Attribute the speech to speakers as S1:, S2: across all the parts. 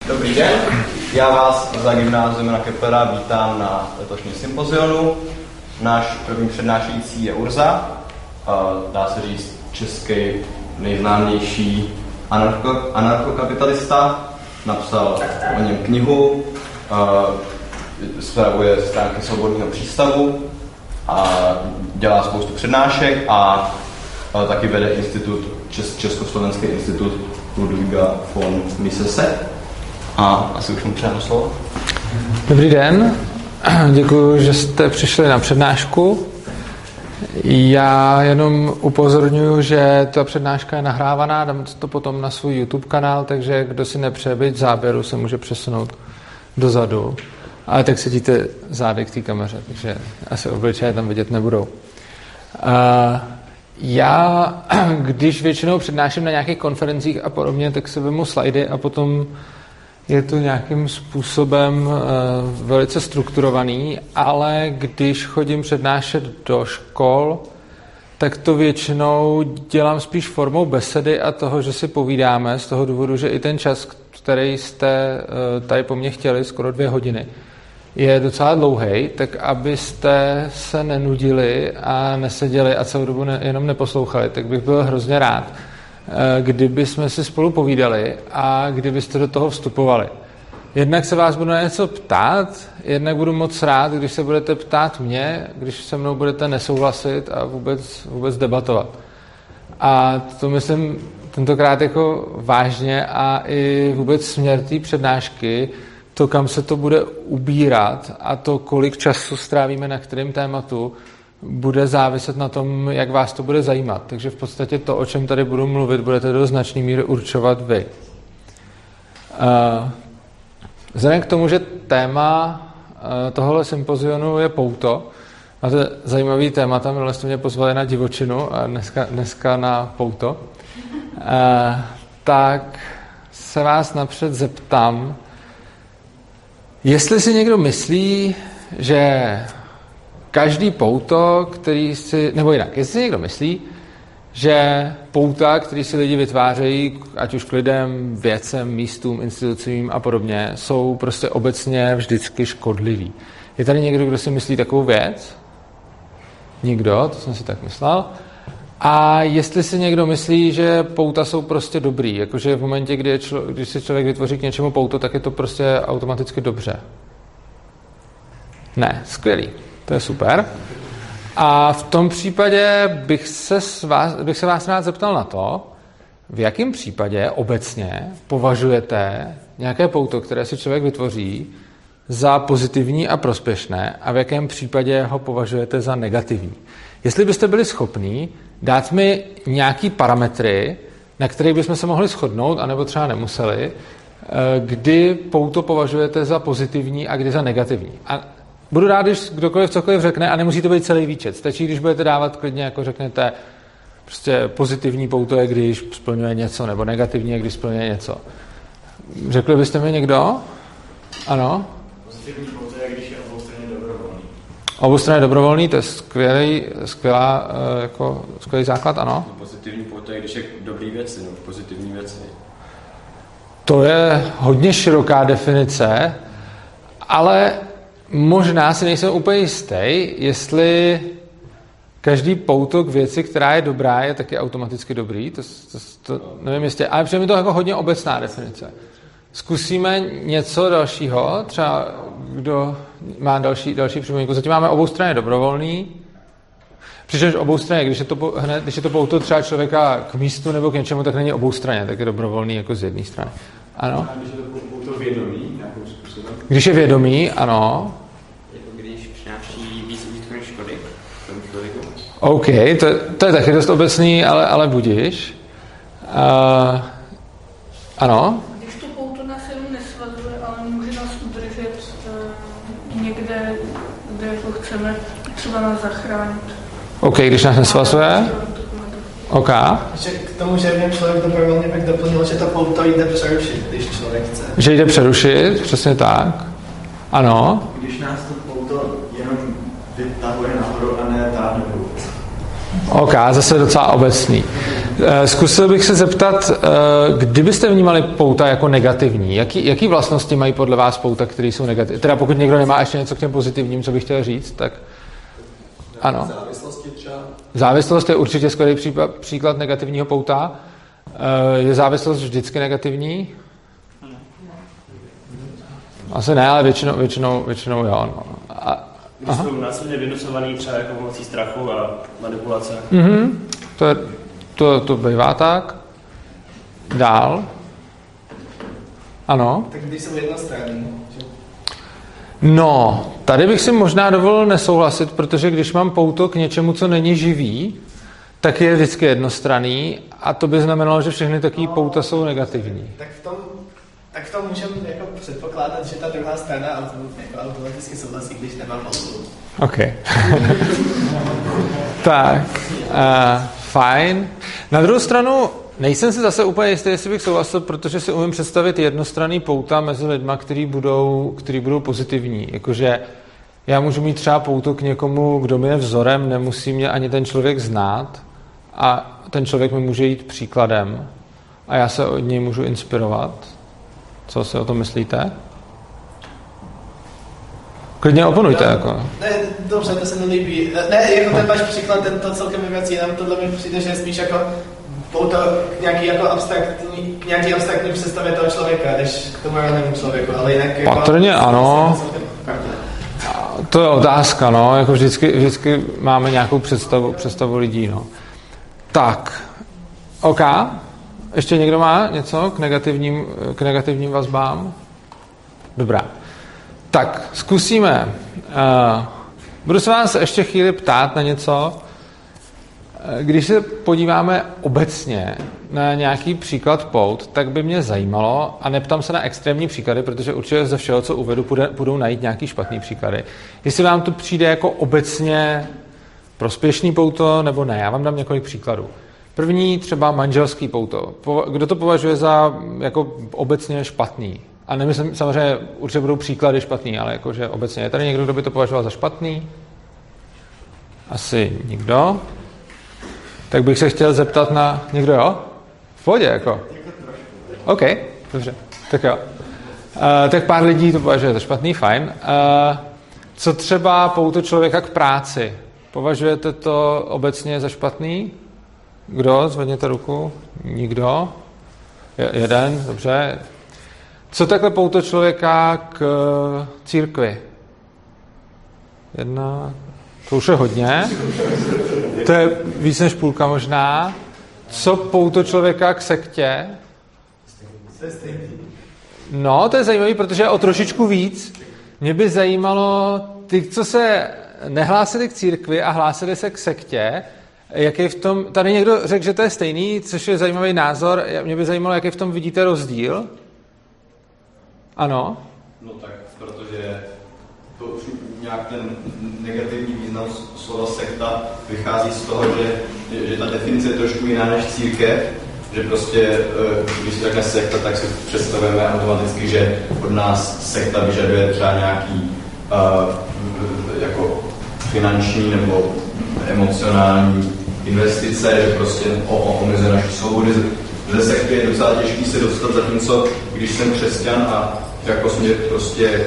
S1: Dobrý den, já vás za Gymnázium Jana Keplera vítám na letošním sympozionu. Náš první přednášející je Urza, dá se říct český nejznámější anarchokapitalista. Napsal o něm knihu, spravuje stránky Svobodného přístavu a dělá spoustu přednášek a taky vede Československý institut Ludwiga von Misese. A asi už mu předám slovo.
S2: Dobrý den, děkuji, že jste přišli na přednášku. Já jenom upozorňuji, že ta přednáška je nahrávaná, dám to potom na svůj YouTube kanál, takže kdo si nepřeje být v záběru, se může přesunout dozadu. Ale tak sedíte zády k té kameře, takže asi obličeje tam vidět nebudou. Já, když většinou přednáším na nějakých konferencích a podobně, tak se vemu slajdy a potom je to nějakým způsobem velice strukturovaný, ale když chodím přednášet do škol, tak to většinou dělám spíš formou besedy a toho, že si povídáme z toho důvodu, že i ten čas, který jste tady po mně chtěli, skoro 2 hodiny, je docela dlouhej, tak abyste se nenudili a neseděli a celou dobu jenom neposlouchali, tak bych byl hrozně rád, kdyby jsme si spolu povídali a kdybyste do toho vstupovali. Jednak se vás budu na něco ptát, jednak budu moc rád, když se budete ptát mě, když se mnou budete nesouhlasit a vůbec debatovat. A to myslím tentokrát jako vážně a i vůbec směr té přednášky, to, kam se to bude ubírat a to, kolik času strávíme na kterém tématu, bude záviset na tom, jak vás to bude zajímat. Takže v podstatě to, o čem tady budu mluvit, budete do značné míry určovat vy. Vzhledem k tomu, že téma tohohle sympozionu je pouto, a to je zajímavý téma, tam minule jste mě pozvali na divočinu a dneska na pouto, tak se vás napřed zeptám, jestli si někdo myslí, že každý pouto, který si, nebo jinak, jestli si někdo myslí, že pouta, který si lidi vytvářejí, ať už k lidem, věcem, místům, institucím a podobně, jsou prostě obecně vždycky škodlivý. Je tady někdo, kdo si myslí takovou věc? Nikdo, to jsem si tak myslel. A jestli si někdo myslí, že pouta jsou prostě dobrý, jakože v momentě, když si člověk vytvoří k něčemu pouto, tak je to prostě automaticky dobře. Ne, skvělý. To je super. A v tom případě bych se vás rád zeptal na to, v jakém případě obecně považujete nějaké pouto, které si člověk vytvoří, za pozitivní a prospěšné a v jakém případě ho považujete za negativní. Jestli byste byli schopní dát mi nějaký parametry, na kterých bychom se mohli shodnout, anebo třeba nemuseli, kdy pouto považujete za pozitivní a kdy za negativní. A budu rád, když kdokoliv cokoliv řekne a nemusí to být celý výčet. Stačí, když budete dávat klidně, jako řeknete, prostě pozitivní pouto je, když splňuje něco, nebo negativní je, když splňuje něco. Řekli byste mi někdo? Ano?
S3: Pozitivní pouto je, když je oboustranně dobrovolný.
S2: Oboustranně dobrovolný, to je skvělý základ, ano?
S4: Pozitivní pouto je, když je dobrý věci, nebo pozitivní věci.
S2: To je hodně široká definice, ale možná si nejsem úplně jistý, jestli každý pouto k věci, která je dobrá, je taky automaticky dobrý. To nevím jistě, ale přijde mi to jako hodně obecná definice. Zkusíme něco dalšího, třeba kdo má další připomínku. Zatím máme oboustranně dobrovolný, přičemž oboustranně, když je to pouto třeba člověka k místu nebo k něčemu, tak není oboustranně, tak je dobrovolný jako z jedné strany. Ano?
S3: Když je to pouto vědomí nějakým způsobem?
S2: Když je vědomí, ano.
S4: Jako když přináší víc užitku než škody tomu člověku.
S2: OK, to je taky dost obecný, ale budíš. Ano?
S5: Když to pouto nás jenom nesvazuje, ale může nás udržet někde, kde jako chceme, třeba nás zachránit.
S2: OK, když nás nesvazuje. OK.
S6: K tomu, že jeden člověk dobrovolně bych doplnil, že to pouto jde přerušit, když člověk chce.
S2: Že jde přerušit, přesně tak. Ano.
S3: Když nás to pouto jenom vytahuje nahoru a ne táhne dolů.
S2: OK, zase docela obecný. Zkusil bych se zeptat, kdybyste vnímali pouta jako negativní, jaký vlastnosti mají podle vás pouta, které jsou negativní? Teda pokud někdo nemá ještě něco k těm pozitivním, co bych chtěl říct, tak ano.
S7: Závislosti třeba?
S2: Závislost je určitě skvělý příklad negativního pouta. Je závislost vždycky negativní? Asi ne, ale většinou jo. No.
S8: Když jsou násilně vynucovaný třeba jako pomocí strachu a manipulace.
S2: To bývá tak. Dál. Ano.
S6: Tak když jsou jednostranní.
S2: No, tady bych si možná dovolil nesouhlasit, protože když mám pouto k něčemu, co není živý, tak je vždycky jednostranný a to by znamenalo, že všechny takové pouta jsou negativní.
S6: Tak v tom můžeme jako předpokládat, že ta druhá strana automaticky souhlasí, když nemá poutu.
S2: OK. Tak, fajn. Na druhou stranu nejsem si zase úplně jistý, jestli bych souhlasil, protože si umím představit jednostranný pouta mezi lidma, který budou pozitivní. Jakože já můžu mít třeba pouto k někomu, kdo mi je vzorem, nemusí mě ani ten člověk znát a ten člověk mi může jít příkladem a já se od něj můžu inspirovat. Co si o tom myslíte? Klidně oponujte.
S6: No,
S2: jako.
S6: Ne, dobře, to se mi líbí. Ne, jako ten váš příklad, to celkem věcí, nám tohle mi přijde, že je spíš jako pouto k nějaký abstraktní představě toho člověka, než k tomu reálnému člověku, ale jinak jako...
S2: Patrně ano. To je otázka, no, jako vždycky máme nějakou představu lidí, no. Tak, OK. Ještě někdo má něco k negativním vazbám? Dobrá. Tak, zkusíme. Budu se vás ještě chvíli ptát na něco. Když se podíváme obecně na nějaký příklad pout, tak by mě zajímalo, a neptám se na extrémní příklady, protože určitě ze všeho, co uvedu, budou najít nějaký špatný příklady. Jestli vám to přijde jako obecně prospěšný pouto, nebo ne. Já vám dám několik příkladů. První třeba manželský pouto. Kdo to považuje za jako obecně špatný? A nemyslím, samozřejmě určitě budou příklady špatný, ale jakože obecně. Je tady někdo, kdo by to považoval za špatný? Asi nikdo. Tak bych se chtěl zeptat na... Někdo jo? V pohodě, jako. OK, dobře. Tak jo. Tak pár lidí to považuje za špatný, fajn. Co třeba pouto člověka k práci? Považujete to obecně za špatný? Kdo? Zvedněte ruku. Nikdo? Jeden, dobře. Co takhle pouto člověka k církvi? Jedna. To už je hodně. To je víc než půlka možná. Co pouto člověka k sektě? No, to je zajímavé, protože je o trošičku víc. Mě by zajímalo ty, co se nehlásili k církvi a hlásili se k sektě, jaký v tom, tady někdo řekl, že to je stejný, což je zajímavý názor. Mě by zajímalo, jaký v tom vidíte rozdíl. Ano?
S1: No tak, protože to už nějak ten negativní význam slova sekta vychází z toho, že ta definice je trošku jiná než církev, že prostě, když se řekne sekta, tak si představujeme automaticky, že od nás sekta vyžaduje třeba nějaký jako finanční nebo emocionální investice, že prostě omezuje naši svobodu. Ze sekty je docela těžký se dostat, zatímco když jsem křesťan a jako směr prostě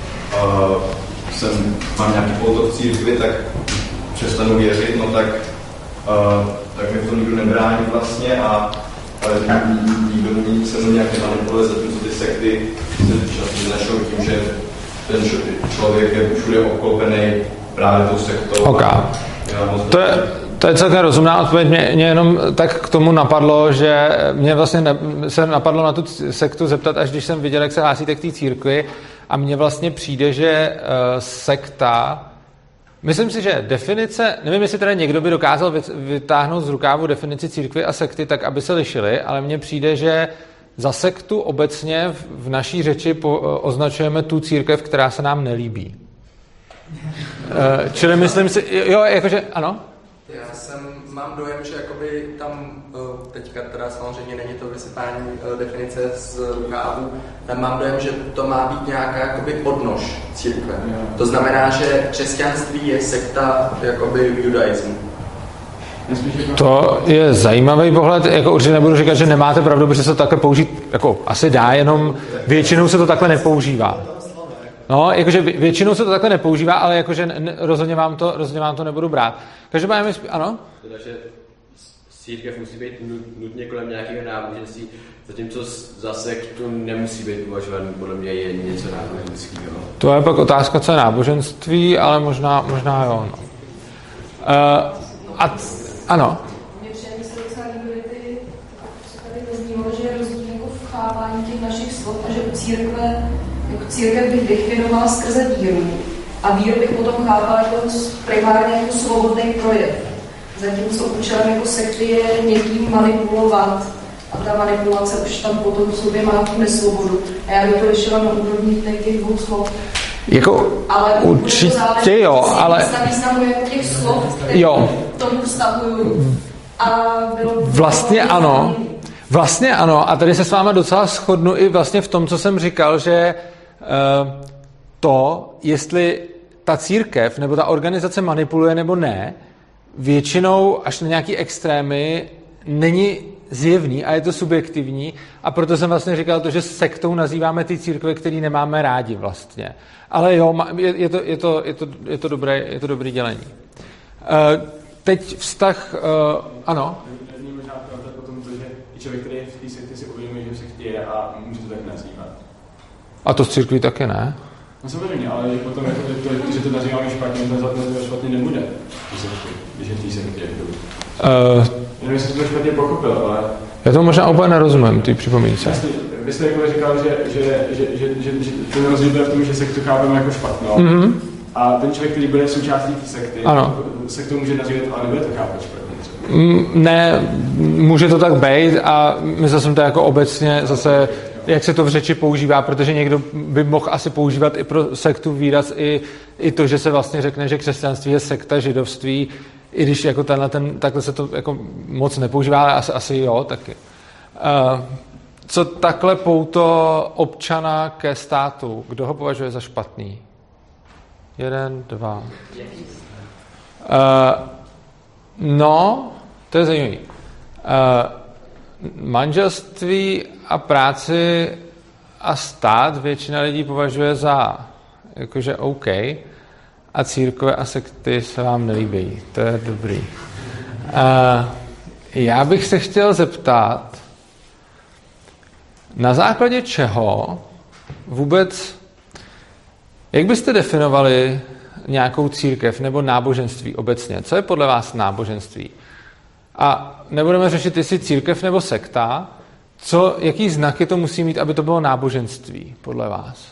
S1: mám nějaký pouto v církvi, tak přestanu věřit, no tak mi v tom nikdo nebrání vlastně a nikdo se mnou nějaké manipuluje, zatímco ty sekty se často vyznačují tím, že ten člověk je všude obklopený právě tou sektou.
S2: Okay. To je celkem rozumná odpověď. Mě jenom tak k tomu napadlo, že mě vlastně se napadlo na tu sektu zeptat, až když jsem viděl, jak se hlásíte k té církvi a mně vlastně přijde, že sekta, myslím si, že definice, nevím, jestli teda někdo by dokázal vytáhnout z rukávu definici církvy a sekty tak, aby se lišily, ale mně přijde, že za sektu obecně v naší řeči označujeme tu církev, která se nám nelíbí. Čili myslím si, jo, jakože, ano?
S7: Já mám dojem, že jakoby tam teďka teda samozřejmě není to vysypání definice z rukávu, tam mám dojem, že to má být nějaká jakoby odnož církve. To znamená, že křesťanství je sekta jakoby judaismu.
S2: To je zajímavý pohled, jako určitě nebudu říkat, že nemáte pravdu, protože se to takhle použít, jako asi dá, jenom většinou se to takhle nepoužívá. No, jakože většinou se to takhle nepoužívá, ale jakože rozhodně vám to nebudu brát. Každopádně ano?
S9: Teda, že církev musí být nutně kolem nějakého náboženství, zatímco zase to nemusí být uvažovaný, podle mě je něco náboženského.
S2: To je pak otázka, co je náboženství, ale možná jo. No. Ano.
S10: Mě přijde se docela líbily ty, co tady zaznívalo, že je rozdíl jako v chápání těch našich slov a že u církev bych definovala skrze víru. A víru bych potom chápala jako primárně jako svobodný projev. Zatímco účelem jako sekty je někým manipulovat a ta manipulace už tam potom v sobě má tu nesvobodu. A já bych to vyšla na úrovni těch dvou slov.
S2: Jako
S10: ale
S2: určitě jo, ale
S10: významu jako těch slov, které tomu vztahuju. A bylo
S2: Vlastně ano, a tady se s váma docela shodnu i vlastně v tom, co jsem říkal, že to, jestli ta církev nebo ta organizace manipuluje nebo ne, většinou až na nějaký extrémy není zjevný a je to subjektivní a proto jsem vlastně říkal to, že sektou nazýváme ty církve, které nemáme rádi vlastně. Ale jo, je to dobré dělení. Teď vztah, ano.
S3: Není možná pravda potom to, že i člověk, který je v té sektě, si uvědomí, že v sektě je a může to tak nazývat.
S2: A to z církví taky ne?
S3: No samozřejmě, ale potom že to nazýváme špatně, to špatně nebude. Když je v té sektě. Jenom jestli to špatně pochopil, ale...
S2: Já to možná úplně nerozumím, ty připomínce.
S3: Vy jste jako říkal, že ten rozdíl bude v tom, že sektu chápeme jako špatnou.
S2: Mm-hmm.
S3: A ten člověk, který bude součástí té sekty, sektu může nazývat, ale nebude to chápat špatně.
S2: Ne, může to tak být a myslel jsem to jako obecně zase, jak se to v řeči používá, protože někdo by mohl asi používat i pro sektu výraz i to, že se vlastně řekne, že křesťanství je sekta židovství, i když jako takhle se to jako moc nepoužívá, ale asi jo, taky. Co takhle pouto občana ke státu, kdo ho považuje za špatný? 1, 2. No, to je zajímavý. Manželství a práci a stát většina lidí považuje za jakože OK a církve a sekty se vám nelíbí. To je dobrý. Já bych se chtěl zeptat, na základě čeho vůbec, jak byste definovali nějakou církev nebo náboženství obecně? Co je podle vás náboženství? A nebudeme řešit, jestli církev nebo sekta, jaký znaky to musí mít, aby to bylo náboženství podle vás?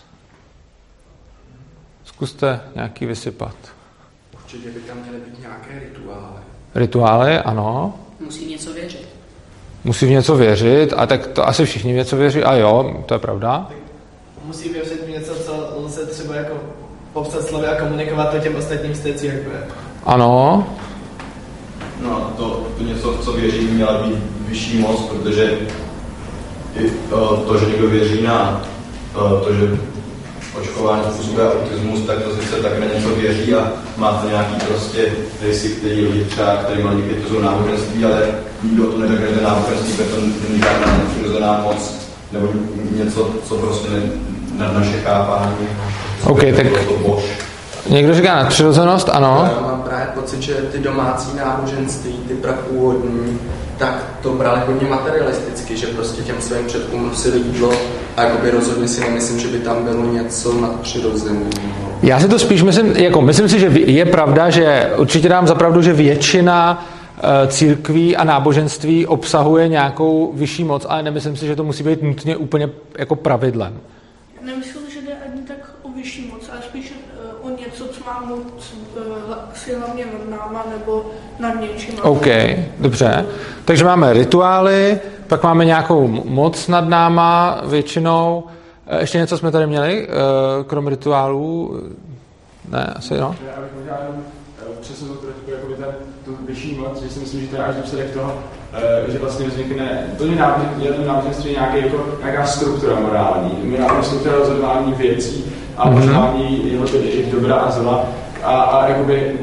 S2: Zkuste nějaký vysypat.
S7: Určitě by tam měly být nějaké rituály.
S2: Rituály, ano.
S11: Musí něco věřit.
S2: Musí v něco věřit, a tak to asi všichni v něco věří, a jo, to je pravda.
S6: Musí věřit v něco, co lze třeba jako popsat slovy a komunikovat to těm ostatním z té církve.
S2: Ano.
S1: No, to něco, co věří, měla být vyšší moc, protože to, že někdo věří na to, že očkování způsobuje autismus, tak to sice tak na něco věří a má to nějaký prostě rysy, který lidi třeba, který má někdy to jsou náboženství, ale nikdo to neřekne, že náboženství, protože to není žádná nepřirozená moc, nebo něco, co prostě na naše chápání.
S2: OK, tak někdo říká nadpřirozenost, ano.
S7: Já mám právě pocit, že ty domácí náboženství, ty prapůvodní, tak to brali hodně materialisticky, že prostě těm svým předkům nosili jídlo a jakoby rozhodně si nemyslím, že by tam bylo něco nadpřirozeného.
S2: Já si to spíš myslím si, že je pravda, že určitě dám za pravdu, že většina církví a náboženství obsahuje nějakou vyšší moc, ale nemyslím si, že to musí být nutně úplně jako pravidlem.
S5: Nemyslím, že jde ani tak o vyšší moc, ale spíš o něco, co má moc si hlavně nad náma nebo nad něčím.
S2: OK, dobře. Takže máme rituály, pak máme nějakou moc nad náma většinou. Ještě něco jsme tady měli, krom rituálů? Ne, asi no.
S3: Já bych možná jenom přesunul trošku tu vyšší moc, že si myslím, že to je až důsledek toho, že vlastně vznikne, to je náboženství nějaká struktura morální, nějaká struktura rozhodování věcí a rozhodování jeho dobra a zla a jakoby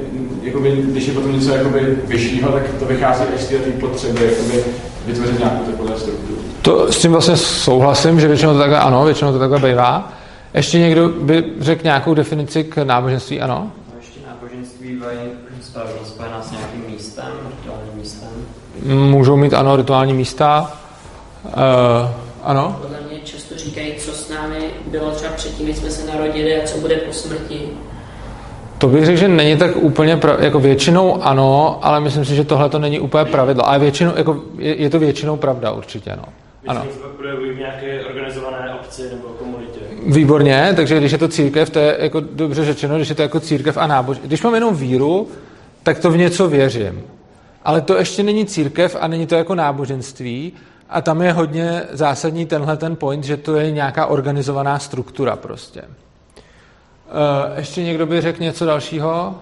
S3: jakoby, když je potom něco jakoby vyššího, tak to vychází až z té potřeby jakoby, vytvořit nějakou takovou strukturu.
S2: To s tím vlastně souhlasím, že většinou to takhle ano, většinou to takhle bývá. Ještě někdo by řekl nějakou definici k náboženství, ano?
S4: Ještě náboženství bývají spojená s nějakým místem, rituálním místem.
S2: Můžou mít, ano, rituální místa. Ano?
S11: Podle mě často říkají, co s námi bylo třeba předtím, když jsme se narodili a co bude po smrti.
S2: To bych řekl, že není tak úplně, jako většinou ano, ale myslím si, že tohle to není úplně pravidlo. Ale většinou, jako je to většinou pravda určitě, no. Ano.
S8: Většinou se projevují v nějaké organizované obci nebo komunitě.
S2: Výborně, takže když je to církev, to je jako dobře řečeno, když je to jako církev a náboženství. Když mám jenom víru, tak to v něco věřím. Ale to ještě není církev a není to jako náboženství a tam je hodně zásadní tenhle ten point, že to je nějaká organizovaná struktura prostě. Ještě někdo by řekl něco dalšího?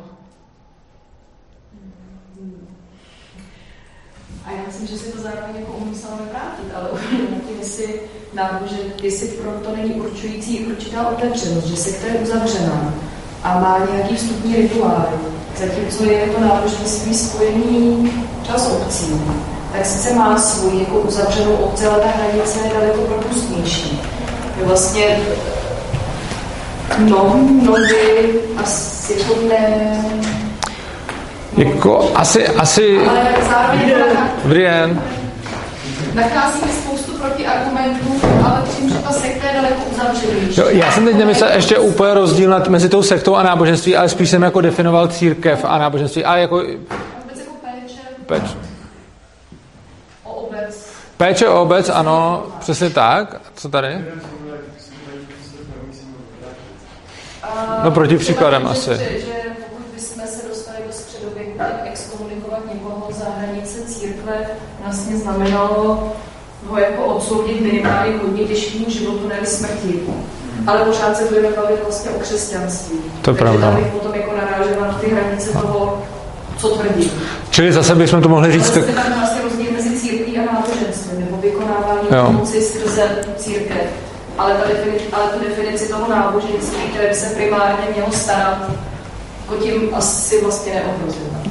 S10: A já myslím, že si to zároveň jako umyslel vrátit, ale jestli pro to není určující určitá otevřenost, že sekta je uzavřená a má nějaký vstupní rituál, zatímco je to náboženství spojený čas obcí, tak sice má svůj jako uzavřenou obci, ale ta hranice je daleko propustnější. Je vlastně mnohdy asi jako ne...
S2: Jako asi...
S10: Ale zároveň
S2: dobrý den.
S10: Nacházíme spoustu protiargumentů, ale tím, že ta sekta je daleko uzavřenější.
S2: Já jsem teď nemyslel ještě úplně rozdíl mezi tou sektou a náboženství, ale spíš jsem jako definoval církev a náboženství. A jako... Péče.
S10: O obec.
S2: Péče o obec, ano, přesně tak. Co tady? No proti příkladem asi.
S10: Že pokud bychom se dostali do středověku, tak exkomunikovat někoho za hranice církve vlastně znamenalo ho jako odsoudit minimálně hodně těžkému životu, ne smrti. Ale pořád se budeme bavit vlastně o křesťanství.
S2: To je pravda.
S10: Takže potom jako narážela na ty hranice toho, co tvrdí.
S2: Čili zase bychom to mohli říct...
S10: Ale tam vlastně rozdíl mezi církví a náboženstvím, nebo vykonávání pomoci skrze církev. Ale tu definici toho náboženství, které by se primárně mělo starat, jako tím asi vlastně neohrozujeme.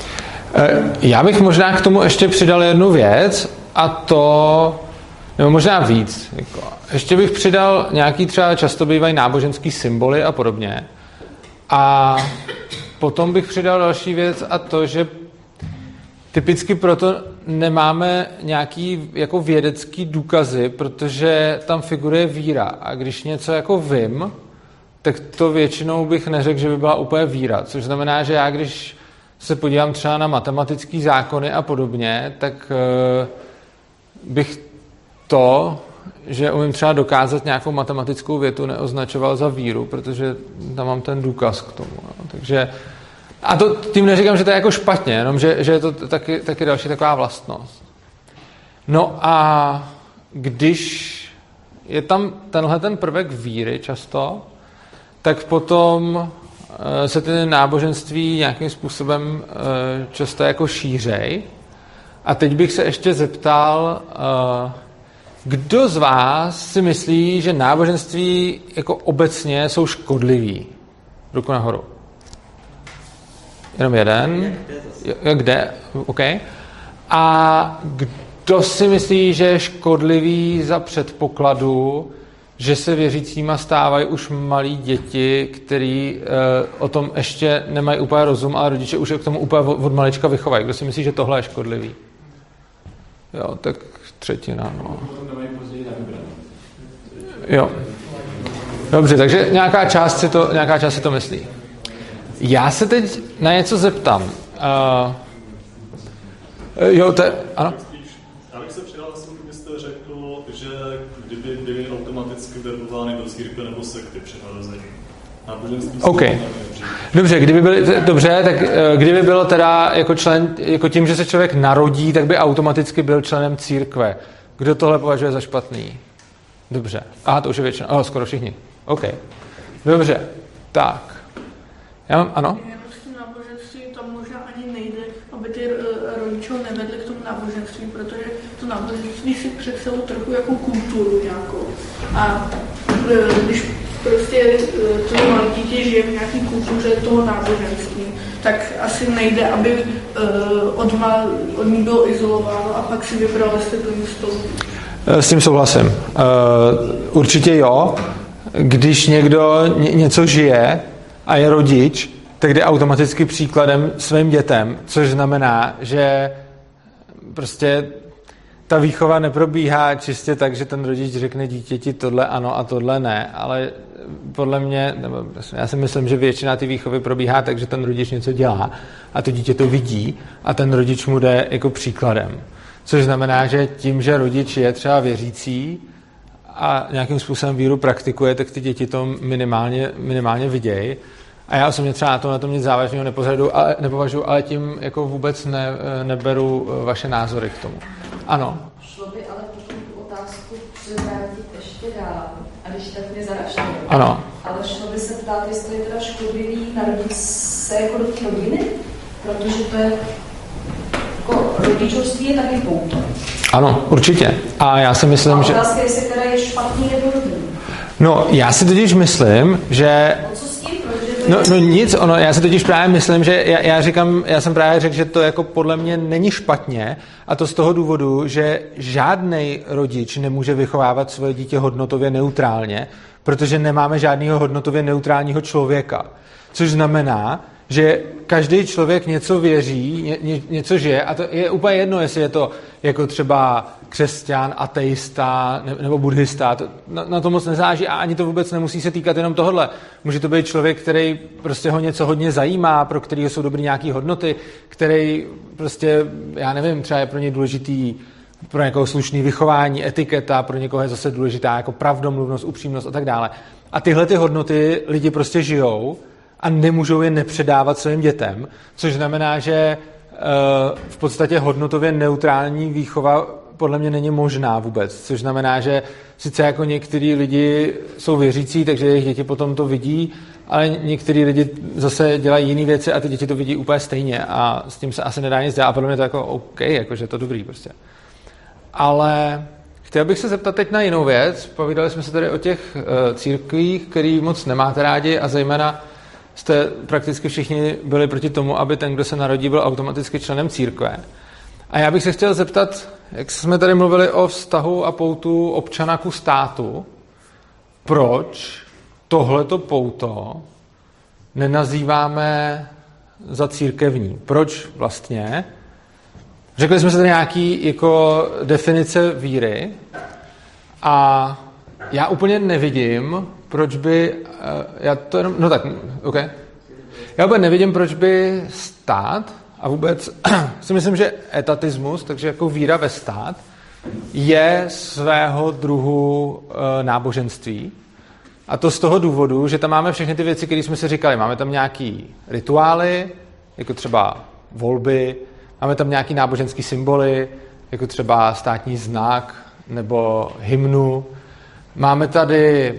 S2: Já bych možná k tomu ještě přidal jednu věc, a to, nebo možná víc. Jako, ještě bych přidal nějaký třeba často bývají náboženský symboly a podobně. A potom bych přidal další věc a to, že typicky proto nemáme nějaký jako vědecký důkazy, protože tam figuruje víra. A když něco jako vím, tak to většinou bych neřekl, že by byla úplně víra. Což znamená, že já když se podívám třeba na matematické zákony a podobně, tak bych to, že umím třeba dokázat nějakou matematickou větu, neoznačoval za víru, protože tam mám ten důkaz k tomu. No. Takže a to tím neříkám, že to je jako špatně, jenom že je to taky další taková vlastnost. No a když je tam tenhle ten prvek víry často, tak potom se ty náboženství nějakým způsobem často jako šířej. A teď bych se ještě zeptal, kdo z vás si myslí, že náboženství jako obecně jsou škodlivý? Ruku nahoru. Jenom jeden. Kde? OK. A kdo si myslí, že je škodlivý za předpokladu, že se věřícíma stávají už malí děti, který o tom ještě nemají úplně rozum, ale rodiče už je k tomu úplně od malička vychovají. Kdo si myslí, že tohle je škodlivý? Jo, tak třetina, no. Jo. Dobře, takže nějaká část si to myslí. Já se teď na něco zeptám. Jo, to je... Ano?
S12: Já bych se přihlásil, kdybyste řekl, že kdyby byly automaticky verbovány do církve nebo sekty při narození.
S2: OK. Dobře, tak kdyby bylo teda jako člen, jako tím, že se člověk narodí, tak by automaticky byl členem církve. Kdo tohle považuje za špatný? Dobře. Aha, to už je většina. Skoro všichni. OK. Dobře. Tak. Já mám, ano?
S5: Náboženství tam možná ani nejde, aby ty rodiče nevedli k tomu náboženství, protože to náboženství si představuje trochu jako kulturu nějakou. A když prostě to malé dítě žije v nějaké kultuře toho náboženství, tak asi nejde, aby od ní bylo izolováno a pak si vybralo, jestli to místo.
S2: S tím souhlasím. Určitě jo. Když někdo něco žije a je rodič, tak jde automaticky příkladem svým dětem, což znamená, že prostě ta výchova neprobíhá čistě tak, že ten rodič řekne dítěti tohle ano a tohle ne, ale podle mě, nebo já si myslím, že většina ty výchovy probíhá tak, že ten rodič něco dělá a to dítě to vidí a ten rodič mu jde jako příkladem. Což znamená, že tím, že rodič je třeba věřící a nějakým způsobem víru praktikuje, tak ty děti to minimálně vidějí. A já osobně třeba na to nic závažného nepovažuji, ale tím jako vůbec neberu vaše názory k tomu. Ano.
S10: Šlo by ale potom tu otázku převrátit ještě dál. A když tak mě zaražte.
S2: Ano.
S10: Ale šlo by se ptát, jestli je teda škodlivý narodit se jako do té rodiny, protože to je jako rodičovství je taky pouto.
S2: Ano, určitě. A já si myslím, že...
S10: A otázka, jestli teda je špatný nebo dobrý.
S2: No, já si totiž myslím, že... Já si totiž právě myslím, že já jsem právě řekl, že to jako podle mě není špatně a to z toho důvodu, že žádnej rodič nemůže vychovávat svoje dítě hodnotově neutrálně, protože nemáme žádného hodnotově neutrálního člověka. Což znamená, že každý člověk něco věří, něco žije a to je úplně jedno, jestli je to jako třeba křesťan, ateista nebo buddhista, na to moc nezáleží a ani to vůbec nemusí se týkat jenom tohle. Může to být člověk, který prostě ho něco hodně zajímá, pro kterého jsou dobrý nějaký hodnoty, který prostě, já nevím, třeba je pro něj důležitý pro někoho slušný vychování, etiketa, pro někoho je zase důležitá jako pravdomluvnost, upřímnost a tak dále. A tyhle ty hodnoty lidi prostě žijou a nemůžou je nepředávat svým dětem, což znamená, že v podstatě hodnotově neutrální výchova podle mě není možná vůbec, což znamená, že sice jako některý lidi jsou věřící, takže jejich děti potom to vidí, ale některý lidi zase dělají jiné věci a ty děti to vidí úplně stejně a s tím se asi nedá nic dělat a podle mě to jako OK, jakože to dobrý prostě. Ale chtěl bych se zeptat teď na jinou věc. Povídali jsme se tady o těch církvích, který moc nemáte rádi a zejména jste prakticky všichni byli proti tomu, aby ten, kdo se narodí, byl automaticky členem církve. A já bych se chtěl zeptat, jak jsme tady mluvili o vztahu a poutu občana ku státu, proč tohleto pouto nenazýváme za církevní? Proč vlastně? Řekli jsme se tady nějaký jako definice víry a já úplně nevidím, proč by, já úplně nevidím, proč by stát a vůbec si myslím, že etatismus, takže jako víra ve stát, je svého druhu náboženství. A to z toho důvodu, že tam máme všechny ty věci, které jsme si říkali. Máme tam nějaký rituály, jako třeba volby, máme tam nějaký náboženský symboly, jako třeba státní znak nebo hymnu. Máme tady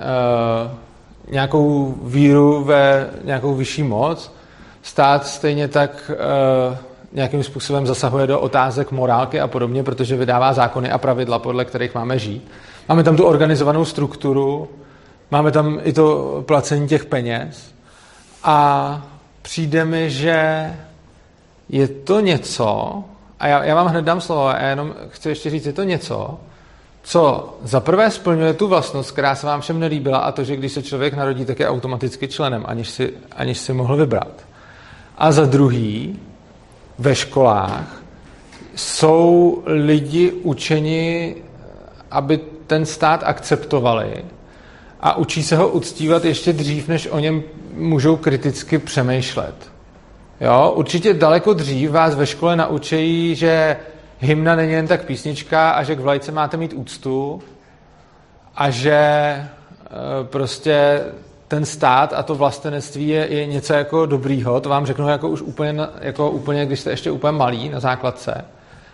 S2: nějakou víru ve nějakou vyšší moc. Stát stejně tak nějakým způsobem zasahuje do otázek morálky a podobně, protože vydává zákony a pravidla, podle kterých máme žít. Máme tam tu organizovanou strukturu, máme tam i to placení těch peněz a přijde mi, že je to něco, a já vám hned dám slovo, a já jenom chci ještě říct, je to něco, co za prvé splňuje tu vlastnost, která se vám všem nelíbila, a to, že když se člověk narodí, tak je automaticky členem, aniž si mohl vybrat. A za druhý, ve školách jsou lidi učeni, aby ten stát akceptovali a učí se ho uctívat ještě dřív, než o něm můžou kriticky přemýšlet. Jo? Určitě daleko dřív vás ve škole naučí, že hymna není jen tak písnička a že k vlajce máte mít úctu a že prostě ten stát a to vlastenectví je něco jako dobrýho. To vám řeknu jako už úplně, když jste ještě úplně malí na základce.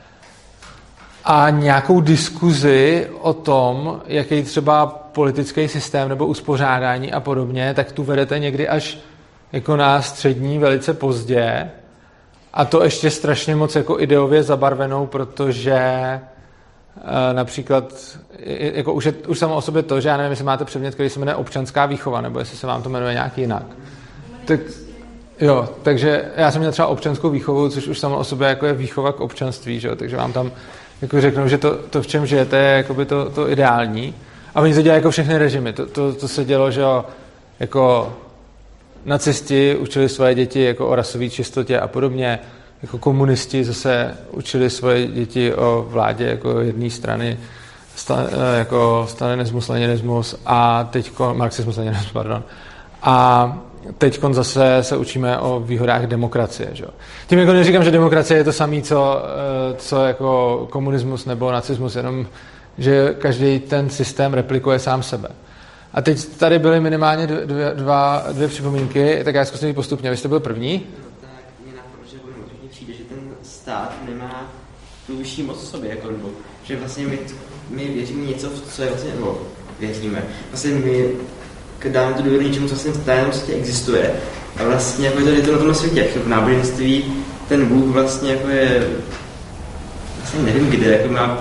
S2: A nějakou diskuzi o tom, jaký třeba politický systém nebo uspořádání a podobně, tak tu vedete někdy až jako na střední velice pozdě. A to ještě strašně moc jako ideově zabarvenou, protože například, jako už samo o sobě to, že já nevím, jestli máte předmět, který se jmenuje občanská výchova, nebo jestli se vám to jmenuje nějak jinak. Tak, jo, takže já jsem měl třeba občanskou výchovu, což už samo o sobě jako je výchova k občanství, že jo, takže vám tam jako řeknou, že to v čem žijete, je jakoby to ideální. A oni to dělají jako všechny režimy. To se dělo, že jo, jako nacisti učili svoje děti jako o rasové čistotě a podobně, jako komunisti zase učili svoje děti o vládě jako jedné strany, jako stalinismus, leninismus a teďko, marxismus, leninismus, pardon. A teďkon zase se učíme o výhodách demokracie. Že? Tím jako neříkám, že demokracie je to samé, co jako komunismus nebo nacismus, jenom že každý ten systém replikuje sám sebe. A teď tady byly minimálně dvě připomínky, tak já zkusím postupně. Vy jste byl první?
S11: Tak mě napadlo, že přijde, že ten stát nemá tu vyšší moc v sobě, jako, nebo, že vlastně my věříme něco, co je vlastně, nebo věříme. Vlastně my dáme to důvěru něčemu, co vlastně v tajemném světě existuje. A vlastně jako je to na tomhle světě, jako v náboženství ten Bůh vlastně jako je, vlastně nevím kde, jako má.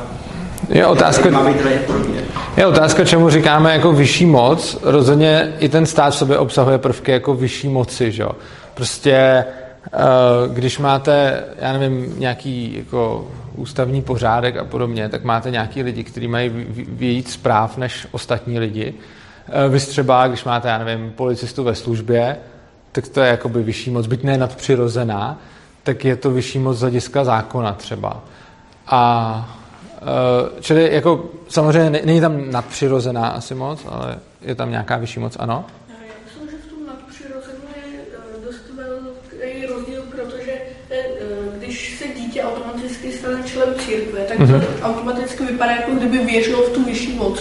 S2: Je otázka, čemu říkáme jako vyšší moc. Rozhodně i ten stát v sobě obsahuje prvky jako vyšší moci, že? Prostě když máte, já nevím, nějaký jako ústavní pořádek a podobně, tak máte nějaký lidi, kteří mají víc práv než ostatní lidi. Vy třeba, když máte, já nevím, policistu ve službě, tak to je jakoby vyšší moc, byť ne nadpřirozená, tak je to vyšší moc z hlediska zákona třeba. A čili jako samozřejmě není tam nadpřirozená asi moc, ale je tam nějaká vyšší moc, ano?
S5: Já myslím, že v tom nadpřirozené je dost velký rozdíl, protože když se dítě automaticky stane člen církve, tak to automaticky vypadá, jako kdyby věřilo v tu vyšší moc,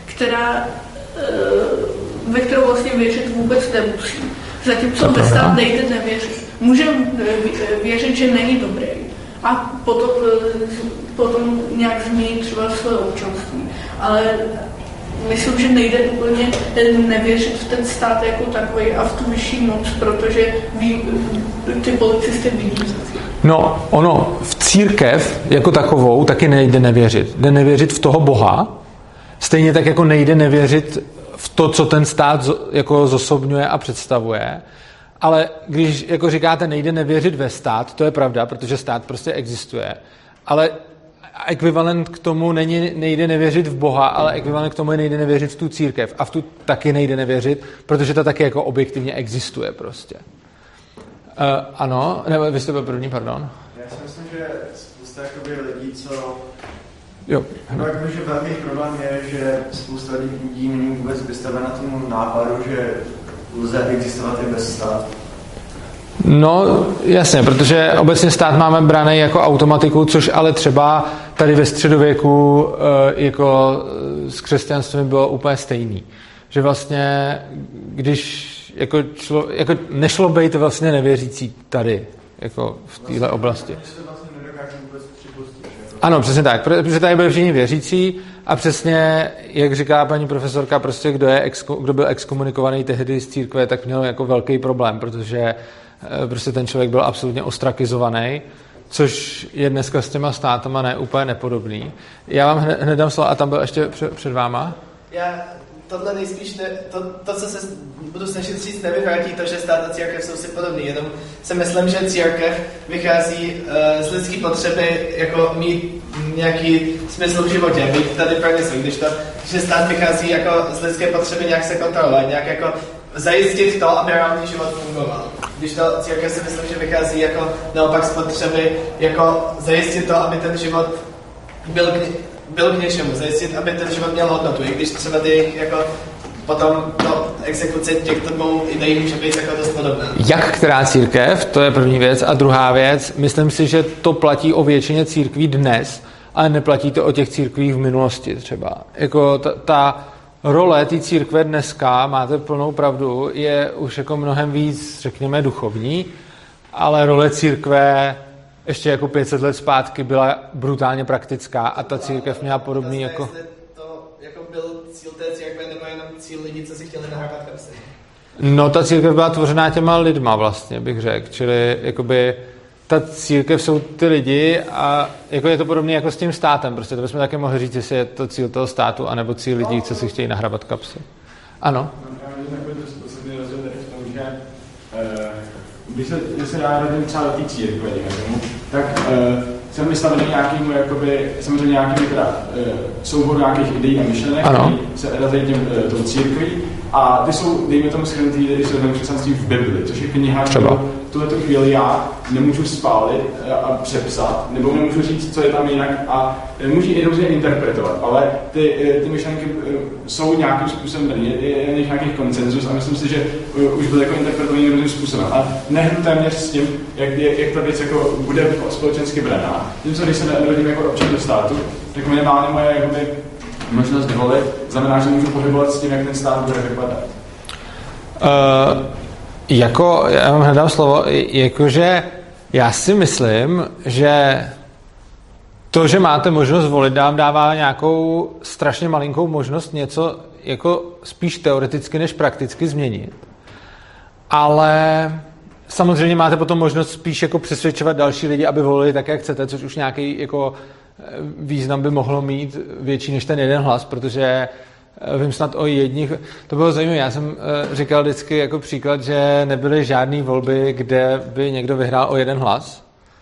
S5: ve kterou vlastně věřit vůbec nemusí. Zatímco ve stát nejde nevěřit. Může věřit, že není dobrý. A potom nějak změnit třeba své občanství. Ale myslím, že nejde úplně nevěřit v ten stát jako takový a v tu vyšší moc, protože ty policisty vidí.
S2: No, ono v církev jako takovou taky nejde nevěřit. Jde nevěřit v toho Boha, stejně tak jako nejde nevěřit v to, co ten stát jako zosobňuje a představuje. Ale když jako říkáte, nejde nevěřit ve stát, to je pravda, protože stát prostě existuje. Ale ekvivalent k tomu nejde nevěřit v Boha, ale ekvivalent k tomu nejde nevěřit v tu církev. A v tu taky nejde nevěřit, protože ta taky jako objektivně existuje prostě. Ano, nebo vy jste byl první, pardon.
S13: Já si myslím, že spousta lidí, co...
S2: Jo.
S13: No, že velký problém je, že spousta lidí není vůbec vystavena tomu nápadu, že lze existovat i bez státu.
S2: No, jasně, protože obecně stát máme braný jako automatiku, což ale třeba tady ve středověku jako s křesťanstvím bylo úplně stejný. Že vlastně, když jako nešlo být vlastně nevěřící tady, jako v téhle oblasti. Ano, přesně tak, protože tady byli všichni věřící a přesně, jak říká paní profesorka, prostě kdo byl exkomunikovaný tehdy z církve, tak měl jako velký problém, protože prostě ten člověk byl absolutně ostrakizovaný, což je dneska s těma státama ne úplně nepodobný. Já vám hned dám slovo a tam byl ještě před váma.
S6: Tohle nejspíš, to, co se budu snažit říct, nevyvrátí to, že stát a církev jsou si podobný, jenom si myslím, že církev vychází z lidské potřeby jako mít nějaký smysl v životě, mít tady pravěství, když stát vychází jako z lidské potřeby nějak se kontrolovat, nějak jako zajistit to, aby reálný život fungoval. Když to církev si myslím, že vychází jako naopak z potřeby jako zajistit to, aby ten život byl k něčemu, zajistit, aby ten život měl hodnotu, i když třeba ty jako potom to exekuce těchto dvou ideí může být jako dost podobná.
S2: Jak která církev, to je první věc. A druhá věc, myslím si, že to platí o většině církví dnes, ale neplatí to o těch církvích v minulosti třeba. Jako ta role té církve dneska, máte plnou pravdu, je už jako mnohem víc, řekněme, duchovní, ale role církve ještě jako 500 let zpátky byla brutálně praktická a ta církev měla podobný jako...
S6: To jako byl cíl té církve nebo jenom cíl lidí, co si chtěli nahákat kapsy?
S2: No ta církev byla tvořená těma lidma vlastně, bych řekl, čili jakoby ta církev jsou ty lidi a jako je to podobné jako s tím státem. Prostě to bychom také mohli říct, jestli je to cíl toho státu, anebo cíl lidí, co si chtějí nahrabat kapsy. Ano?
S3: Když se já rodím třeba do té církve, tak jsem vystavený nějakým, jakoby, samozřejmě nějakým soubor nějakých ideí a myšlenek, které se razí tou církví a ty jsou, dejme tomu, schrnutý světovým křesťanství v Bibli, což je kniha, kterou v tuhleto chvíli já nemůžu spálit a přepsat, nebo nemůžu říct, co je tam jinak a můžu i různě interpretovat, ale ty myšlenky jsou nějakým způsobem daný, je nějaký konsenzus a myslím si, že už byly jako interpretovaný různým způsobem. A nehnu téměř s tím, jak ta věc jako bude společensky braná. Tím, co když se nerodím jako občan do státu, tak minimálně moje jakoby, možnost volit znamená, že můžu pohybovat s tím, jak ten stát bude vypadat.
S2: Já vám hledám slovo, jakože já si myslím, že to, že máte možnost volit, vám dává nějakou strašně malinkou možnost něco jako spíš teoreticky než prakticky změnit. Ale samozřejmě máte potom možnost spíš jako přesvědčovat další lidi, aby volili tak, jak chcete, což už nějaký jako význam by mohlo mít větší než ten jeden hlas, protože vím snad o jedních. To bylo zajímavé. Já jsem říkal vždycky jako příklad, že nebyly žádné volby, kde by někdo vyhrál o jeden hlas.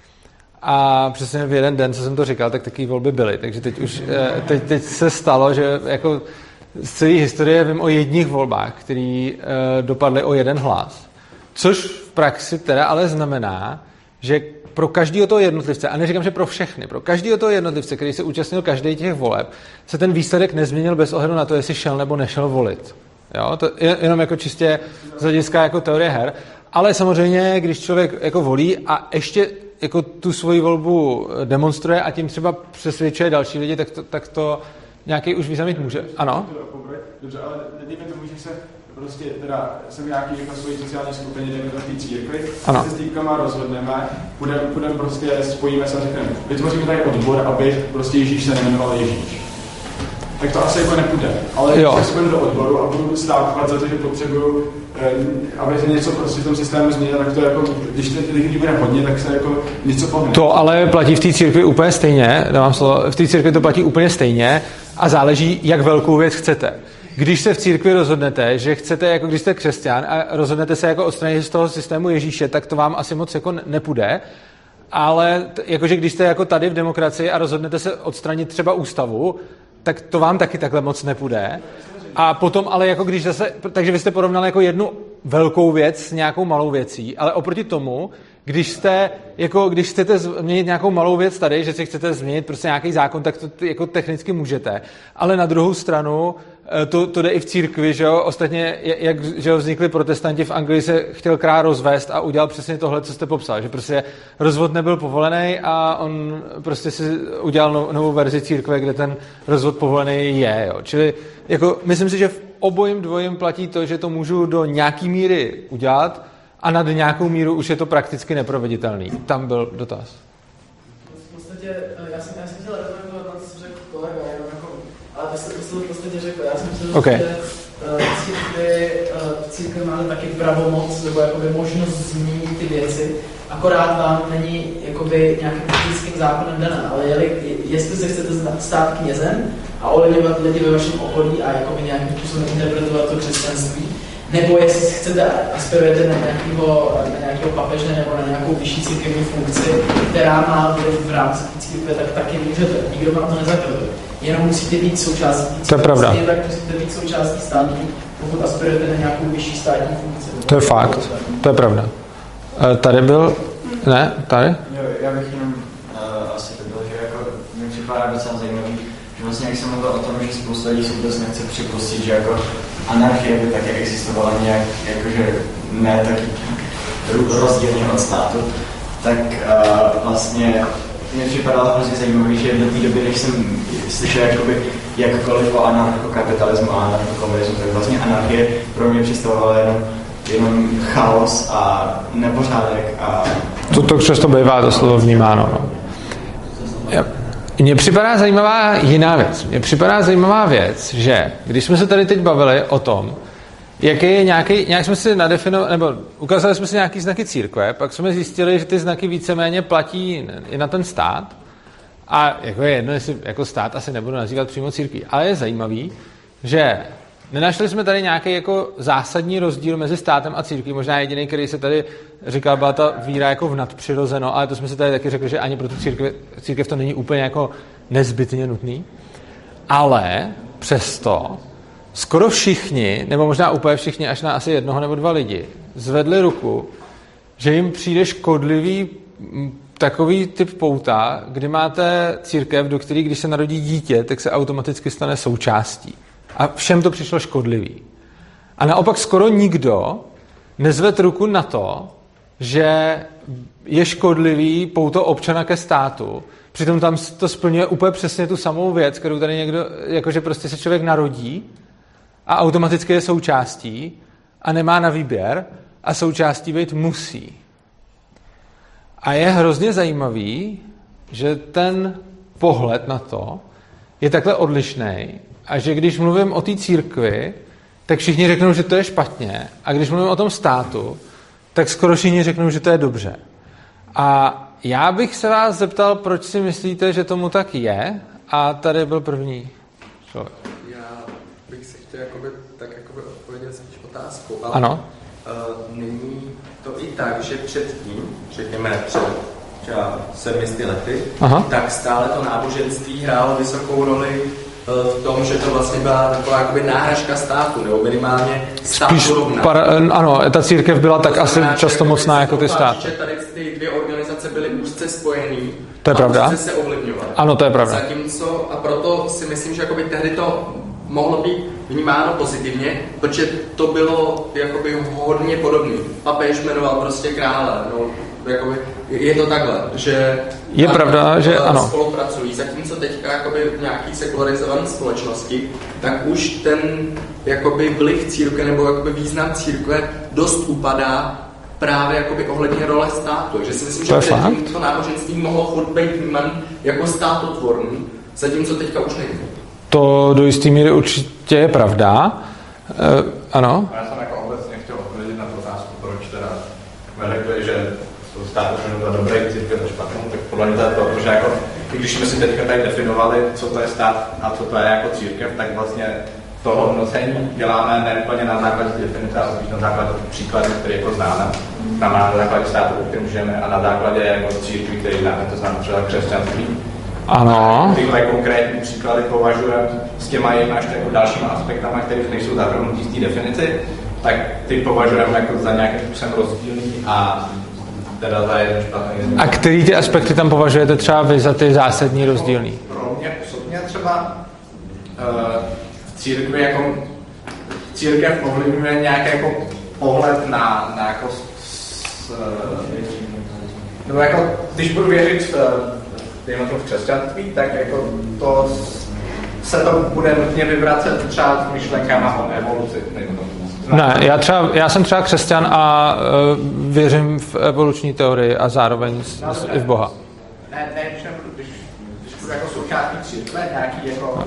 S2: A přesně v jeden den, co jsem to říkal, tak takové volby byly. Takže teď se stalo, že jako z celé historie vím o jedních volbách, které dopadly o jeden hlas. Což v praxi teda ale znamená, že pro každého toho jednotlivce, a neříkám, že pro všechny, pro každého toho jednotlivce, který se účastnil každý těch voleb, se ten výsledek nezměnil bez ohledu na to, jestli šel nebo nešel volit. Jo? To je jenom jako čistě z hlediska jako teorie her. Ale samozřejmě, když člověk jako volí a ještě jako tu svoji volbu demonstruje a tím třeba přesvědčuje další lidi, tak to nějaký už význam mít může. Ano?
S3: Dobře, ale dejme tomu, že se prostě teda jsem nějaký jako svojí sociální skupině, jdeme do té církvi, se s týkama rozhodneme, půjdeme prostě, spojíme se a řekneme, vytvoříme tady odbor, aby prostě Ježíš se nejmenoval Ježíš. Tak to asi jako nepůjde. Ale když se půjdu do odboru a budu stávkovat za to, že potřebuju, aby se něco prostě v tom systému změnilo, tak to jako, když těch lidí bude hodně, tak se jako něco pohne.
S2: To ale platí v té církvi úplně stejně, dávám slovo, v té církvi to platí úplně stejně a záleží, jak velkou věc chcete. Když se v církvi rozhodnete, že chcete, jako když jste křesťan a rozhodnete se jako odstranit z toho systému Ježíše, tak to vám asi moc jako nepůjde. Ale jakože když jste jako tady v demokracii a rozhodnete se odstranit třeba ústavu, tak to vám taky takhle moc nepůjde. A potom ale jako když zase, takže vy jste porovnali jako jednu velkou věc s nějakou malou věcí, ale oproti tomu, když chcete změnit nějakou malou věc tady, že si chcete změnit prostě nějaký zákon, tak to jako technicky můžete. Ale na druhou stranu to jde i v církvi, že jo? Ostatně, že vznikli protestanti v Anglii, se chtěl král rozvést a udělal přesně tohle, co jste popsal, že prostě rozvod nebyl povolený a on prostě si udělal novou verzi církve, kde ten rozvod povolený je, jo? Čili jako, myslím si, že v obojím dvojím platí to, že to můžu do nějaký míry udělat a nad nějakou míru už je to prakticky neproveditelný. Tam byl dotaz.
S6: V podstatě, já jsem chtěl reagovat na to, co řekl kolega, ale to jste v podstatě řekl. Já jsem myslel, že církve máme taky pravomoc, nebo jakoby možnost změnit ty věci, akorát vám není jakoby nějakým fyzickým zákonem daná, ale jestli se chcete stát knězem a ovlivňovat lidi ve vašem okolí a jakoby nějakým způsobem interpretovat to křesťanství, nebo jestli chcete aspirujete na nějakého papeže nebo na nějakou vyšší církevní funkci, která má v rámci církve, tak taky můžete. Nikdo vám to nezakazuje. Jenom musíte být součástí.
S2: To je pravda.
S6: Tak musíte být součástí státu, pokud aspirujete na nějakou vyšší státní funkci.
S2: To je fakt. To je pravda. Tady byl... Ne? Tady?
S13: Já bych jenom asi dodal, že jako mi připadá docela zajímavý, že vlastně jak jsem mluvil o tom, že spousta lidí si vůbec nechce připustit, že jako anarchie by také existovala nějak, jakože ne tak rozdílně od státu, tak vlastně mi připadalo hrozně zajímavý, že do té doby, než jsem slyšel jakoby jakkoliv o anarchokapitalismu a anarchokomunismu, tak vlastně anarchie pro mě představovala jenom chaos a nepořádek a...
S2: To často bývá to slovo vnímáno. No. Mně připadá zajímavá jiná věc. Mně připadá zajímavá věc, že když jsme se tady teď bavili o tom, jaký je nějak jsme si nadefinovali, nebo ukázali jsme si nějaký znaky církve, pak jsme zjistili, že ty znaky víceméně platí i na ten stát. A jako je jedno, jestli jako stát asi nebudu nazývat přímo církví, ale je zajímavý, že nenašli jsme tady nějaký jako zásadní rozdíl mezi státem a církví. Možná jediný, který se tady říkal, byla ta víra jako v nadpřirozeno, ale to jsme si tady taky řekli, že ani pro tu církev to není úplně jako nezbytně nutný. Ale přesto skoro všichni, nebo možná úplně všichni, až na asi 1 nebo 2 lidi, zvedli ruku, že jim přijde škodlivý takový typ pouta, kdy máte církev, do který, když se narodí dítě, tak se automaticky stane součástí. A všem to přišlo škodlivý. A naopak skoro nikdo nezvedl ruku na to, že je škodlivý pouto občana ke státu. Přitom tam to splňuje úplně přesně tu samou věc, kterou tady někdo, jakože prostě se člověk narodí a automaticky je součástí a nemá na výběr a součástí být musí. A je hrozně zajímavý, že ten pohled na to je takhle odlišný a že když mluvím o té církvi, tak všichni řeknou, že to je špatně a když mluvím o tom státu, tak skoro všichni řeknou, že to je dobře. A já bych se vás zeptal, proč si myslíte, že tomu tak je, a tady byl první člověk.
S7: Já bych se chtěl odpovědět spíš otázkou, ale
S2: ano.
S7: Není to i tak, že předtím, řekněme před třeba 700 lety, tak stále to náboženství hrálo vysokou roli v tom, že to vlastně byla taková jakoby náhražka státu, nebo minimálně státu rovná.
S2: Ano, ta církev byla tak asi často mocná jako ty státy.
S7: Že tady ty 2 organizace byly úzce spojený.
S2: To je pravda.
S7: Úzce se ovlivňovaly.
S2: Ano, to je pravda.
S7: Zatímco, a proto si myslím, že jakoby tehdy to mohlo být vnímáno pozitivně, protože to bylo jakoby hodně podobný. Papež jmenoval prostě krále, no, jakoby, je to takhle, že
S2: je pravda, že ano.
S7: Spolupracují, zatímco teďka jakoby v nějaký sekularizované společnosti, tak už ten jakoby vliv církve nebo jakoby význam církve dost upadá právě jakoby ohledně role státu. Takže si myslím, že předtím to náboženství mohlo být vnímané jako státotvorný, zatímco teďka už není.
S2: To do jisté míry určitě je pravda. Ano?
S14: Já jsem jako obecně chtěl odpovědět na tu otázku, proč teda řekli, že stát už za dobré, církev za špatnou, tak podle mě to je to, protože jako, když jsme si teďka tady definovali, co to je stát a co to je jako církev, tak vlastně to hodnocení děláme ne úplně na základě definice, ale spíš na základě příkladů, které jako známe. Na základě státu, kterým žijeme, a na základě jako církví, který známe, to znamená třeba křesťanství.
S2: Ano.
S14: Tyhle konkrétní příklady považujeme s těma ještě jako dalšíma aspektama, které nejsou zahrnutí z té definici, tak ty považujeme jako za nějakým způsobem rozdílný a teda za jeden špatný.
S2: A který ty aspekty tam považujete třeba vy za ty zásadní rozdílný?
S14: Pro mě osobně třeba církev ovlivňuje nějaký jako pohled na jako nebo jako, když budu věřit v křesťanství, tak jako to se to bude nutně vyvracet třeba s myšlenkama o evoluci.
S2: Ne, já jsem třeba křesťan a věřím v evoluční teorii a zároveň i v Boha.
S14: Ne, když budu jako součástí církve, nějaký jako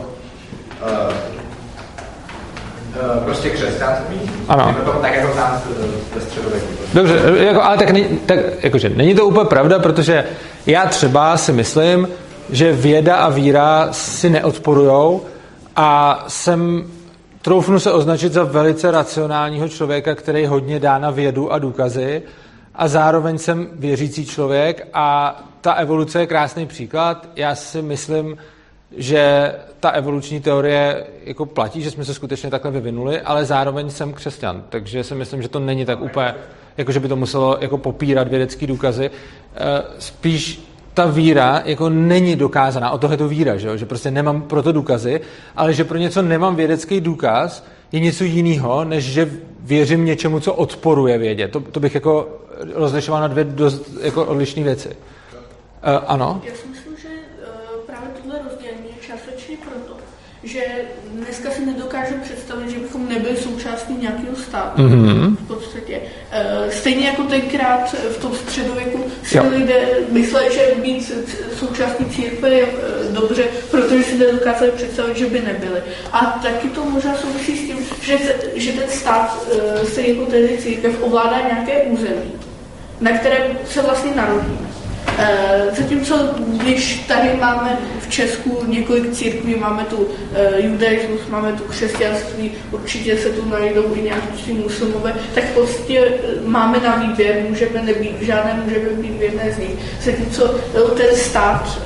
S14: prostě křesťanství,
S2: ano.
S14: Tak jako znám ve středověku.
S2: Dobře, jako, ale tak jakože není to úplně pravda, protože já třeba si myslím, že věda a víra si neodporujou a troufnu se označit za velice racionálního člověka, který hodně dá na vědu a důkazy, a zároveň jsem věřící člověk a ta evoluce je krásný příklad. Já si myslím, že ta evoluční teorie jako platí, že jsme se skutečně takhle vyvinuli, ale zároveň jsem křesťan, takže si myslím, že to není tak úplně, jako že by to muselo jako popírat vědecký důkazy. Spíš ta víra jako není dokázaná, od toho je to víra, že prostě nemám pro to důkazy, ale že pro něco nemám vědecký důkaz, je něco jiného, než že věřím něčemu, co odporuje vědě. To bych jako rozlišoval na 2 dost jako odlišné věci. Ano?
S5: Já si myslím, že právě tohle rozdělení je částečně proto, že dneska si nedokážu představit, že bychom nebyli součástí nějakého státu. V podstatě. Stejně jako tenkrát v tom středověku si lidé mysleli, že být součástí církve je dobře, protože si nedokázali představit, že by nebyli. A taky to možná souvisí s tím, že ten stát, stejně jako tedy církev, ovládá nějaké území, na kterém se vlastně narodíme. Zatímco když tady máme v Česku několik církví, máme tu judaismus, máme tu křesťanství, určitě se tu najdou i nějaký muslimové, tak v podstatě máme na výběr, můžeme nebýt v žádné, můžeme být v jedné z nich. Zatímco ten stát,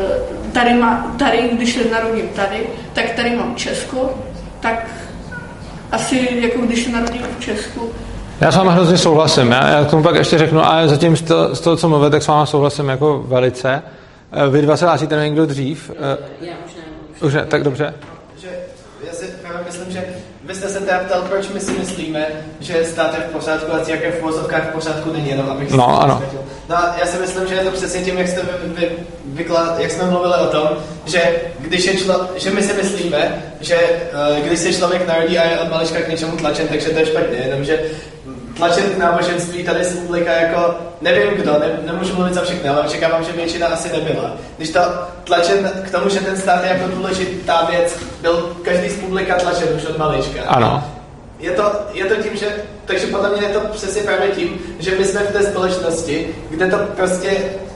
S5: tady když se narodím tady, tak tady mám Česko, tak asi jako když se narodím v Česku.
S2: Já s vámi hrozně souhlasím. Já k tomu pak ještě řeknu, ale zatím z toho, co mluvil, tak s vámi souhlasím jako velice. Vy dva se hlásíte někdo dřív?
S10: Já
S2: už ne, tak dobře.
S6: Já si myslím, že vy jste se teda ptal, proč my si myslíme, že stát je v pořádku a církev v uvozovkách v pořádku není, jenom abych si
S2: ano.
S6: No a já si myslím, že je to přesně tím, jak jste jak jsme mluvili o tom, že že my si myslíme, že když se člověk narodí a je od malička k něčemu tlačen, takže to je špatně, jenomže tlačen k náboženství tady z publika jako, nevím kdo, nemůžu mluvit za všechny, ale očekávám, že většina asi nebyla. Když to tlačen k tomu, že ten stát je jako důležitá věc, byl každý z publika tlačen už od malička.
S2: Ano.
S6: Je to tím, že, takže podle mě je to přesně právě tím, že my jsme v té společnosti, kde to prostě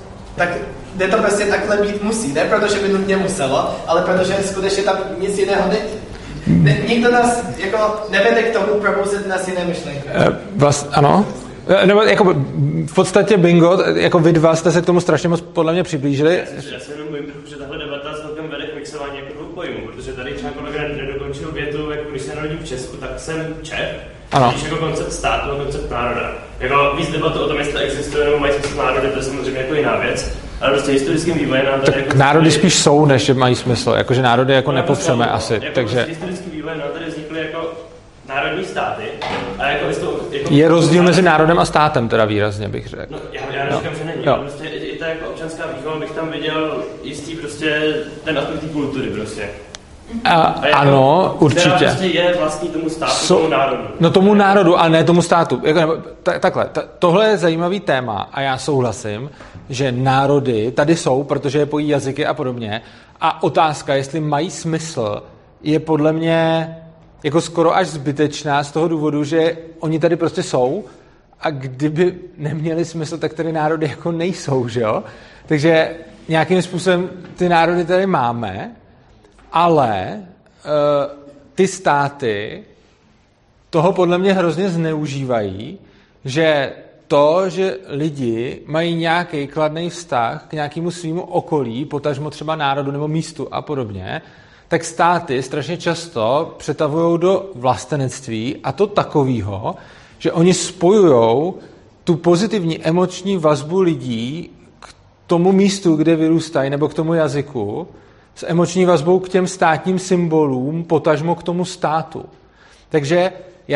S6: takhle být musí, ne protože by nutně muselo, ale protože skutečně tam nic jiného nikdo nás jako nevede k tomu probouzet nás jiné myšlenky.
S2: Ano. Nebo jako v podstatě bingo, jako vy dva jste se k tomu strašně moc podle mě přiblížili.
S8: Já si jenom bojím trochu, že tahle debata celkem vede k mixování jako dvou pojmů, protože tady třeba kolega nedokončil větu, jako když se narodím v Česku, tak jsem Čech.
S2: Ano.
S8: Když jako koncept státu a koncept národa. Jako víc debatu o tom, jestli existuje nebo mají smysl národy, to je samozřejmě jako jiná věc. Ale prostě historickým vývojem nám tady jako...
S2: Národy spíš jsou, než mají smysl. Jakože národy jako nepotřebujeme asi.
S8: Jako
S2: takže...
S8: historickým vývojem nám tady vznikly jako národní státy. A jako
S2: je rozdíl mezi národem a státem teda výrazně, bych řekl.
S8: No, já neříkám, že není. Prostě i ta jako občanská výchova bych tam viděl jistý prostě ten aspekt té kultury prostě.
S2: Jako, ano, určitě.
S8: Která prostě je vlastní tomu státu, tomu národu.
S2: No tomu národu, ale ne tomu státu. Takhle, tohle je zajímavý téma a já souhlasím, že národy tady jsou, protože je pojí jazyky a podobně. A otázka, jestli mají smysl, je podle mě jako skoro až zbytečná z toho důvodu, že oni tady prostě jsou a kdyby neměli smysl, tak tady národy jako nejsou, že jo? Takže nějakým způsobem ty národy tady máme, ale ty státy toho podle mě hrozně zneužívají, že to, že lidi mají nějaký kladný vztah k nějakému svýmu okolí, potažmo třeba národu nebo místu a podobně, tak státy strašně často přetavujou do vlastenectví a to takovýho, že oni spojujou tu pozitivní emoční vazbu lidí k tomu místu, kde vyrůstají, nebo k tomu jazyku, s emoční vazbou k těm státním symbolům, potažmo k tomu státu. Takže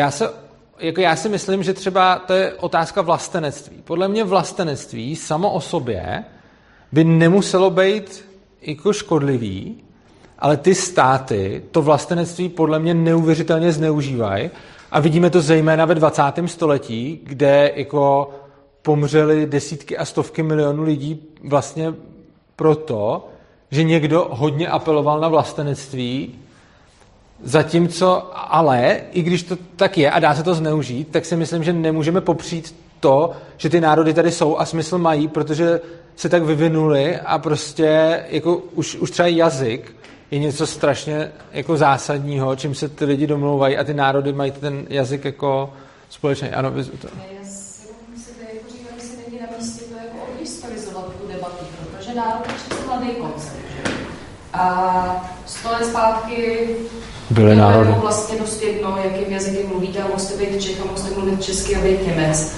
S2: já si myslím, že třeba to je otázka vlastenectví. Podle mě vlastenectví samo o sobě by nemuselo být jako škodlivý, ale ty státy to vlastenectví podle mě neuvěřitelně zneužívají a vidíme to zejména ve 20. století, kde jako pomřely desítky a stovky milionů lidí vlastně proto, že někdo hodně apeloval na vlastenectví, zatímco ale, i když to tak je a dá se to zneužít, tak si myslím, že nemůžeme popřít to, že ty národy tady jsou a smysl mají, protože se tak vyvinuli a prostě jako už třeba jazyk je něco strašně jako zásadního, čím se ty lidi domlouvají a ty národy mají ten jazyk jako společný. Ano, to.
S10: Já si myslím, že jako říkám, že není na místě to jako odhistorizovat tu debatu, protože národ je přece mladý koncept. A 100 let zpátky
S2: byly národy.
S10: Bylo vlastně dost jedno, jakým jazykem mluvíte, a musíte být Čech a musíte mluvit česky a být Němec.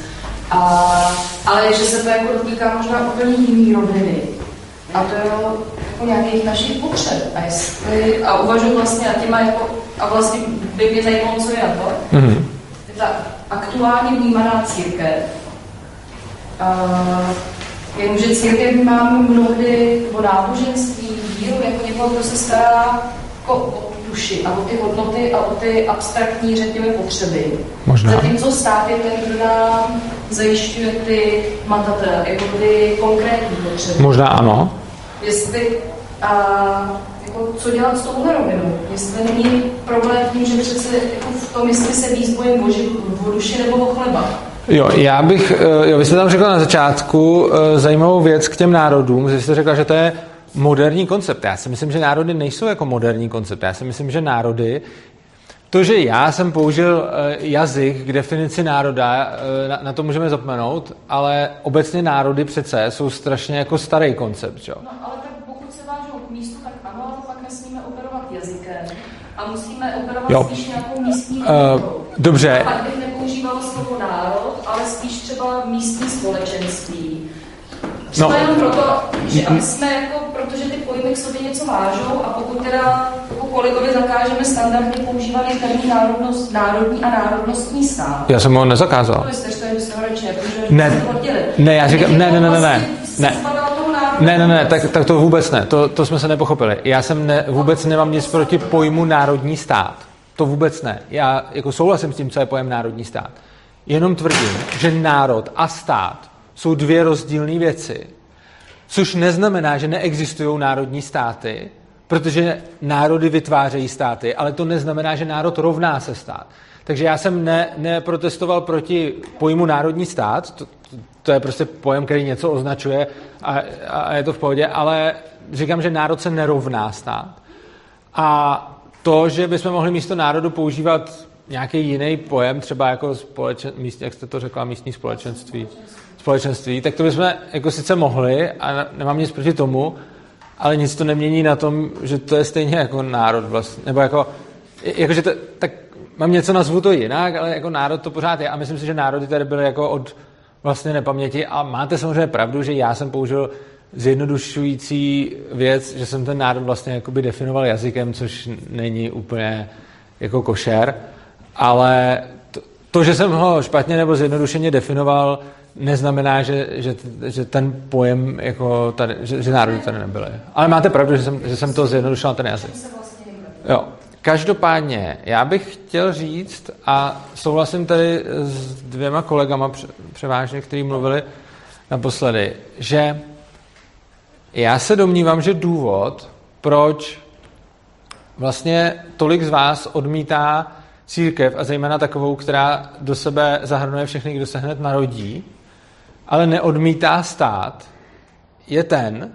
S10: Ale že se to jako dotýká možná úplně jiný roviny. A to je jako nějakých našich potřeb. A uvažuji vlastně nad těma jako, a vlastně by mě zajímalo, co je na to. Mm-hmm. Ta aktuálně vnímaná církev. Jenomže církev máme mnohdy o náboženství, víru, jako někoho, kdo se stará jako o tu duši a o ty hodnoty a o ty abstraktní, řekněme, potřeby.
S2: Možná.
S10: Zatímco stát je ten, kdo nám zajišťuje ty matatelé, jako ty konkrétní potřeby.
S2: Možná ano.
S10: Jestli, jako, co dělat s touhle rovinou? Jestli není problém tím, že přece jako v tom, jestli se víc bojím o duši nebo o chleba.
S2: Jo, vy jste tam řekla na začátku zajímavou věc k těm národům, že jste řekla, že to je moderní koncept. Já si myslím, že národy nejsou jako moderní koncept. Já si myslím, že národy, to, že já jsem použil jazyk k definici národa, na to můžeme zapomenout, ale obecně národy přece jsou strašně jako starý koncept, jo.
S10: No, ale tak pokud se vážou k místu, tak ano, ale pak nesmíme operovat jazykem a musíme operovat spíš nějakou místní
S2: dobře.
S10: A pak bych nepoužívala slovo národ, ale spíš třeba místní společenství. Třeba jenom proto, že jsme jako, protože ty pojmy k sobě něco vážou a pokud teda jako kolegovi zakážeme standardně používat termín národní a národnostní stát.
S2: Já jsem ho nezakázal.
S10: To jste říkali, že se horečně, protože
S2: ne, já říkám, ne, tak to vůbec ne, to jsme se nepochopili. Já jsem vůbec nemám nic proti pojmu národní stát. To vůbec ne. Já jako souhlasím s tím, co je pojem národní stát. Jenom tvrdím, že národ a stát jsou dvě rozdílné věci, což neznamená, že neexistují národní státy, protože národy vytvářejí státy, ale to neznamená, že národ rovná se stát. Takže já jsem neprotestoval proti pojmu národní stát, to je prostě pojem, který něco označuje a je to v pohodě, ale říkám, že národ se nerovná stát. A to, že bychom mohli místo národu používat nějaký jiný pojem, třeba jako jak jste to řekla, místní společenství, tak to bychom jako sice mohli a nemám nic proti tomu, ale nic to nemění na tom, že to je stejně jako národ vlastně, nebo jakože to, tak mám něco, nazvu to jinak, ale jako národ to pořád je a myslím si, že národy tady byly jako od vlastně nepaměti a máte samozřejmě pravdu, že já jsem použil zjednodušující věc, že jsem ten národ vlastně jakoby definoval jazykem, což není úplně jako košer, ale to, že jsem ho špatně nebo zjednodušeně definoval, neznamená, že ten pojem jako tady, že národy tady nebyly. Ale máte pravdu, že jsem to zjednodušil na ten jazyk. Jo. Každopádně, já bych chtěl říct, a souhlasím tady s dvěma kolegama převážně, kteří mluvili naposledy, že já se domnívám, že důvod, proč vlastně tolik z vás odmítá církev, a zejména takovou, která do sebe zahrnuje všechny, kdo se hned narodí, ale neodmítá stát, je ten,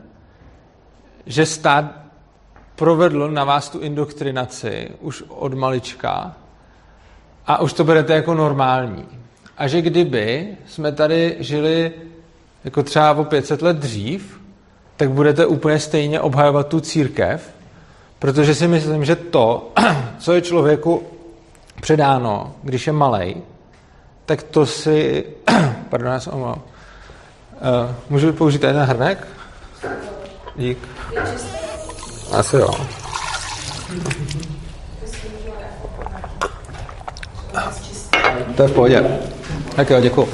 S2: že stát provedl na vás tu indoktrinaci už od malička a už to berete jako normální. A že kdyby jsme tady žili jako třeba o 500 let dřív, tak budete úplně stejně obhajovat tu církev, protože si myslím, že to, co je člověku předáno, když je malej, tak to si... Pardon, já se omlouvám. Můžu použít ten hrnek? Dík. Asi jo. To je v pohodě. Tak jo, děkuji.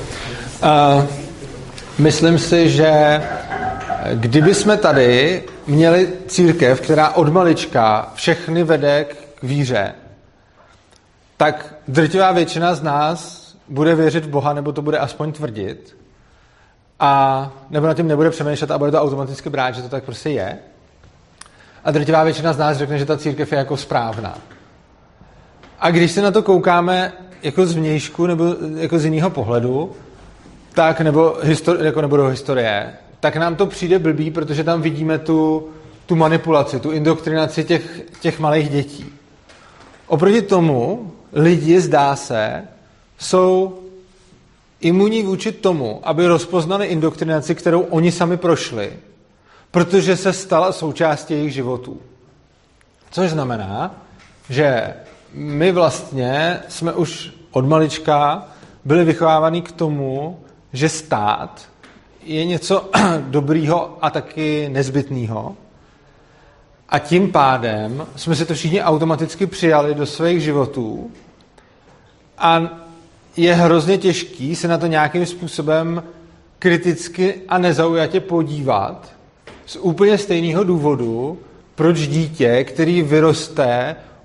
S2: Myslím si, že kdyby jsme tady měli církev, která od malička všechny vede k víře, tak drtivá většina z nás bude věřit v Boha, nebo to bude aspoň tvrdit, a nebo nad tím nebude přemýšlet a bude to automaticky brát, že to tak prostě je. A drtivá většina z nás řekne, že ta církev je jako správná. A když se na to koukáme jako z vnějšku nebo jako z jiného pohledu, tak nebo do historie, tak nám to přijde blbý, protože tam vidíme tu manipulaci, tu indoktrinaci těch malých dětí. Oproti tomu lidi, zdá se, jsou imunní vůči tomu, aby rozpoznali indoktrinaci, kterou oni sami prošli, protože se stala součástí jejich životů. Což znamená, že my vlastně jsme už od malička byli vychovávaní k tomu, že stát je něco dobrýho a taky nezbytného. A tím pádem jsme si to všichni automaticky přijali do svých životů a je hrozně těžký se na to nějakým způsobem kriticky a nezaujatě podívat z úplně stejného důvodu, proč dítě, který vyroste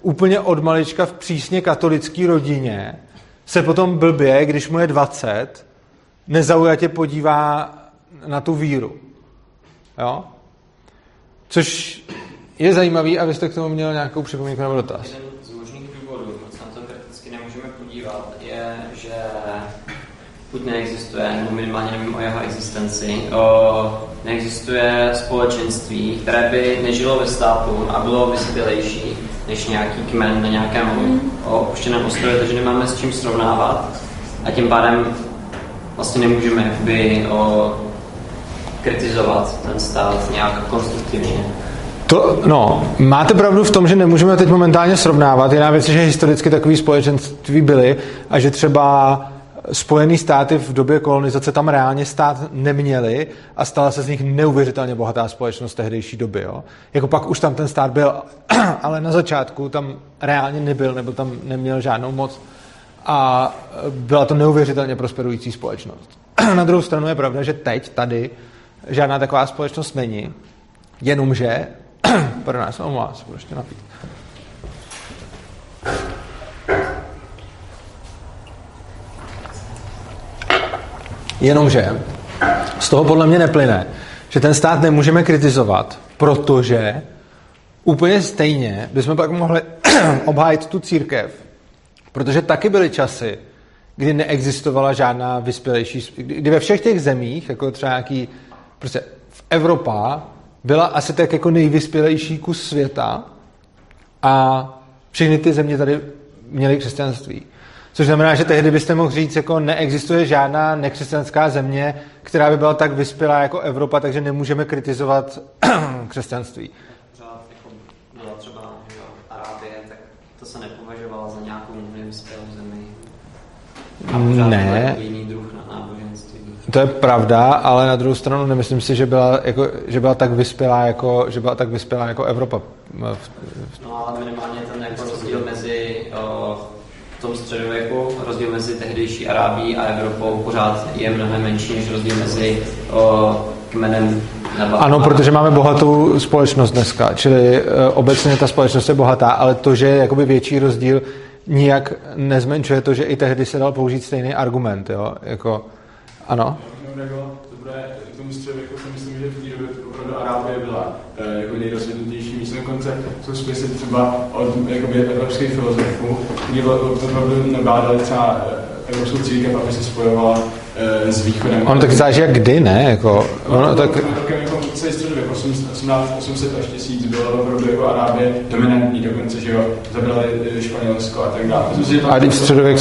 S2: úplně od malička v přísně katolické rodině se potom blbě, když mu je 20, nezaujatě podívá na tu víru. Jo? Což je zajímavý, abyste k tomu měl nějakou připomínku nebo dotaz.
S4: Jeden z možných důvodů, proč na to kriticky nemůžeme podívat, je, že buď neexistuje, nebo minimálně nevím o jeho existenci, neexistuje společenství, které by nežilo ve státu a bylo vyspělejší než nějaký kmen na nějakém opuštěném ostrově, takže nemáme s čím srovnávat a tím pádem vlastně nemůžeme jakoby, kritizovat ten stát nějak konstruktivně.
S2: Máte pravdu v tom, že nemůžeme teď momentálně srovnávat. Jiná věc je, že historicky takový společenství byly a že třeba Spojené státy v době kolonizace tam reálně stát neměli a stala se z nich neuvěřitelně bohatá společnost tehdejší doby. Jo? Jako pak už tam ten stát byl, ale na začátku tam reálně nebyl nebo tam neměl žádnou moc a byla to neuvěřitelně prosperující společnost. Na druhou stranu je pravda, že teď tady žádná taková společnost není, jenomže pardon, já se omlouvám, se budu ještě napít. Jenomže z toho podle mě neplyne, že ten stát nemůžeme kritizovat, protože úplně stejně bychom pak mohli obhájit tu církev, protože taky byly časy, kdy neexistovala žádná vyspělejší, kdy ve všech těch zemích, jako třeba nějaký, prostě v Evropa byla asi tak jako nejvyspělejší kus světa a všechny ty země tady měly křesťanství. Což znamená, že tehdy byste mohl říct, jako neexistuje žádná nekřesťanská země, která by byla tak vyspělá jako Evropa, takže nemůžeme kritizovat křesťanství.
S4: Byla třeba Arábie, tak to se nepovažovalo za nějakou nevyspělou zemi.
S2: Ne.
S4: Jiný druh na náboženství.
S2: To je pravda, ale na druhou stranu nemyslím si, že byla tak vyspělá jako Evropa.
S4: No ale minimálně ten jako rozdíl mezi v tom středověku, rozdíl mezi tehdejší Arábií a Evropou pořád je mnohem menší než rozdíl mezi kmenem neba.
S2: Ano, protože máme bohatou společnost dneska, čili obecně ta společnost je bohatá, ale to, že je jakoby větší rozdíl, nijak nezmenšuje to, že i tehdy se dal použít stejný argument, jo, jako, ano.
S3: K tomu středověku si myslím, že v té době opravdu Arábie byla jako nejrozvinutější místo. Dokonce jsou spisy třeba od evropských filozofů, kdy opravdu nabádali třeba evropskou církev, aby se spojovala s východem.
S2: Ono taky záleží jak kdy, ne? Jako, ono tak...
S3: Jako celý středověk, 800 až 1000 bylo opravdu jako Arábie dominantní, dokonce, že jo, zabrali Španělsko a tak dále.
S2: A když středověk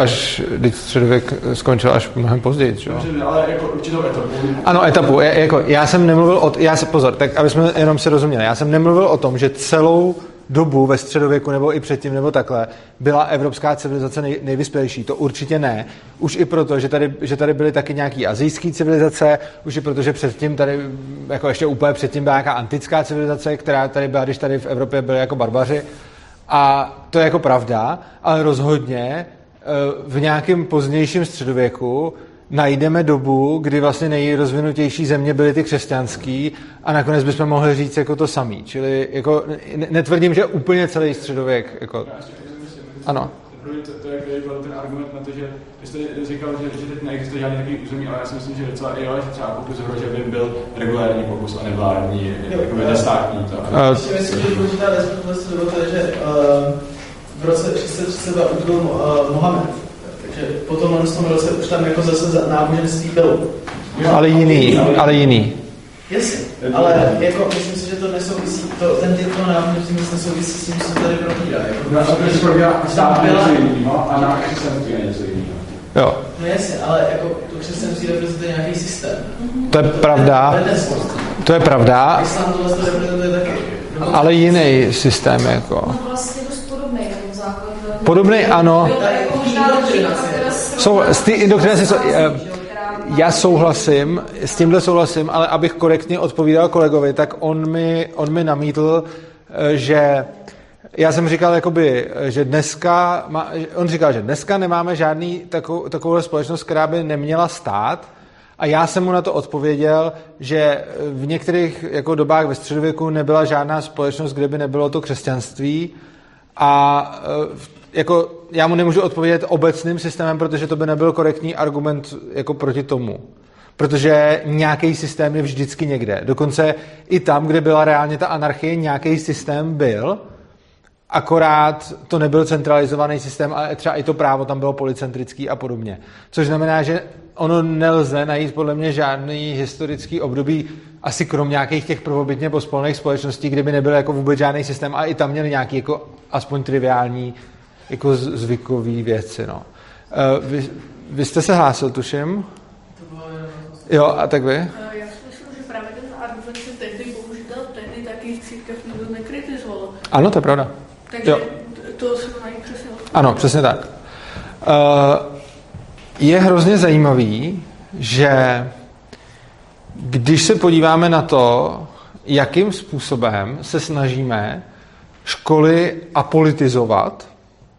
S2: skončil až mnohem později, jo?
S3: Ale jako určitou etapu.
S2: Ano, etapu. Já jsem nemluvil pozor, tak aby jsme jenom se rozuměli. Já jsem nemluvil o tom, že celou dobu ve středověku nebo i předtím nebo takhle byla evropská civilizace nejvyspělejší. To určitě ne. Už i proto, že tady byly taky nějaký asijské civilizace, už i proto, že předtím tady, jako ještě úplně předtím byla nějaká antická civilizace, která tady byla, když tady v Evropě byli jako barbaři. A to je jako pravda, ale rozhodně v nějakém pozdějším středověku najdeme dobu, kdy vlastně nejrozvinutější země byly ty křesťanský a nakonec bychom mohli říct jako to samý. Čili jako netvrdím, že úplně celý středověk jako... Ano.
S3: To je ten argument na to, že jste říkal, že teď neexistuje žádný takový území, ale já si myslím, že docela jo, že třeba pokus že by byl regulární pokus a nevládní, jakoby nestátní.
S6: Já si myslím, že důležitá věc bylo to, že v roce 332 byl Mohamed. Takže potom v tom roce už tam jako zase náboženství bylo.
S2: Ale jiný.
S6: Jasně, ale jako myslím si, že to nesouvisí, ten typ náboženství nesouvisí s tím, co tady probírá.
S3: A na křesťanství je něco jiného.
S2: Jo.
S6: No jasně, ale jako to křesťanství reprezentuje nějaký systém.
S2: To je pravda. To je pravda.
S6: Islám to vlastně reprezentuje taky.
S2: Ale jiný systém jako.
S10: No vlastně dost podobný jako základ.
S2: Podobný, ano. S té indoktrinací já souhlasím, s tímhle souhlasím, ale abych korektně odpovídal kolegovi, tak on mi namítl, že já jsem říkal, jakoby, že on říkal, že dneska nemáme žádný takovou společnost, která by neměla stát, a já jsem mu na to odpověděl, že v některých jako dobách ve středověku nebyla žádná společnost, kde by nebylo to křesťanství, A jako já mu nemůžu odpovědět obecným systémem, protože to by nebyl korektní argument jako proti tomu. Protože nějaký systém je vždycky někde. Dokonce i tam, kde byla reálně ta anarchie, nějaký systém byl, akorát to nebyl centralizovaný systém, ale třeba i to právo tam bylo polycentrický a podobně. Což znamená, že ono nelze najít podle mě žádný historický období, asi krom nějakých těch prvobytně pospolných společností, kde by nebyl jako vůbec žádný systém, a i tam měli nějaký jako aspoň triviální jako zvykový věci. No. Vy jste se hlásil, tuším? Jo, a tak vy?
S5: Já si myslím, že právě ten argument se tehdy používal, tehdy taky církev nikdo nekritizoval.
S2: Ano, to je pravda.
S5: Takže
S2: jo.
S5: To se mají přesně.
S2: Ano, přesně tak. Je hrozně zajímavý, že když se podíváme na to, jakým způsobem se snažíme školy apolitizovat,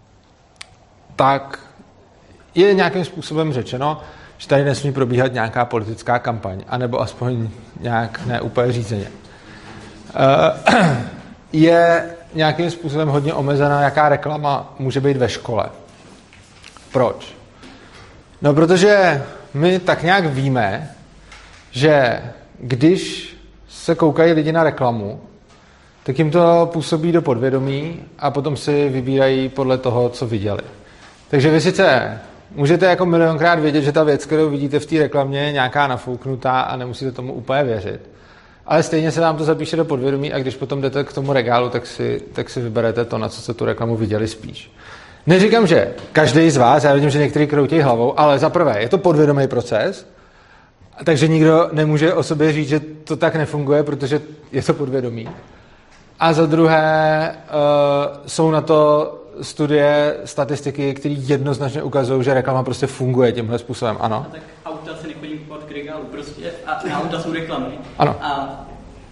S2: tak je nějakým způsobem řečeno, že tady nesmí probíhat nějaká politická kampaň, anebo aspoň nějak neúplně řízeně. Je nějakým způsobem hodně omezená, jaká reklama může být ve škole. Proč? No, protože my tak nějak víme, že když se koukají lidi na reklamu, tak jim to působí do podvědomí a potom si vybírají podle toho, co viděli. Takže vy sice můžete jako milionkrát vědět, že ta věc, kterou vidíte v té reklamě, je nějaká nafouknutá a nemusíte tomu úplně věřit. Ale stejně se vám to zapíše do podvědomí a když potom jdete k tomu regálu, tak si vyberete to, na co jste tu reklamu viděli spíš. Neříkám, že každý z vás, já vidím, že některý kroutějí hlavou, ale za prvé je to podvědomý proces, takže nikdo nemůže o sobě říct, že to tak nefunguje, protože je to podvědomí. A za druhé jsou na to studie, statistiky, které jednoznačně ukazují, že reklama prostě funguje tímhle způsobem, ano?
S15: A tak auta se nechodí kupovat k regálu prostě a na auta jsou reklamy.
S2: Ano.
S15: A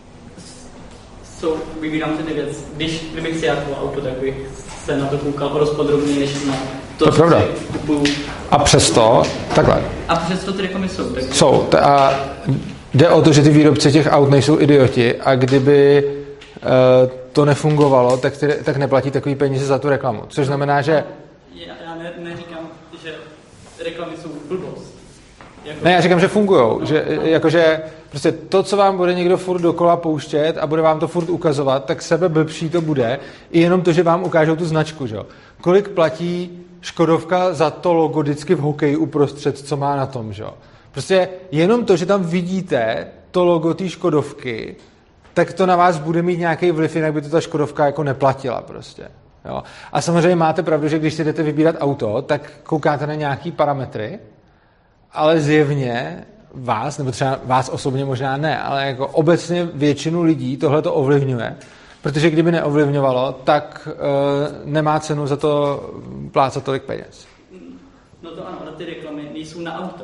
S15: vybírám si ty věc. Kdybych si já to auto, tak bych se na to koukal o dost podrobněji, než na to, co si kupuju.
S2: A přesto, takhle.
S15: A přesto ty reklamy jsou. Takže...
S2: Jsou. A jde o to, že ty výrobci těch aut nejsou idioti a kdyby to nefungovalo, tak neplatí takový peníze za tu reklamu. Což znamená, že...
S15: Já neříkám, že reklamy jsou blbost.
S2: Ne, já říkám, že fungujou. Jakože prostě to, co vám bude někdo furt dokola pouštět a bude vám to furt ukazovat, tak sebe blbší to bude. I jenom to, že vám ukážou tu značku. Že? Kolik platí Škodovka za to logo vždycky v hokeji uprostřed, co má na tom. Že? Prostě jenom to, že tam vidíte to logo té Škodovky, tak to na vás bude mít nějaký vliv, jinak by to ta Škodovka jako neplatila prostě. Jo? A samozřejmě máte pravdu, že když si jdete vybírat auto, tak koukáte na nějaký parametry, ale zjevně vás, nebo třeba vás osobně možná ne, ale jako obecně většinu lidí tohle to ovlivňuje, protože kdyby neovlivňovalo, tak nemá cenu za to plácat tolik peněz.
S15: No to ano, ale ty reklamy nejsou na auta.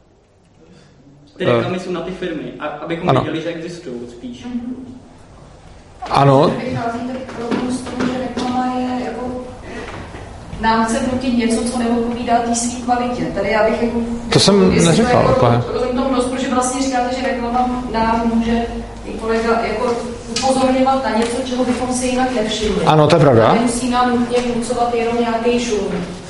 S15: Ty reklamy jsou na ty firmy, abychom viděli, že existují spíš.
S2: Ano.
S10: Vychází tak rovnou z toho, že reklama je jako nám chce vnutit něco, co neodpovídá té své kvalitě. Tady já bych jako...
S2: To jsem neříkal.
S10: Rozumím tomu dost, protože vlastně říkáte, že reklama nám může kolega jako upozorňovat na něco, čeho bychom si jinak nevšimli.
S2: Ano, to je pravda.
S10: A nemusí nám nutně vnucovat jenom nějaký šum.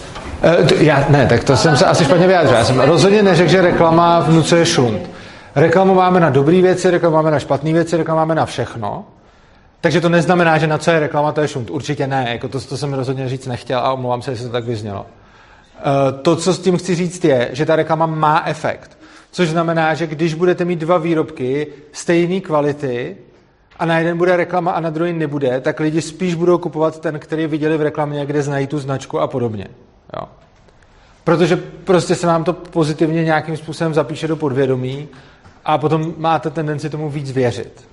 S2: Tak to jsem se asi špatně vyjádřil. Já jsem rozhodně neřekl, že reklama vnucuje šunt. Reklamu máme na dobré věci, reklamu máme na špatné věci, reklamu máme na všechno. Takže to neznamená, že na co je reklama, to je šunt. Určitě ne, jako to jsem rozhodně říct nechtěl a omlouvám se, jestli to tak vyznělo. To, co s tím chci říct, je, že ta reklama má efekt. Což znamená, že když budete mít dva výrobky stejné kvality a na jeden bude reklama a na druhý nebude, tak lidi spíš budou kupovat ten, který viděli v reklamě, kde znají tu značku a podobně. Jo. Protože prostě se vám to pozitivně nějakým způsobem zapíše do podvědomí a potom máte tendenci tomu víc věřit.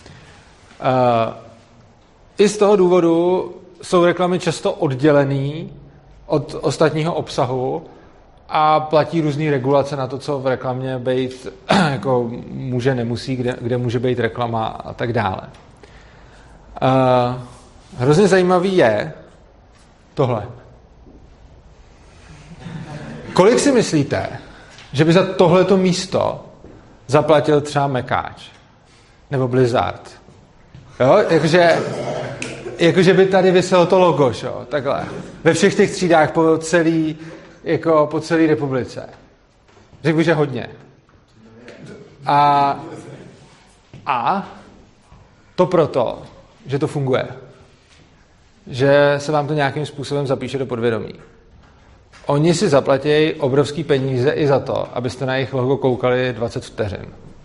S2: I z toho důvodu jsou reklamy často oddělený od ostatního obsahu a platí různý regulace na to, co v reklamě být jako může, nemusí, kde může být reklama a tak dále. Hrozně zajímavý je tohle. Kolik si myslíte, že by za tohleto místo zaplatil třeba Mekáč nebo Blizzard? Jo, jakože jakože by tady viselo to logo, šo? Takhle. Ve všech těch třídách po celé republice. Řekl bych, že hodně. A to proto, že to funguje. Že se vám to nějakým způsobem zapíše do podvědomí. Oni si zaplatí obrovský peníze i za to, abyste na jejich logo koukali 20 vteřin.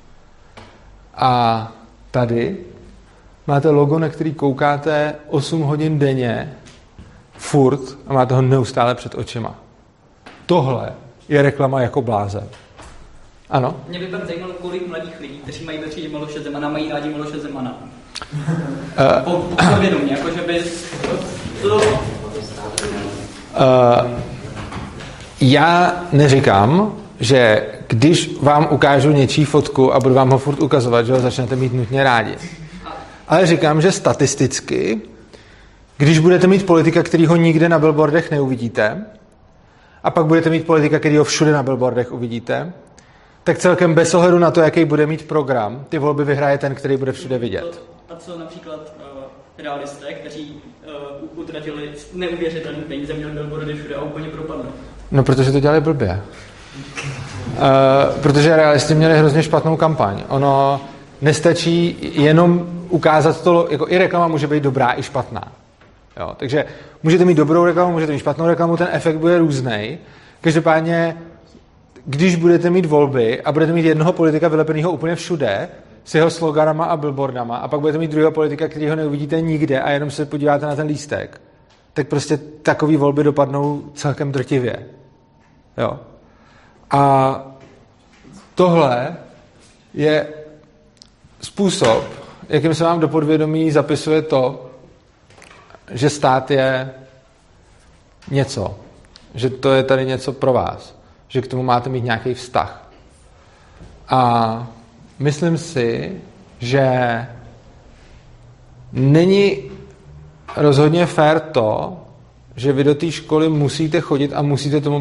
S2: A tady máte logo, na který koukáte 8 hodin denně, furt, a máte ho neustále před očima. Tohle je reklama jako blázen. Ano?
S15: Mě by pak zajímalo, kolik mladých lidí, kteří mají ve třídě Miloše Zemana, mají rádi Miloše Zemana. Podvědomě, jakože by...
S2: Já neříkám, že když vám ukážu něčí fotku a budu vám ho furt ukazovat, že ho začnete mít nutně rádi. Ale říkám, že statisticky, když budete mít politika, kterýho nikde na billboardech neuvidíte, a pak budete mít politika, kterýho všude na billboardech uvidíte, tak celkem bez ohledu na to, jaký bude mít program, ty volby vyhraje ten, který bude všude vidět.
S15: A co například realisté, kteří utratili neuvěřitelné peníze, měli billboardy všude a úplně propadli?
S2: No, protože to dělali blbě. Protože realisti měli hrozně špatnou kampaň. Ono nestačí jenom ukázat to, jako i reklama může být dobrá i špatná. Jo, takže můžete mít dobrou reklamu, můžete mít špatnou reklamu, ten efekt bude různej. Každopádně, když budete mít volby a budete mít jednoho politika vylepeného úplně všude, s jeho sloganama a billboardama, a pak budete mít druhého politika, kterýho neuvidíte nikde a jenom se podíváte na ten lístek, tak prostě takový volby dopadnou celkem drtivě. Jo. A tohle je způsob, jakým se vám do podvědomí zapisuje to, že stát je něco. Že to je tady něco pro vás. Že k tomu máte mít nějaký vztah. A myslím si, že není rozhodně fér to, že vy do té školy musíte chodit a musíte tomu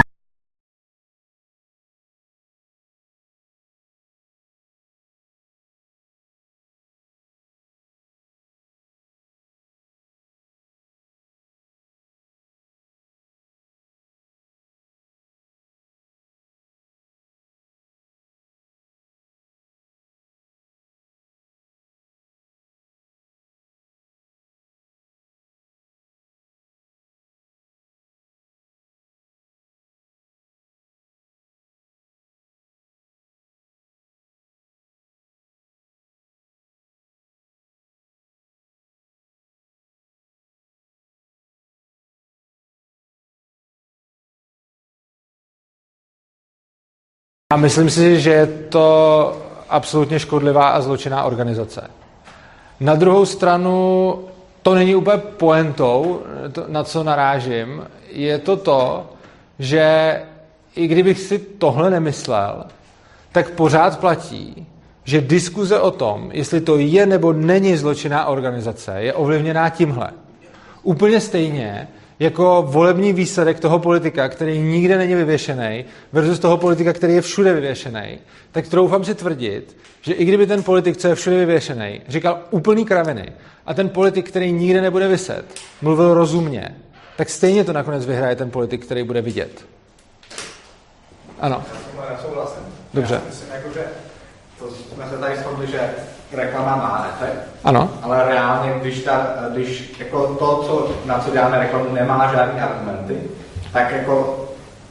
S2: A myslím si, že je to absolutně škodlivá a zločinná organizace. Na druhou stranu to není úplně pointou, na co narážím. Je to, že i kdybych si tohle nemyslel, tak pořád platí, že diskuze o tom, jestli to je nebo není zločinná organizace, je ovlivněná tímhle. Úplně stejně jako volební výsledek toho politika, který nikde není vyvěšený, versus toho politika, který je všude vyvěšený, tak troufám si tvrdit, že i kdyby ten politik, co je všude vyvěšený, říkal úplný kraviny a ten politik, který nikde nebude viset, mluvil rozumně, tak stejně to nakonec vyhraje ten politik, který bude vidět. Ano.
S14: Já souhlasím.
S2: Dobře.
S14: Já myslím, jako, že to jsme se tady shodli, že reklama má efekt,
S2: ano.
S14: Ale reálně, když jako to, na co děláme reklamu, nemá žádný argumenty, tak jako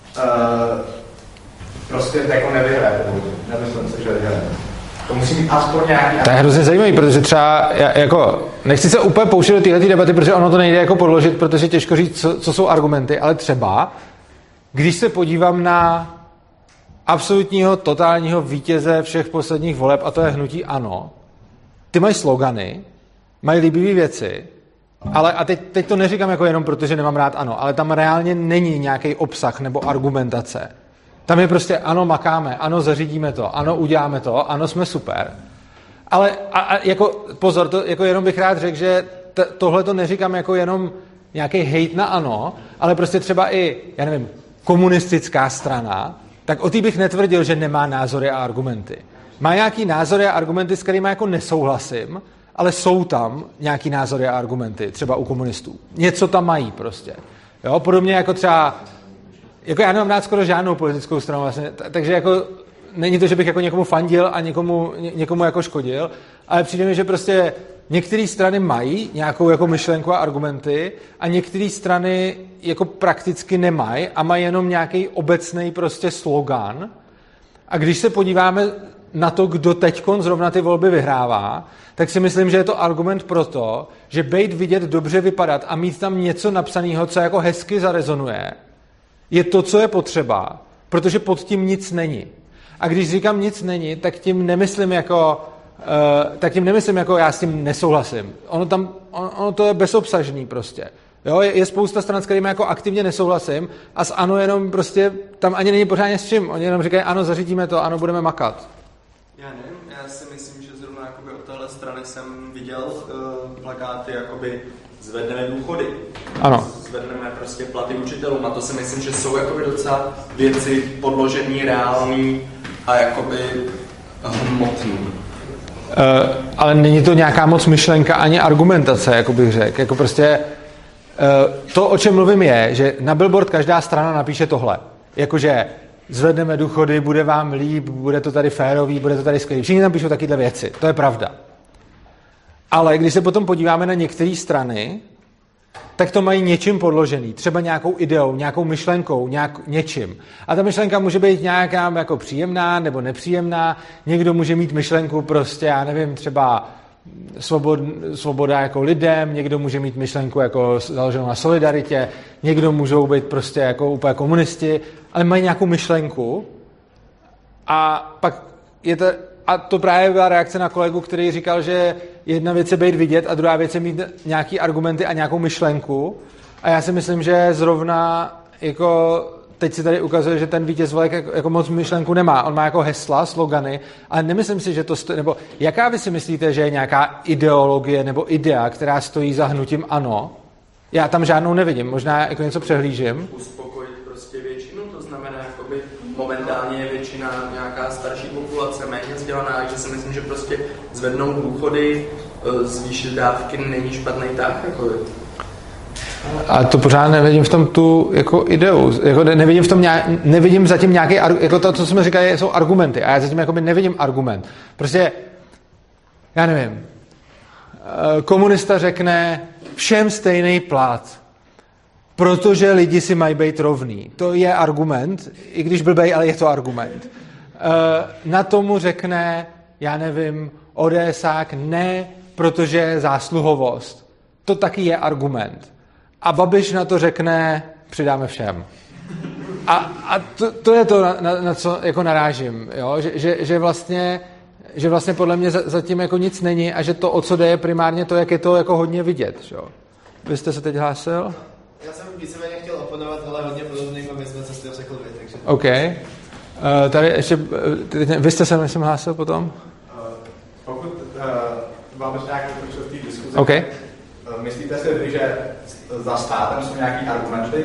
S14: prostě jako nevyhraje. Nemyslím si, že vyhraje. To musí být aspoň nějaký...
S2: To je hrozně zajímavý, protože třeba jako, nechci se úplně pouštět do téhle debaty, protože ono to nejde jako podložit, protože těžko říct, co jsou argumenty, ale třeba, když se podívám na absolutního, totálního vítěze všech posledních voleb, a to je hnutí ANO, ty mají slogany, mají líbivé věci, ale a teď to neříkám jako jenom proto, že nemám rád ANO, ale tam reálně není nějaký obsah nebo argumentace. Tam je prostě ano, makáme, ano, zařídíme to, ano, uděláme to, ano, jsme super. Ale a jako pozor, to jako jenom bych rád řekl, že tohle to neříkám jako jenom nějaký hejt na ANO, ale prostě třeba i, já nevím, komunistická strana, tak o té bych netvrdil, že nemá názory a argumenty. Má nějaký názory a argumenty, s kterými jako nesouhlasím, ale jsou tam nějaký názory a argumenty, třeba u komunistů. Něco tam mají prostě. Jo? Podobně jako třeba, jako já nemám rád skoro žádnou politickou stranu vlastně, takže jako není to, že bych jako někomu fandil a někomu jako škodil, ale přijde mi, že prostě některé strany mají nějakou jako myšlenku a argumenty a některé strany jako prakticky nemají a mají jenom nějaký obecný prostě slogan. A když se podíváme na to, kdo teďkon zrovna ty volby vyhrává, tak si myslím, že je to argument pro to, že bejt vidět, dobře vypadat a mít tam něco napsaného, co jako hezky zarezonuje, je to, co je potřeba, protože pod tím nic není. A když říkám nic není, tak tím nemyslím jako já s tím nesouhlasím. Ono to je bezobsažný prostě. Jo, je spousta stran, s kterými jako aktivně nesouhlasím a s ANO jenom prostě tam ani není pořádně s čím. Oni jenom říkají, ano, zařídíme to, ano, budeme makat.
S7: Já nevím, já si myslím, že zrovna jakoby od téhle strany jsem viděl plakáty, jakoby zvedneme důchody.
S2: Ano.
S7: Zvedneme prostě platy učitelům a to si myslím, že jsou jakoby docela věci podložený, reální a jakoby hmotný.
S2: Ale není to nějaká moc myšlenka ani argumentace, jako bych řekl. Jako prostě to, o čem mluvím, je, že na billboard každá strana napíše tohle. Jakože zvedneme důchody, bude vám líp, bude to tady férový, bude to tady skvělý. Všichni tam píšou takovéhle věci. To je pravda. Ale když se potom podíváme na některé strany, tak to mají něčím podložený. Třeba nějakou ideou, nějakou myšlenkou, něčím. A ta myšlenka může být nějaká jako příjemná nebo nepříjemná. Někdo může mít myšlenku prostě, já nevím, třeba svoboda jako lidem, někdo může mít myšlenku jako založenou na solidaritě, někdo můžou být prostě jako úplně komunisti, ale mají nějakou myšlenku a pak je to, a to právě byla reakce na kolegu, který říkal, že jedna věc je být vidět a druhá věc je mít nějaký argumenty a nějakou myšlenku a já si myslím, že zrovna jako teď si tady ukazuje, že ten vítěz volek jako moc myšlenku nemá. On má jako hesla, slogany, ale nemyslím si, že to nebo jaká vy si myslíte, že je nějaká ideologie nebo idea, která stojí za hnutím ANO? Já tam žádnou nevidím, možná jako něco přehlížím.
S7: Uspokojit prostě většinu, to znamená, jakoby momentálně je většina nějaká starší populace, méně vzdělaná, takže si myslím, že prostě zvednout důchody, zvýšit dávky není špatný tah, jako
S2: A to pořád nevidím v tom tu jako ideu. Jako nevidím zatím nějaký, jako to, co jsme říkali, jsou argumenty. A já zatím jakoby nevidím argument. Prostě, já nevím, komunista řekne všem stejný plat, protože lidi si mají být rovný. To je argument, i když blbej, ale je to argument. Na tomu řekne, já nevím, ODSák ne, protože zásluhovost. To taky je argument. A Babiš na to řekne, přidáme všem. A to je to, na co jako narážím. Jo? Že vlastně podle mě zatím jako nic není a že to, o co jde, je primárně to, jak je to jako hodně vidět. Jo? Vy jste se teď hlásil?
S6: Já jsem víceméně chtěl oponovat, ale hodně podobným věcmi, co jste řekl vy. Takže...
S2: OK. Tady ještě, vy jste se myslím hlásil potom?
S14: Pokud máme nějaký počet v té diskuzi,
S2: okay.
S14: Myslíte si, že za státem jsou nějaký argumenty,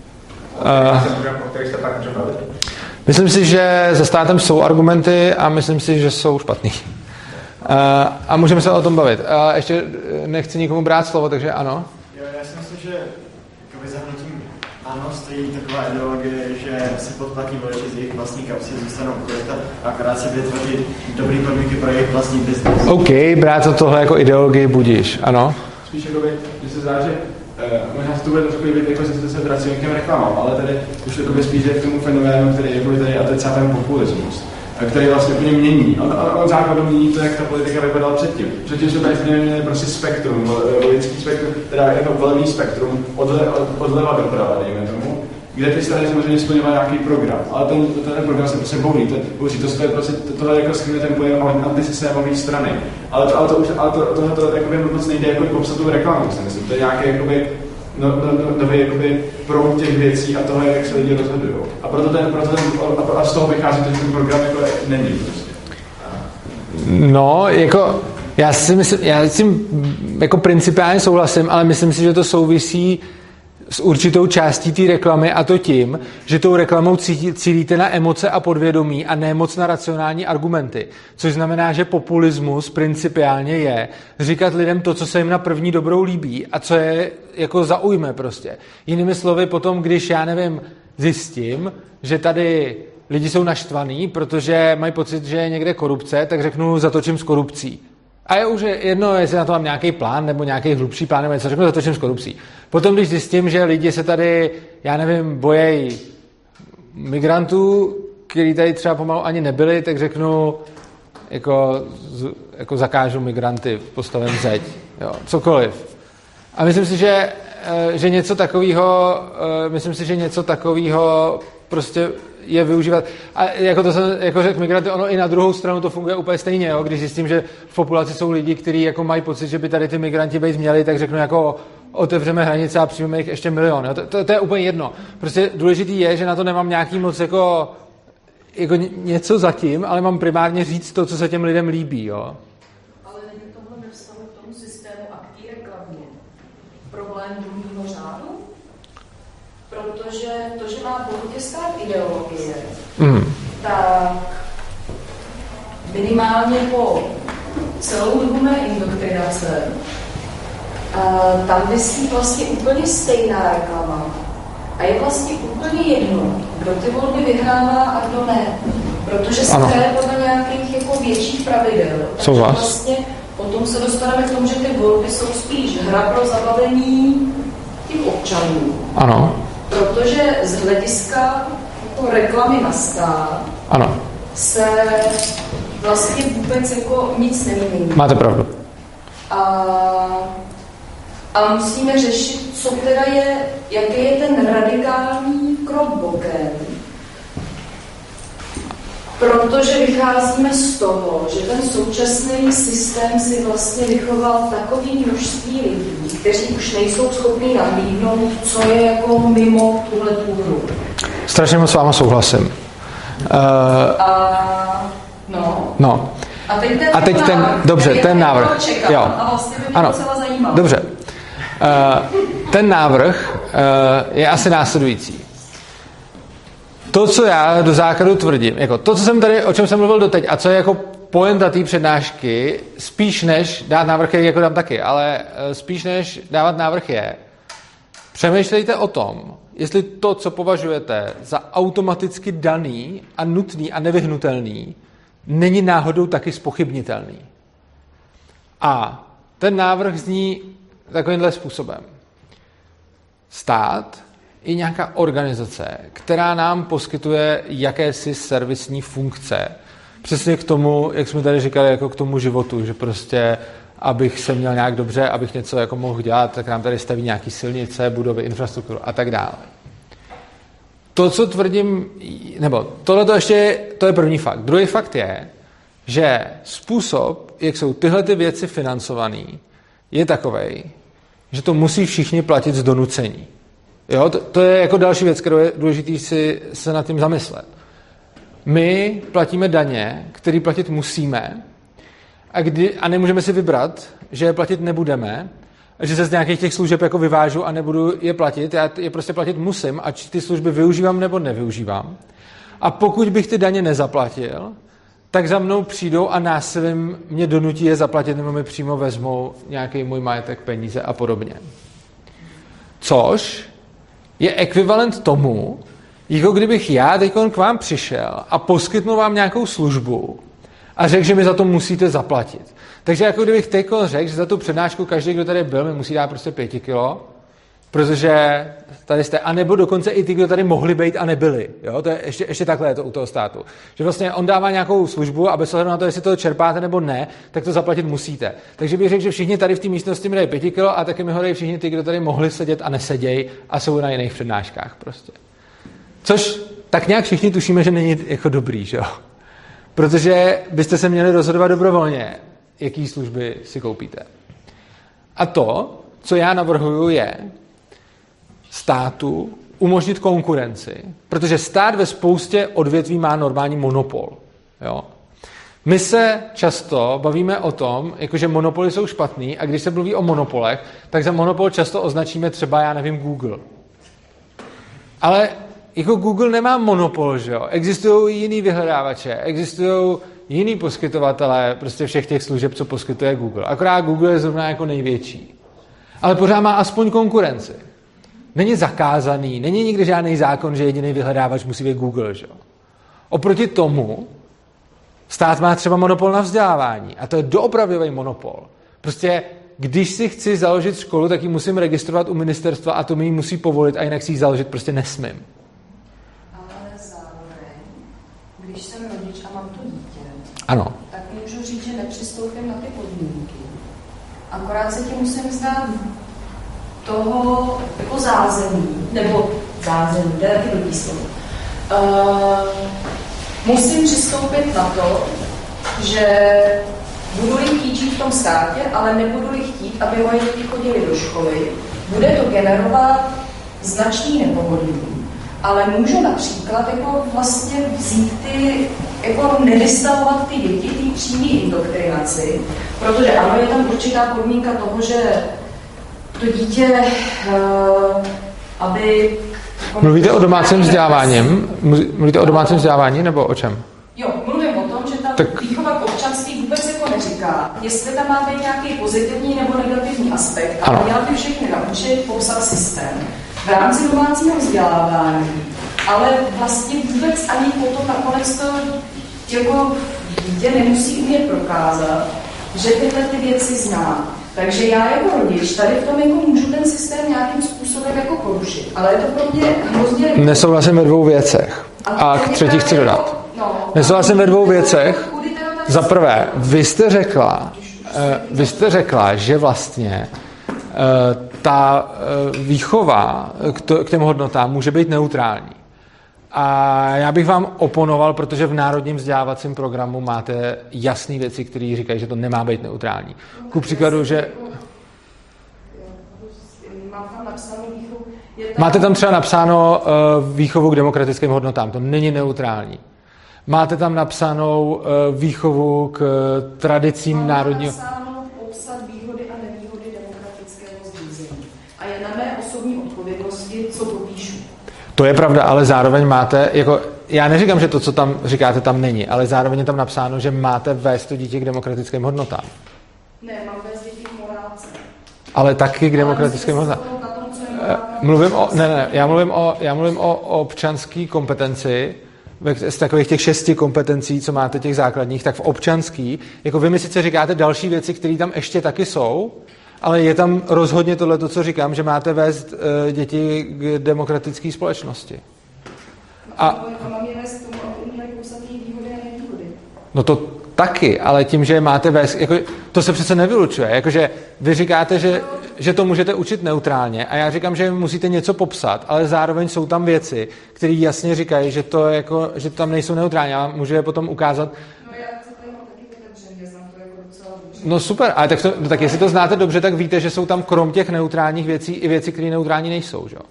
S14: o kterých se pak můžeme bavit?
S2: Myslím si, že za státem jsou argumenty a myslím si, že jsou špatný. A můžeme se o tom bavit. Ještě nechci nikomu brát slovo, takže ano.
S13: Já si myslím, že za hnutím ANO stojí taková ideologie, že si podplatí voliči z jejich vlastní kapsy zůstanou ukolit a akorát si vytvoří dobrý podmínky pro jejich vlastní biznes.
S2: OK, brát to tohle jako ideologii budíš, ano.
S3: Spíš jako že se zdá, že možná se to bude trošku být jako, že se vracíme k těm reklamám, ale tady už jako spíš je k tomu fenoménu, který je tady a teď celá ten populismus, který vlastně úplně mění. A on základem mění to, jak ta politika vypadala předtím. Předtím jsme tady měli prostě spektrum, voličský spektrum, teda jako volební spektrum, odleva doprava, dejme tomu, kde ty strany samozřejmě splňovaly nějaký program, ale ten program se prostě boří, to je prostě tohle jako skryne ten pojem antisystémové strany. Ale tohle jakoby moc nejde jako popsat tou reklamu, si myslím. To je nějaký jakoby nový jakoby proud těch věcí a toho, jak se lidi rozhodují. A proto z toho vychází, že ten program jako není prostě.
S2: No, jako já s tím jako principiálně souhlasím, ale myslím si, že to souvisí s určitou částí té reklamy, a to tím, že tou reklamou cílíte na emoce a podvědomí a ne moc na racionální argumenty. Což znamená, že populismus principiálně je říkat lidem to, co se jim na první dobrou líbí a co je jako zaujme prostě. Jinými slovy, potom, když já nevím, zjistím, že tady lidi jsou naštvaný, protože mají pocit, že je někde korupce, tak řeknu, zatočím s korupcí. A je už jedno, jestli na to mám nějaký plán nebo nějaký hlubší plán, nebo něco, řeknu, zatočím s korupcí. Potom, když zjistím, že lidi se tady, já nevím, bojejí migrantů, kteří tady třeba pomalu ani nebyli, tak řeknu, jako zakážu migranty, postavím zeď, jo, cokoliv. A myslím si, že něco takového prostě je využívat. A jako to jsem jako řekl migranty, ono i na druhou stranu to funguje úplně stejně, jo? Když zjistím, že v populaci jsou lidi, kteří jako mají pocit, že by tady ty migranti být měli, tak řeknu jako otevřeme hranice a přijmeme jich ještě milion. Jo? To je úplně jedno. Prostě důležitý je, že na to nemám nějaký moc jako něco zatím, ale mám primárně říct to, co se těm lidem líbí. Jo?
S10: Ale není tohle ve vztahu k tomu systému a k té reklamě problém druhého řádu? Protože to, že má v stát ideologie, tak minimálně po celou dobu mé indoktrinace tam vysí vlastně úplně stejná reklama. A je vlastně úplně jedno, kdo ty volby vyhrává a kdo ne. Protože se hraje podle nějakých jako větších pravidel. Takže vlastně potom se dostaneme k tomu, že ty volby jsou spíš hra pro zabavení těch občanů.
S2: Ano.
S10: Protože z hlediska jako reklamy na stát se vlastně vůbec jako nic nemění.
S2: Máte pravdu.
S10: A musíme řešit, co teda je, jaký je ten radikální krok bokem. Protože vycházíme z toho, že ten současný systém si vlastně vychoval takový množství lidí, kteří už nejsou schopni nahlídnout, co je jako mimo tuhletu hru.
S2: Strašně moc s váma souhlasím.
S10: A teď ten
S2: návrh.
S10: Čekám, jo. A vlastně by mě docela zajímalo.
S2: Dobře. Ten návrh je asi následující. To, co já do základu tvrdím, jako to, co jsem tady, o čem jsem mluvil doteď, a co je jako pointa té přednášky, spíš než dát návrh, jako dám taky, ale spíš než dávat návrh je, přemýšlejte o tom, jestli to, co považujete za automaticky daný a nutný a nevyhnutelný, není náhodou taky zpochybnitelný. A ten návrh zní takovýmhle způsobem. Stát je nějaká organizace, která nám poskytuje jakési servisní funkce. Přesně k tomu, jak jsme tady říkali, jako k tomu životu, že prostě, abych se měl nějak dobře, abych něco jako mohl dělat, tak nám tady staví nějaký silnice, budovy, infrastrukturu a tak dále. To, co tvrdím, nebo tohle ještě, to je první fakt. Druhý fakt je, že způsob, jak jsou tyhle ty věci financované, je takovej, že to musí všichni platit z donucení. Jo, to je jako další věc, kterou je důležitý si se nad tím zamyslet. My platíme daně, které platit musíme a nemůžeme si vybrat, že je platit nebudeme, že se z nějakých těch služeb jako vyvážu a nebudu je platit. Já je prostě platit musím, ať ty služby využívám nebo nevyužívám. A pokud bych ty daně nezaplatil, tak za mnou přijdou a násilím mě donutí je zaplatit nebo mi přímo vezmou nějaký můj majetek, peníze a podobně. Což je ekvivalent tomu, jako kdybych já teď k vám přišel a poskytnu vám nějakou službu a řekl, že mi za to musíte zaplatit. Takže jako kdybych teď řekl, že za tu přednášku každý, kdo tady byl, mi musí dát prostě 5 kilo, protože tady jste, anebo dokonce i ty, kdo tady mohli být a nebyli. Jo? To je ještě takhle je to u toho státu. Že vlastně on dává nějakou službu a bez ohledu na to, jestli to čerpáte nebo ne, tak to zaplatit musíte. Takže bych řekl, že všichni tady v té místnosti mi dají 5 kilo a taky mi ho dají všichni ty, kdo tady mohli sedět a nesedějí a jsou na jiných přednáškách prostě. Což tak nějak všichni tušíme, že není jako dobrý, že jo? Protože byste se měli rozhodovat dobrovolně, jaký služby si koupíte. A to, co já navrhuju, je státu umožnit konkurenci, protože stát ve spoustě odvětví má normální monopol. Jo? My se často bavíme o tom, jakože monopoly jsou špatný a když se mluví o monopolech, tak za monopol často označíme třeba, já nevím, Google. Ale jako Google nemá monopol, že jo? Existují jiný vyhledávače, existují jiný poskytovatelé prostě všech těch služeb, co poskytuje Google. Akorát Google je zrovna jako největší. Ale pořád má aspoň konkurenci. Není zakázaný, není nikdy žádný zákon, že jediný vyhledávač musí být Google, že jo? Oproti tomu stát má třeba monopol na vzdělávání a to je doopravdový monopol. Prostě když si chci založit školu, tak ji musím registrovat u ministerstva a to mi ji musí povolit a jinak si ji založit prostě nesmím.
S10: Ale zároveň, když jsem rodič a mám to dítě,
S2: ano.
S10: Tak můžu říct, že nepřistoupím na ty podmínky. Akorát se ti musím vzdát toho jako zázemí, nebo zázemí, to je taky blbý slovo. Musím přistoupit na to, že budu-li chtít žít v tom státě, ale nebudu-li chtít, aby moje děti chodily do školy, bude to generovat značný nepohodlí. Ale můžu například jako vlastně vzít ty, jako nevystavovat ty děti té přímé indoktrinaci, protože ano, je tam určitá podmínka toho, že to dítě, aby...
S2: Mluvíte o domácím vzděláváním? Mluvíte o domácím vzdělávání nebo o čem?
S10: Jo, mluvím o tom, že ta výchova k občanství vůbec jako neříká, jestli tam má být nějaký pozitivní nebo negativní aspekt, ale měla by všechny naučit, popsat systém v rámci domácího vzdělávání, ale vlastně vůbec ani potom nakonec to jako dítě nemusí umět prokázat, že tyhle ty věci zná. Takže já jako rodič tady v tom jako můžu ten systém nějakým způsobem jako porušit, ale je to pro mě hrozně...
S2: Nesouhlasím ve dvou věcech. A k třetí chci dodat. Nesouhlasím ve dvou věcech. Za prvé, vy jste řekla, že vlastně ta výchova k těm hodnotám může být neutrální. A já bych vám oponoval, protože v národním vzdělávacím programu máte jasné věci, které říkají, že to nemá být neutrální. Ku příkladu, že... Máte tam třeba napsáno výchovu k demokratickým hodnotám. To není neutrální. Máte tam napsanou výchovu k tradicím národního...
S10: popsat výhody a nevýhody demokratického zřízení. A je na mé osobní odpovědnosti, co popíšu.
S2: To je pravda, ale zároveň máte, jako, já neříkám, že to, co tam říkáte, tam není, ale zároveň je tam napsáno, že máte vést to dítě k demokratickým hodnotám.
S10: Ne, mám vést děti k morálce.
S2: Ale taky k demokratickým hodnotám. Já mluvím o občanské kompetenci, z takových těch 6 kompetencí, co máte těch základních, tak v občanský, jako vy mi sice říkáte další věci, které tam ještě taky jsou, ale je tam rozhodně tohle, co říkám, že máte vést děti k demokratické společnosti. A
S10: mám je vést k tomu, aby uměli popsat výhody a nevýhody.
S2: No to taky, ale tím, že máte vést, jako, to se přece nevylučuje. Jakože vy říkáte, že to můžete učit neutrálně a já říkám, že musíte něco popsat, ale zároveň jsou tam věci, které jasně říkají, že to jako, že tam nejsou neutrální. A můžu je potom ukázat.
S10: No já to tady mám taky otevřeně, znám to jako docela dobře.
S2: No super, ale tak jestli to znáte dobře, tak víte, že jsou tam krom těch neutrálních věcí i věci, které neutrální nejsou, že jo?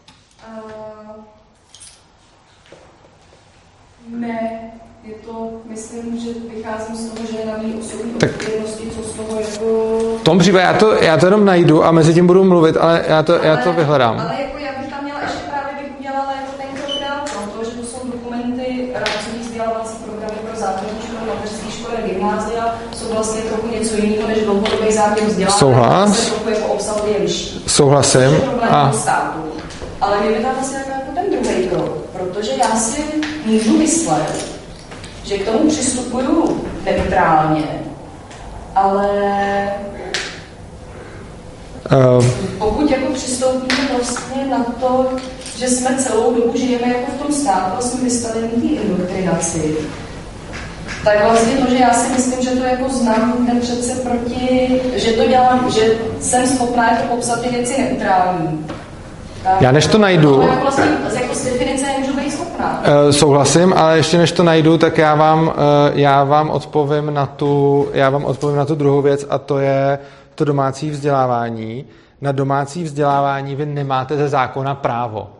S10: Ne, je to, myslím, že vycházím z toho, že je na mý osobní odpovědnosti, co z toho jako...
S2: V tom případě já to jenom najdu a mezi tím budu mluvit, ale já to vyhledám.
S10: Ale jako já bych tam měla ještě právě bych udělala jako ten krok dál, protože to jsou dokumenty rámcových vzdělávací programy pro základní školy, mateřské školy a gymnázia, jsou vlastně trochu něco jiného než dlouhodobý záměr vzdělávání.
S2: Souhlas.
S10: Se trochu jako obsahově liší.
S2: Souhlasím.
S10: Ale mě by tam vlastně jako ten druhý krok, protože já si můžu myslet, že k tomu přistupuju neutrálně, ale pokud jako přistoupíme vlastně na to, že jsme celou dobu žijeme jako v tom státu a jsme vystaveni té indoktrinaci, tak vlastně to, že já si myslím, že to jako znám ten přece proti, že to dělám, že jsem schopná jako popsat ty věci neutrální.
S2: Já než to najdu...
S10: Vlastně jako z definice nemůžu být schopná.
S2: Souhlasím, ale ještě než to najdu, tak já vám odpovím na tu druhou věc a to je to domácí vzdělávání. Na domácí vzdělávání vy nemáte ze zákona právo.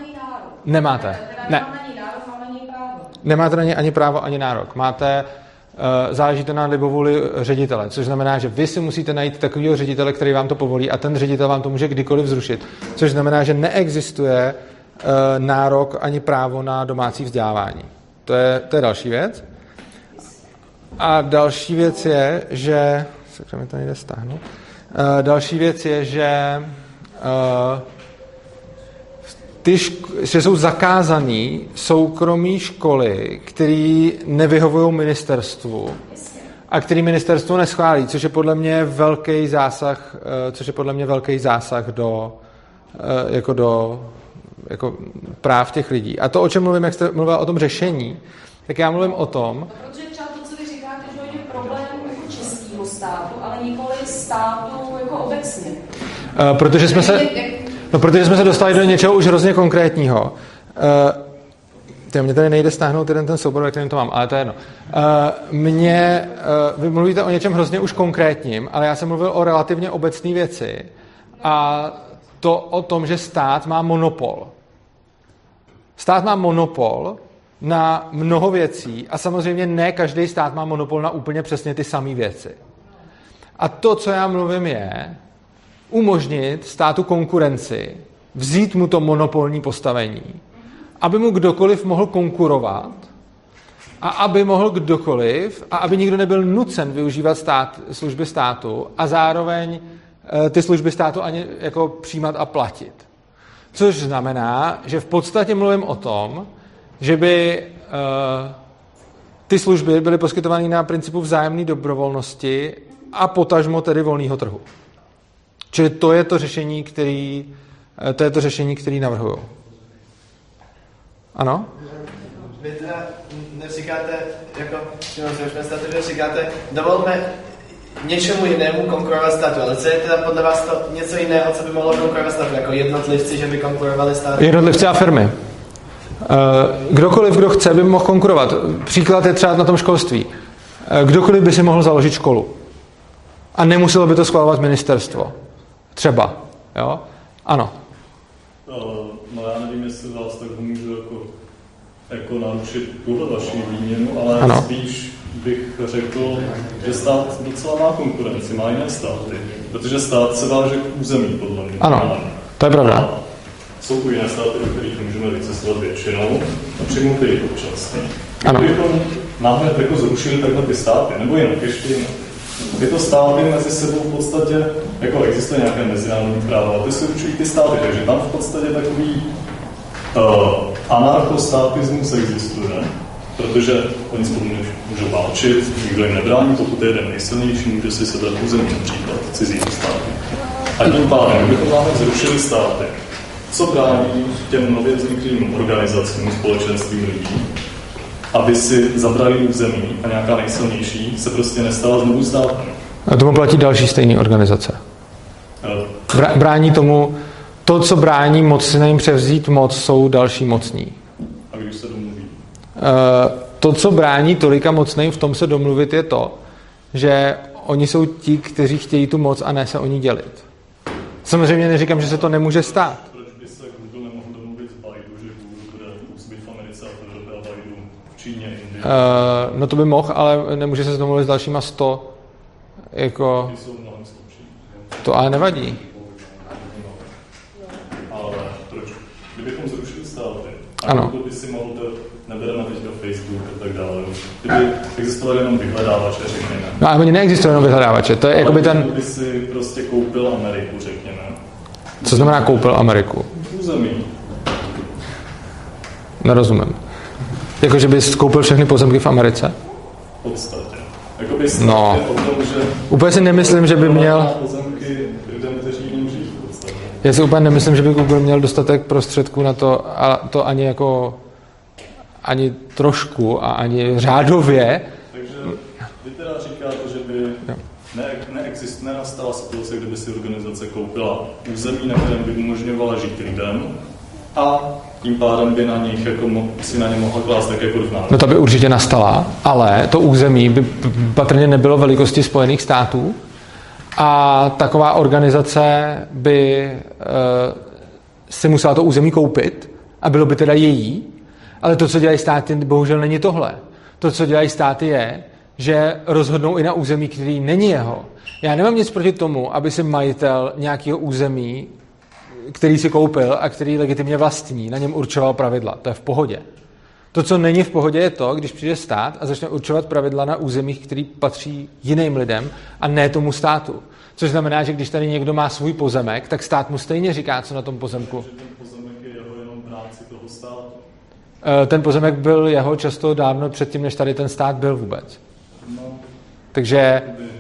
S2: Nemáte. Ne. Nemáte na ně ani právo, ani nárok. Máte záleží to na libovůli ředitele, což znamená, že vy si musíte najít takového ředitele, který vám to povolí a ten ředitel vám to může kdykoliv zrušit, což znamená, že neexistuje nárok ani právo na domácí vzdělávání. To je další věc. A další věc je, že... Sakra, mi to nejde stáhnout. Další věc je, že že jsou zakázané soukromé školy, které nevyhovují ministerstvu a který ministerstvo neschválí, což je podle mě velký zásah do práv těch lidí. A to, o čem mluvím, jak jste mluvila o tom řešení, tak já mluvím o tom...
S10: Protože třeba to, co vy říkáte, že je problém jako českého státu, ale nikoli státu jako obecně.
S2: Protože jsme se dostali do něčeho už hrozně konkrétního. Mně tady nejde stáhnout ten soubor, ve kterém to mám, ale to je jedno. Vy mluvíte o něčem hrozně už konkrétním, ale já jsem mluvil o relativně obecné věci a to o tom, že stát má monopol. Stát má monopol na mnoho věcí a samozřejmě ne každý stát má monopol na úplně přesně ty samé věci. A to, co já mluvím, je umožnit státu konkurenci, vzít mu to monopolní postavení, aby mu kdokoliv mohl konkurovat a aby mohl kdokoliv a aby nikdo nebyl nucen využívat služby státu a zároveň ty služby státu ani jako přijímat a platit. Což znamená, že v podstatě mluvím o tom, že by ty služby byly poskytovány na principu vzájemné dobrovolnosti a potažmo tedy volného trhu. Čili to je to řešení, který navrhuju. Ano?
S6: Vy teda neříkáte, jako říkáte, dovolme něčemu jinému konkurovat státu, ale co je teda podle vás to něco jiného, co by mohlo konkurovat státu, jako jednotlivci, že by konkurovali státu?
S2: Jednotlivci a firmy. Kdokoliv, kdo chce, by mohl konkurovat. Příklad je třeba na tom školství. Kdokoliv by si mohl založit školu. A nemuselo by to schvalovat ministerstvo. Třeba. Jo? Ano.
S12: No já nevím, jestli vás tak můžu jako narušit tuhle vaši výměnu, ale ano. Spíš bych řekl, že stát docela má konkurenci, má jiné státy. Protože stát se váže k území, podle mě.
S2: Ano, to je pravda.
S12: A jsou tu jiné státy, do kterých můžeme vycestovat většinou a přijmout jejich občanství. Kdybychom náhle jako zrušili takhle ty státy, nebo jinak, ještě jinak. Tyto státy mezi sebou v podstatě, jako existuje nějaké mezinárodní právo, a ty se určují ty státy, takže tam v podstatě takový anarchostátismus existuje, protože oni spolu můžou válčit, nikdo jim nebrání, pokud je jeden nejsilnější, může si sebrat území například cizí státy. A tím pádem, kdybychom máme zrušili státy, co brání těm nově vzniklým organizacím, společenstvím lidí, aby si zabrali území a nějaká nejsilnější se prostě nestala znovu státem.
S2: A tomu platí další stejné organizace. Brání tomu, to, co brání mocným převzít moc, jsou další mocní.
S12: A když se domluví?
S2: To, co brání tolika mocným v tom se domluvit, je to, že oni jsou ti, kteří chtějí tu moc a ne se o ní dělit. Samozřejmě neříkám, že se to nemůže stát.
S12: Proč by se Google nemohl domluvit s Baidu, že Google bude působit v Americe a v Evropě a Baidu v Číně, Indii?
S2: No to by mohl, ale nemůže se domluvit s dalšíma 100. Jako... To ale nevadí.
S12: Ale proč? Kdybychom zrušili státy,
S2: a
S12: Google by si mohl nebereme teď do Facebook a tak dále. Kdyby existovaly jenom vyhledávače, řekněme.
S2: No ale oni neexistují jenom vyhledávače, to je jakoby ten...
S12: Kdyby si prostě koupil Ameriku, řekněme.
S2: Co znamená koupil Ameriku?
S12: Území.
S2: Nerozumím. Jakože bys koupil všechny pozemky v Americe?
S12: V podstatě. Jakoby
S2: no.
S12: O tom, že
S2: úplně si nemyslím, že by měl...
S12: pozemky lidem, kteří v něm žijí v podstatě.
S2: Já si úplně nemyslím, že by Google měl dostatek prostředků na to, a to ani jako... ani trošku a ani řádově.
S12: Takže vy teda říkáte, že by nenastala situace, kdyby si organizace koupila území, na kterém by umožňovala žít lidem a tím pádem by na nich jako si na ně mohla klást tak jako rovná.
S2: No to by určitě nastala, ale to území by patrně nebylo velikosti Spojených států a taková organizace by si musela to území koupit a bylo by teda její. Ale to, co dělají státy, bohužel není tohle. To, co dělají státy, je, že rozhodnou i na území, který není jeho. Já nemám nic proti tomu, aby si majitel nějakého území, který si koupil a který legitimně vlastní, na něm určoval pravidla. To je v pohodě. To, co není v pohodě, je to, když přijde stát a začne určovat pravidla na územích, který patří jiným lidem a ne tomu státu. Což znamená, že když tady někdo má svůj pozemek, tak stát mu stejně říká, co na tom pozemku.
S12: Ten pozemek je jeho jenom v rámci toho státu.
S2: Ten pozemek byl jeho často dávno předtím, než tady ten stát byl vůbec.
S12: No,
S2: takže...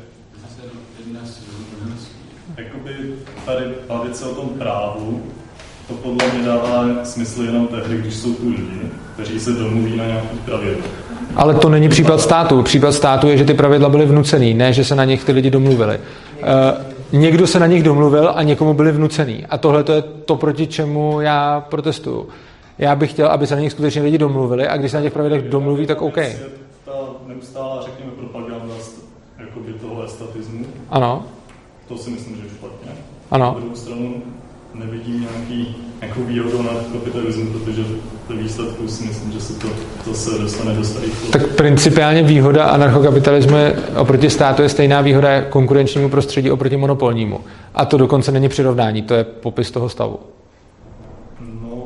S12: Jakoby tady bavit se o tom právu, to podle mě dává smysl jenom tehdy, když jsou tu lidi, kteří se domluví na nějakých pravidlech.
S2: Ale to není případ státu. Případ státu je, že ty pravidla byly vnucený, ne, že se na nich ty lidi domluvili. Někdo se na nich domluvil a někomu byly vnucený. A tohle to je to, proti čemu já protestuju. Já bych chtěl, aby se na nich skutečně lidi domluvili a když se na těch pravidlech domluví, tak OK.
S12: Ta neustálá, řekněme, propaganda jakoby toho estatismu.
S2: Ano.
S12: To si myslím, že je špatně.
S2: Ano.
S12: Na druhou stranu nevidím nějakou výhodu na kapitalismu, protože ve výsledku si myslím, že se to zase dostane do starých let.
S2: Tak principiálně výhoda anarchokapitalismu oproti státu je stejná výhoda konkurenčnímu prostředí oproti monopolnímu. A to dokonce není přirovnání, to je popis toho stavu.
S12: No...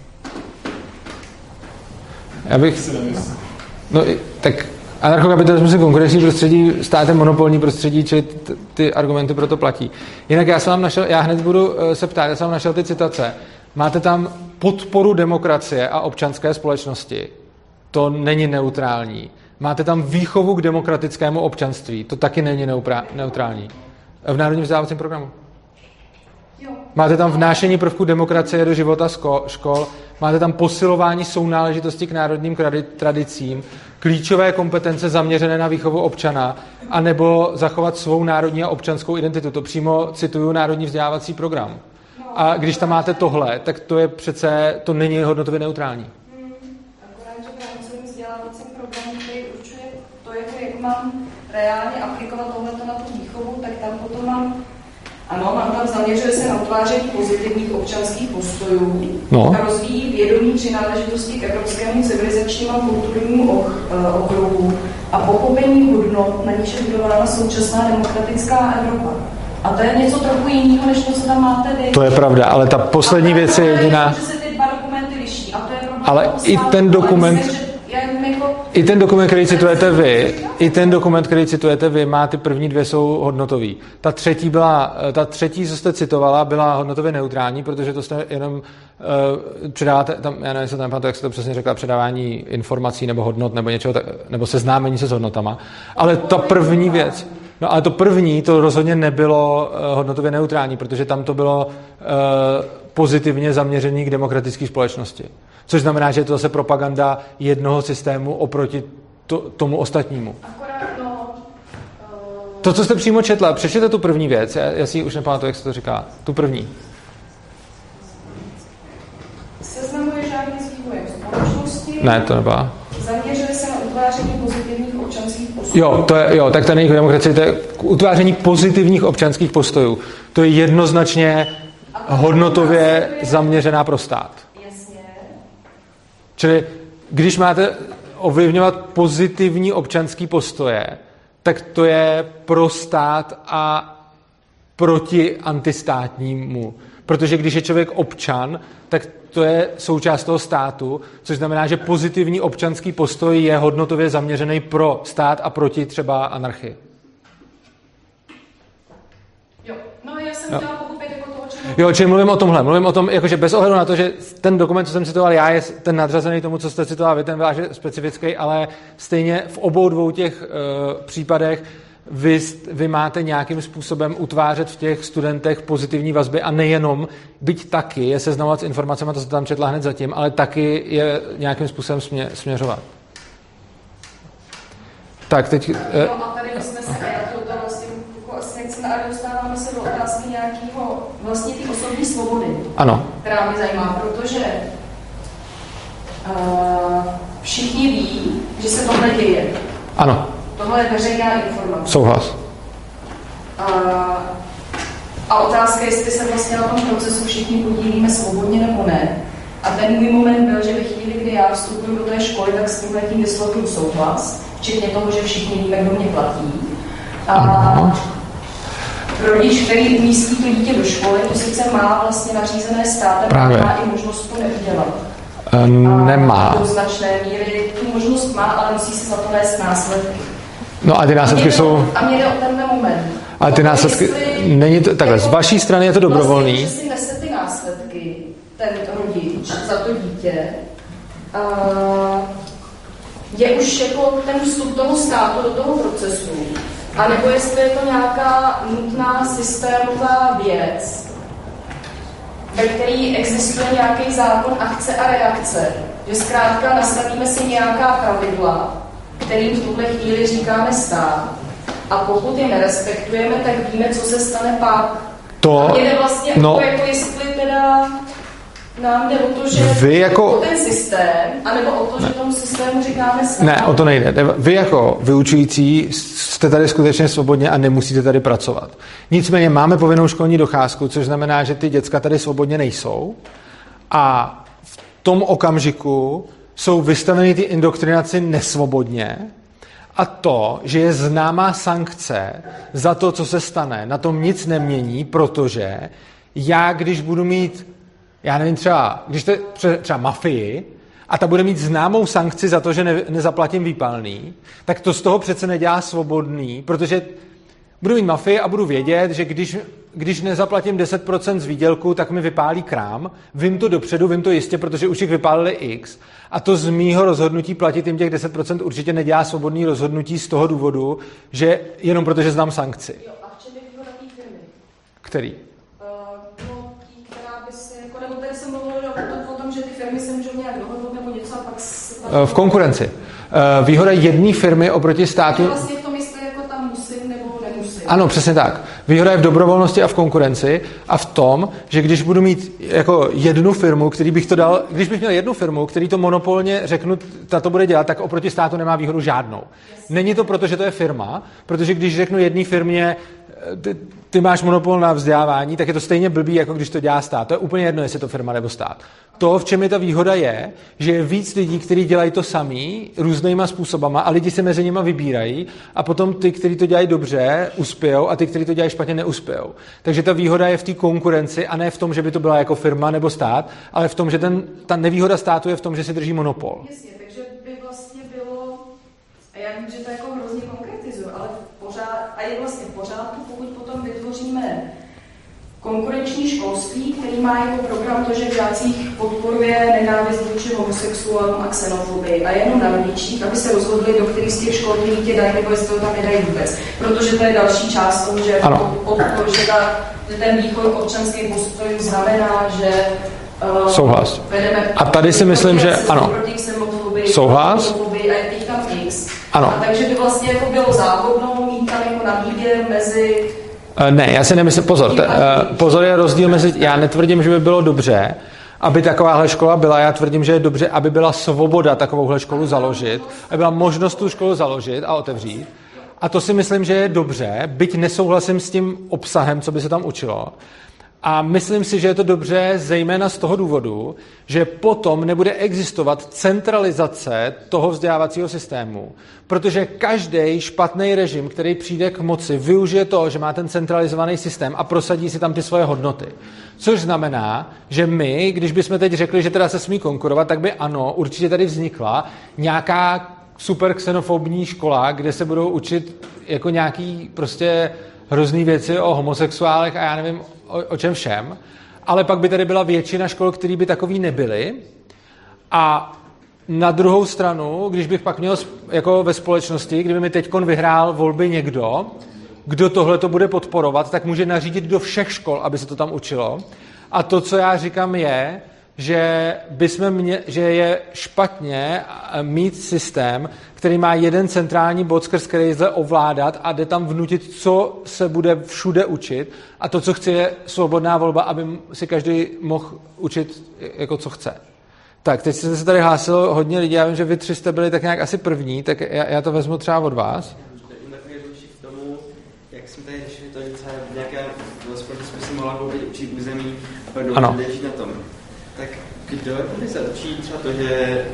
S2: Já bych... No, tak anarchokapitalismus je konkurenční prostředí, stát je monopolní prostředí, čili ty argumenty proto platí. Jinak já jsem vám našel, já hned budu se ptát, já jsem vám našel ty citace. Máte tam podporu demokracie a občanské společnosti. To není neutrální. Máte tam výchovu k demokratickému občanství. To taky není neutrální. V Národním vzdělávacím programu. Máte tam vnášení prvků demokracie do života škol, máte tam posilování sounáležitosti k národním tradicím, klíčové kompetence zaměřené na výchovu občana, anebo zachovat svou národní a občanskou identitu. To přímo cituju Národní vzdělávací program. A když tam máte tohle, tak to je přece, to není hodnotově neutrální.
S10: Akorát, že v rámcovém vzdělávacím programu, který určuje to, jak mám reálně aplikovat tohleto na tu výchovu, tak tam potom mám tam zaměřuje se na utváření pozitivních občanských postojů a rozvíjí vědomí přináležitosti k evropskému civilizačnímu a kulturnímu okruhu a pochopení hodnot, na níž je budována současná demokratická Evropa. A to je něco trochu jiného, než to, co tam máte vy.
S2: To je pravda, ale ta poslední věc je jediná...
S10: Že se ty dva dokumenty liší. A to je problém.
S2: Ale i ten dokument... I ten dokument, který citujete vy, má ty první dvě jsou hodnotový. Ta třetí, co jste citovala, byla hodnotově neutrální, protože to jste jenom předáváte, tam, já nevím, jestli to nepamatuji, jak se to přesně řekla, předávání informací nebo hodnot nebo něčeho, nebo seznámení se s hodnotama. Ale ta první věc, ale to rozhodně nebylo hodnotově neutrální, protože tam to bylo pozitivně zaměření k demokratické společnosti. Což znamená, že je to zase propaganda jednoho systému oproti tomu ostatnímu. To, co jste přímo četla, přečtěte tu první věc, já si ji už nepamatuju, jak se to říká. Tu první.
S10: Seznamuje žádný s vývojem společnosti.
S2: Ne, to nebyla.
S10: Zaměřuje se na utváření pozitivních občanských postojů.
S2: Tak to není demokracie, to je utváření pozitivních občanských postojů. To je jednoznačně hodnotově zaměřená pro stát. Čili když máte ovlivňovat pozitivní občanský postoje, tak to je pro stát a proti antistátnímu. Protože když je člověk občan, tak to je součást toho státu, což znamená, že pozitivní občanský postoj je hodnotově zaměřený pro stát a proti třeba anarchii.
S10: Já jsem chtěla pochopit jako to,
S2: čili mluvím o tomhle. Mluvím o tom, jakože bez ohledu na to, že ten dokument, co jsem citoval já, je ten nadřazený tomu, co jste citoval vy, ten váš specifický, ale stejně v obou dvou těch případech vy máte nějakým způsobem utvářet v těch studentech pozitivní vazby a nejenom, byť taky je seznamovat s informacemi, to se tam četla hned zatím, ale taky je nějakým způsobem směřovat. Tak, teď...
S10: a tady jsme se dostáváme se do otázky nějakého vlastně ty osobní svobody, která mě zajímá, protože všichni ví, že se tohle děje.
S2: Ano.
S10: Tohle je veřejná informace.
S2: Souhlas.
S10: A otázka je, jestli se vlastně na tom procesu všichni podílíme svobodně nebo ne. A ten můj moment byl, že ve chvíli, kdy já vstupuju do té školy, tak s tímhletím vyslovuju souhlas, včetně toho, že všichni víme, kdo mě platí. A rodič, který umístí to dítě do školy, to sice má vlastně nařízené státem, ale má i možnost to neudělat.
S2: Nemá.
S10: Do značné míry tu možnost má, ale musí se za to nést následky.
S2: No a ty následky jsou...
S10: A mě jde o tenhle moment.
S2: Ale ty následky... Není to, takhle, z vaší strany je to dobrovolný.
S10: Vlastně, že si nese ty následky, ten rodič, za to dítě, je už jako ten vstup toho státu do toho procesu. A nebo jestli je to nějaká nutná systémová věc, ve který existuje nějaký zákon akce a reakce. Že zkrátka nastavíme si nějaká pravidla, kterým v tuhle chvíli říkáme stát. A pokud je nerespektujeme, tak víme, co se stane pak. A jde vlastně o to, jako jestli teda nám jde o to, že o ten systém, anebo o to, že tomu systému říkáme stát.
S2: Ne, o to nejde. Vy jako vyučující jste tady skutečně svobodně a nemusíte tady pracovat. Nicméně máme povinnou školní docházku, což znamená, že ty děcka tady svobodně nejsou a v tom okamžiku jsou vystaveny ty indoktrinaci nesvobodně a to, že je známá sankce za to, co se stane, na tom nic nemění, protože já, když budu mít, já nevím, když to třeba mafii a ta bude mít známou sankci za to, že nezaplatím výpalný, tak to z toho přece nedělá svobodný, protože budu mít mafii a budu vědět, že když nezaplatím 10% z výdělku, tak mi vypálí krám. Vím to dopředu, vím to jistě, protože už jich vypálili X. A to z mýho rozhodnutí platit jim těch 10% určitě nedělá svobodný rozhodnutí z toho důvodu, že jenom protože znám sankci.
S10: Jo, a v čem je výhoda té firmy?
S2: Který?
S10: Která by se, jako, nebo tady jsem mluvil o tom, že ty firmy se můžou nějak dohodnout nebo něco a pak...
S2: V konkurenci. Výhoda jedné firmy oproti státu...
S10: Vlastně v tom, jestli jako tam musím nebo nemusím.
S2: Ano, přesně tak. Výhoda je v dobrovolnosti a v konkurenci a v tom, že když budu mít jako jednu firmu, když bych měl jednu firmu, který to monopolně řeknu, ta to bude dělat, tak oproti státu nemá výhodu žádnou. Není to proto, že to je firma, protože když řeknu jedné firmě, ty máš monopol na vzdělávání, tak je to stejně blbý, jako když to dělá stát. To je úplně jedno, jestli je to firma nebo stát. To, v čem je ta výhoda, je, že je víc lidí, kteří dělají to samý různýma způsobama a lidi se mezi nimi vybírají a potom ty, kteří to dělají dobře, uspějou a ty, kteří to dělají špatně, neuspějou. Takže ta výhoda je v té konkurenci a ne v tom, že by to byla jako firma nebo stát, ale v tom, že ta nevýhoda státu je v tom, že si drží monopol.
S10: Jasně, takže by vlastně bylo, a já vím, že to jako hrozně konkretizuju, ale pořád, a je vlastně v pořádku, pokud potom vytvoříme konkurenční školství, který má jako program to, že v žácích podporuje nenávist vůči homosexuálům a xenofobii a jenom na rodičích, aby se rozhodli, do kterých z těch škol ty dítě dají, nebo jestli to tam nedají vůbec. Protože to je další část toho, že, že ten výchov občanských postojů znamená, že
S2: souhlas. A tady si myslím, že ano. Souhlas.
S10: A je těch tam X.
S2: Ano.
S10: A takže by vlastně jako bylo záhodnou mít tam jako na výběr mezi...
S2: Ne, já si nemyslím, pozor je rozdíl mezi, já netvrdím, že by bylo dobře, aby takováhle škola byla, já tvrdím, že je dobře, aby byla svoboda takovouhle školu založit, aby byla možnost tu školu založit a otevřít. A to si myslím, že je dobře, byť nesouhlasím s tím obsahem, co by se tam učilo. A myslím si, že je to dobře zejména z toho důvodu, že potom nebude existovat centralizace toho vzdělávacího systému, protože každý špatný režim, který přijde k moci, využije to, že má ten centralizovaný systém a prosadí si tam ty svoje hodnoty. Což znamená, že my, když bychom teď řekli, že teda se smí konkurovat, tak by ano, určitě tady vznikla nějaká super xenofobní škola, kde se budou učit jako nějaký prostě hrozný věci o homosexuálech a já nevím o čem všem, ale pak by tady byla většina škol, které by takový nebyly a na druhou stranu, když bych pak měl jako ve společnosti, kdyby mi teďkon vyhrál volby někdo, kdo tohle to bude podporovat, tak může nařídit do všech škol, aby se to tam učilo. A to, co já říkám, je, že že je špatně mít systém, který má jeden centrální bod, skrz který lze ovládat a jde tam vnutit, co se bude všude učit a to, co chce, je svobodná volba, aby si každý mohl učit, jako co chce. Tak, teď se tady hlásilo hodně lidí, já vím, že vy tři jste byli tak nějak asi první, tak já to vezmu třeba od vás.
S11: K tomu, jak jsme tady řešili to, že třeba nějaká společnost by si mohla koupit určitý území a pak dovolit žít na tom. Tak Kdo by zaručí třeba to, že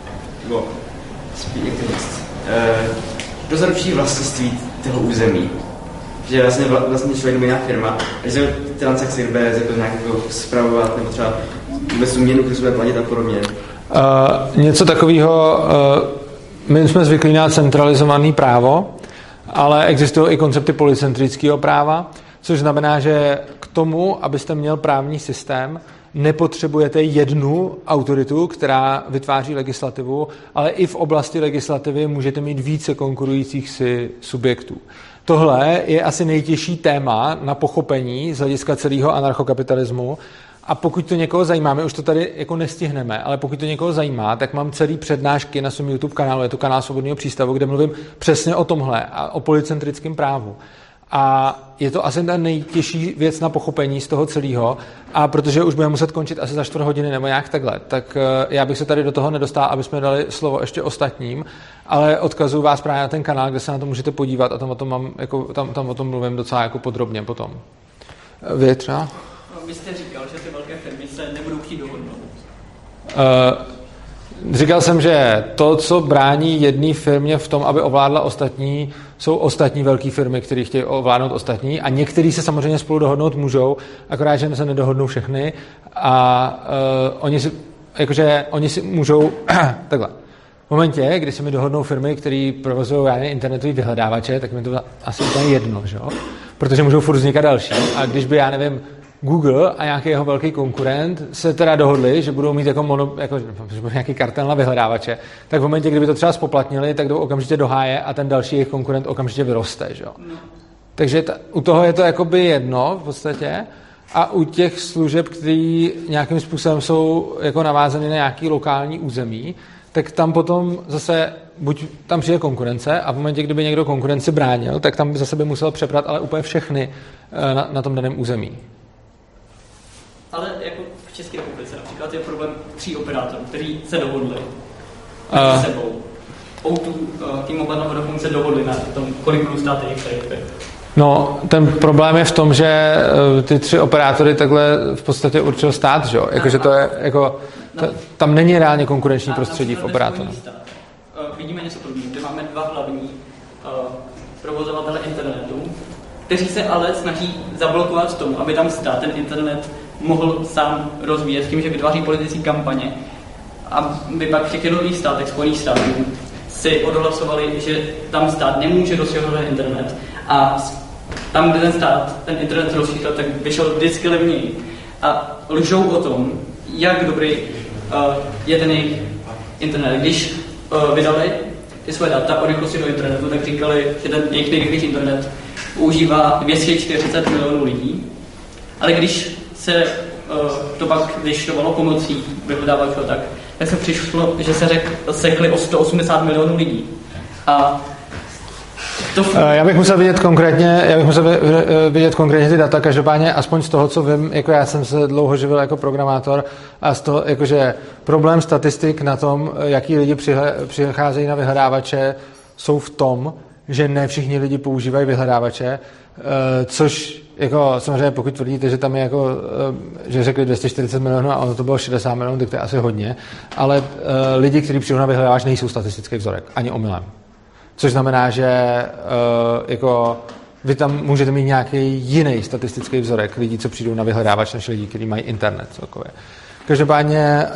S11: kdo zaručí vlastnictví toho území? Že vlastně člověk jiná firma, že se transakci bude jako nějak spravovat, nebo třeba vůbec tu měnu, kterou se bude platit a podobně.
S2: Něco takového, my jsme zvyklí na centralizované právo, ale existují i koncepty polycentrického práva, což znamená, že k tomu, abyste měl právní systém, nepotřebujete jednu autoritu, která vytváří legislativu, ale i v oblasti legislativy můžete mít více konkurujících si subjektů. Tohle je asi nejtěžší téma na pochopení z hlediska celého anarchokapitalismu. A pokud to někoho zajímá, my už to tady jako nestihneme, ale pokud to někoho zajímá, tak mám celý přednášky na svém YouTube kanálu, je to kanál Svobodného přístavu, kde mluvím přesně o tomhle a o polycentrickém právu. A je to asi ta nejtěžší věc na pochopení z toho celého. A protože už budeme muset končit asi za 4 hodiny nebo nějak takhle, tak já bych se tady do toho nedostal, aby jsme dali slovo ještě ostatním, ale odkazuju vás právě na ten kanál, kde se na to můžete podívat a tam o tom mám, jako, tam o tom mluvím docela jako podrobně potom. Vy třeba?
S15: Vy jste říkal, že ty velké firmy se nebudou chtít dohodnout.
S2: Říkal jsem, že to, co brání jedné firmě v tom, aby ovládla ostatní, jsou ostatní velké firmy, které chtějí ovládnout ostatní a některý se samozřejmě spolu dohodnout můžou, akorát, že se nedohodnou všechny a oni si můžou takhle. V momentě, kdy se mi dohodnou firmy, které provozují internetové vyhledávače, tak mi to asi úplně jedno, že? Protože můžou furt vznikat další. A když by, Google a nějaký jeho velký konkurent se teda dohodli, že budou mít že budou nějaký kartel na vyhledávače, tak v momentě, kdyby to třeba spoplatnili, tak jdou okamžitě do háje a ten další jejich konkurent okamžitě vyroste. Že? No. Takže u toho je to jakoby jedno v podstatě a u těch služeb, které nějakým způsobem jsou jako navázané na nějaký lokální území, tak tam potom zase buď tam přijde konkurence a v momentě, kdyby někdo konkurenci bránil, tak tam by zase by musel přeprat ale úplně všechny na tom daném území.
S15: Ale jako v České republice například je problém 3 operátorů, kteří se dohodli mezi sebou. O2, T-Mobile a Vodafone se dohodli na tom, kolik budou stát jejich tarify.
S2: No, ten problém je v tom, že ty 3 operátory takhle v podstatě určil stát, že jo? Jakože to je, jako, tam není reálně konkurenční prostředí v operátoru.
S15: Vidíme něco podobného, kde máme 2 hlavní provozovatele internetu, kteří se ale snaží zablokovat tomu, aby tam stát ten internet mohl sám rozvíjet tím, že vytváří politické kampaně. Aby pak v těch jednotlivých státech, Spojených států, si odhlasovali, že tam stát nemůže rozšiřovat internet a tam, kde ten stát ten internet rozšířil, tak vyšel vždycky levněji. A lžou o tom, jak dobrý je ten jejich internet. Když vydali ty své data o rychlosti do internetu, tak říkali, že ten jejich nejrychlejší internet používá 240 milionů lidí, ale když se to pak vyšťovalo pomocí vyhledávačů, tak se přišlo, že se sekli o 180 milionů lidí. A
S2: já bych musel vidět konkrétně ty data, každopádně aspoň z toho, co vím, jako já jsem se dlouho živil jako programátor a z toho, jakože problém statistik na tom, jaký lidi přicházejí na vyhledávače, jsou v tom, že ne všichni lidi používají vyhledávače, což jako samozřejmě pokud tvrdíte, že tam je jako, že řekli 240 milionů a ono to bylo 60 milionů, tak to je asi hodně, ale lidi, kteří přijdou na vyhledávač, nejsou statistický vzorek, ani omylem. Což znamená, že jako vy tam můžete mít nějaký jiný statistický vzorek lidí, co přijdou na vyhledávač, než lidi, kteří mají internet celkově. Každopádně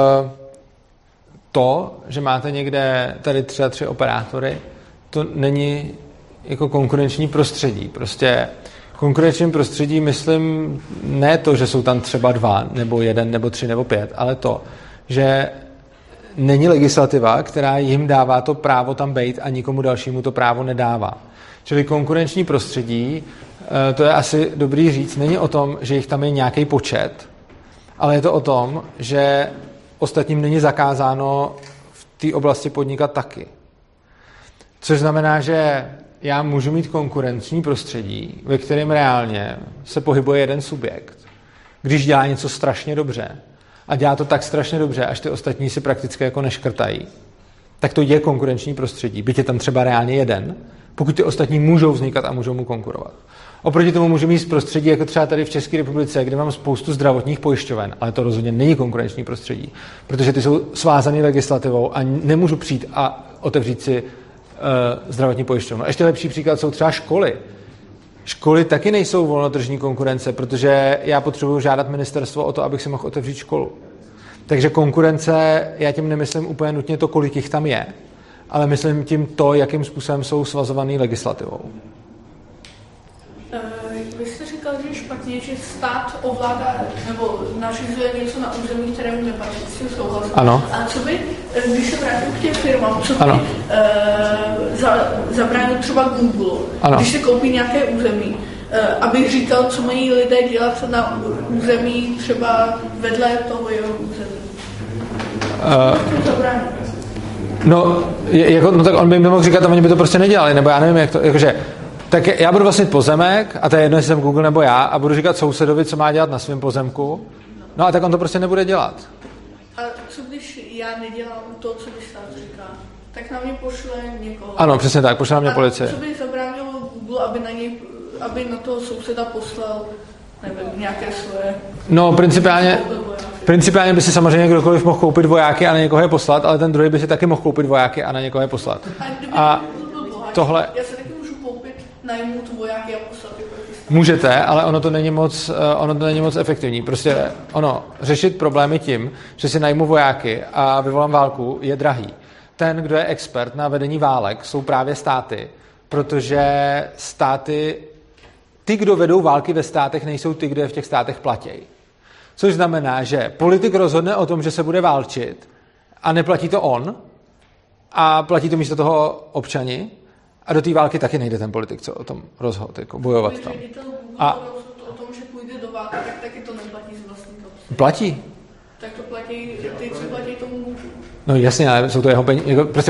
S2: to, že máte někde tady třeba 3 operátory, to není jako konkurenční prostředí. Prostě konkurenčním prostředí myslím ne to, že jsou tam třeba 2, nebo 1, nebo 3, nebo 5, ale to, že není legislativa, která jim dává to právo tam být a nikomu dalšímu to právo nedává. Čili konkurenční prostředí, to je asi dobrý říct, není o tom, že jich tam je nějaký počet, ale je to o tom, že ostatním není zakázáno v té oblasti podnikat taky. Což znamená, že já můžu mít konkurenční prostředí, ve kterém reálně se pohybuje jeden subjekt, když dělá něco strašně dobře a dělá to tak strašně dobře, až ty ostatní si prakticky jako neškrtají, tak to je konkurenční prostředí. Byť je tam třeba reálně jeden, pokud ty ostatní můžou vznikat a můžou mu konkurovat. Oproti tomu může mít prostředí, jako třeba tady v České republice, kde mám spoustu zdravotních pojišťoven, ale to rozhodně není konkurenční prostředí, protože ty jsou svázané legislativou a nemůžu přijít a otevřít si zdravotní pojišťovnu. Ještě lepší příklad jsou třeba školy. Školy taky nejsou volnotržní konkurence, protože já potřebuji žádat ministerstvo o to, abych si mohl otevřít školu. Takže konkurence, já tím nemyslím úplně nutně to, kolik jich tam je, ale myslím tím to, jakým způsobem jsou svazovaný legislativou.
S5: Vy jste říkal, že je špatně, že stát ovládá nebo nařizuje něco na území, kterému nepatří, s tím souhlasím.
S2: Ano.
S5: A co by, když se vrátím k těm firmám, co by zabránil třeba Google, když se koupí nějaké území, abych říkal, co mají lidé dělat na území třeba vedle toho jeho území.
S2: No tak on by mi mohl říkat, a oni by to prostě nedělali, nebo já nevím, jak to, jakože, tak já budu vlastnit pozemek, a to je jedno, jestli jsem Google nebo já, a budu říkat sousedovi, co má dělat na svém pozemku, no a tak on to prostě nebude dělat.
S5: A co když já nedělám to, co by stát říká, tak na mě pošle někoho.
S2: Ano, přesně tak, pošle na mě policie.
S5: Co by zabránilo Google, aby na toho souseda poslal, nevím, nějaké svoje...
S2: No, principiálně by si samozřejmě kdokoliv mohl koupit vojáky a na někoho je poslat, ale ten druhý by si taky mohl koupit vojáky a na někoho je poslat. A tohle...
S5: Já se taky můžu koupit, najmout vojáky a poslat je proti státu.
S2: Můžete, ale ono to není moc efektivní. Prostě řešit problémy tím, že si najmu vojáky a vyvolám válku, je drahý. Ten, kdo je expert na vedení válek, jsou právě státy, protože státy, ty, kdo vedou války ve státech, nejsou ty, kdo je v těch státech platí. Což znamená, že politik rozhodne o tom, že se bude válčit a neplatí to on a platí to místo toho občani a do té války taky nejde ten politik, co o tom rozhodl, jako bojovat tam.
S5: A o tom, že půjde do války, tak taky to neplatí z vlastní kapsy.
S2: Platí.
S5: Tak to platí, ty, co platí tomu můžu.
S2: No jasně, ale jsou to jeho peníze, jako prostě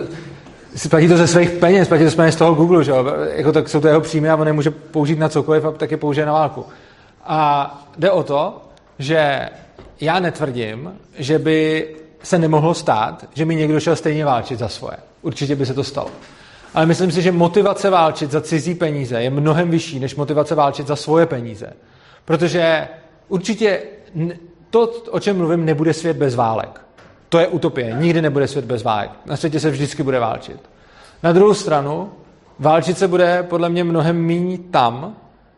S2: platí to ze svých peněz, platí to z toho Google, že jo? Jako tak jsou to jeho příjmy a on je může použít na cokoliv a taky použije na válku. A jde o to, že já netvrdím, že by se nemohlo stát, že mi někdo šel stejně válčit za svoje. Určitě by se to stalo. Ale myslím si, že motivace válčit za cizí peníze je mnohem vyšší, než motivace válčit za svoje peníze. Protože určitě to, o čem mluvím, nebude svět bez válek. To je utopie. Nikdy nebude svět bez válek. Na světě se vždycky bude válčit. Na druhou stranu, válčit se bude podle mě mnohem méně tam,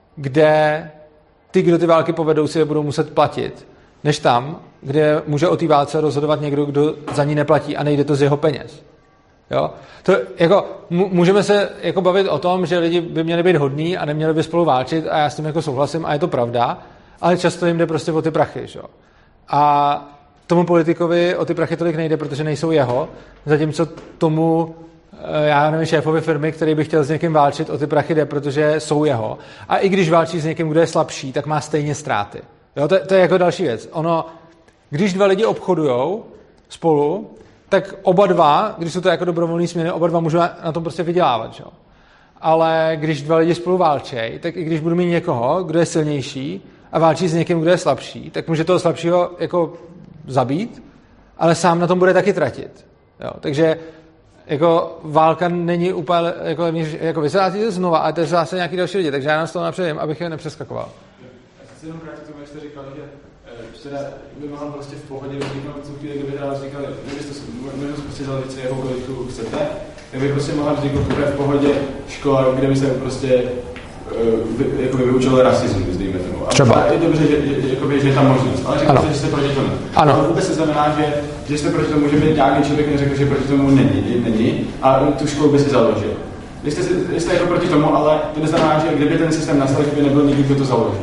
S2: kde ty, kdo ty války povedou, si je budou muset platit, než tam, kde může o té válce rozhodovat někdo, kdo za ní neplatí a nejde to z jeho peněz. Jo? To, jako, můžeme se jako bavit o tom, že lidi by měli být hodní a neměli by spolu válčit a já s tím jako souhlasím a je to pravda, ale často jim jde prostě o ty prachy. Že? A tomu politikovi o ty prachy tolik nejde, protože nejsou jeho, zatímco tomu, já nevím, šéfovi firmy, který by chtěl s někým válčit, o ty prachy jde, protože jsou jeho. A i když válčí s někým, kdo je slabší, tak má stejně ztráty. Jo? To je jako další věc. Když dva lidi obchodujou spolu, tak oba dva, když jsou to jako dobrovolné směny, oba dva můžou na tom prostě vydělávat. Že? Ale když dva lidi spolu válčej, tak i když budu mít někoho, kdo je silnější a válčí s někým, kdo je slabší, tak může toho slabšího jako zabít, ale sám na tom bude taky tratit. Jo? Takže jako válka není úplně jako vysvětlíte znova, ale to je zase nějaký další lidi, takže já nám z toho napředím, abych je nepřeskakoval.
S3: Já si jenom krátce tomu, jak jste říkal, že teda by mohla prostě v pohodě vzniknout v chvíli, kdyby teda vznikali, kdybyste možnost prostě zaложit si jakoukoliv, kterou chcete, tak by prostě mohla vzniknout v pohodě škola, kde by se prostě vyučil rasismus, dejme tomu.
S2: Třeba.
S3: Je dobře, že je tam možnost, ale říkáte, že jste proti tomu.
S2: Ano.
S3: Ale vůbec se znamená, že jste proti tomu, že by nějaký člověk neřekl, že proti tomu není a tu školu by si založil. Jste jako proti tomu, ale to neznamená, že kdyby ten systém nastal, že by nebyl nikdo, kdo to založí.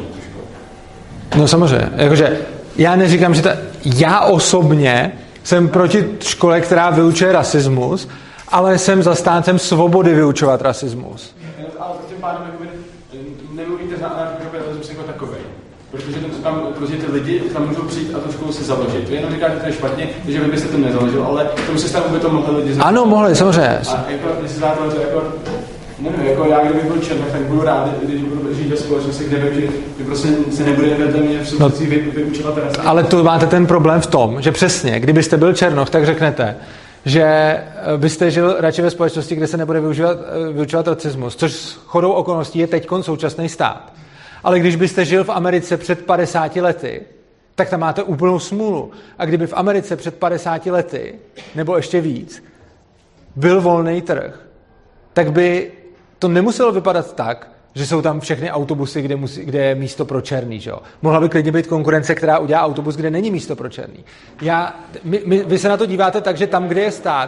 S2: No samozřejmě, jakože já neříkám, že já osobně jsem proti škole, která vyučuje rasismus, ale jsem zastáncem svobody vyučovat rasismus.
S3: Ale tím pádem nemluvíte za anarchokapitalismus jako takovej. Protože tam prostě ty lidi tam můžou přijít a tu školu si založit. Vy jenom říkáte, že to je špatně, že vy byste to nezaložil, ale v tom systému by to mohli lidi založit.
S2: Ano, mohli, samozřejmě.
S3: A jako, jestli znáte to jako, nevím, jako já, kdybych byl černý, tak budu rád, když budu žít ve společnosti, kde vím, že prostě se nebude vedle mě v souvisí vyučovat rasismus.
S2: Ale tu máte ten problém v tom, že přesně, kdybyste byl černoch, tak řeknete, že byste žil radši ve společnosti, kde se nebude vyučovat rasismus, což shodou okolností je teďkon současný stát. Ale když byste žil v Americe před 50 lety, tak tam máte úplnou smůlu. A kdyby v Americe před 50 lety, nebo ještě víc, byl volný trh, tak by to nemuselo vypadat tak, že jsou tam všechny autobusy, kde je místo pro černý. Že jo? Mohla by klidně být konkurence, která udělá autobus, kde není místo pro černý. Vy se na to díváte tak, že tam, kde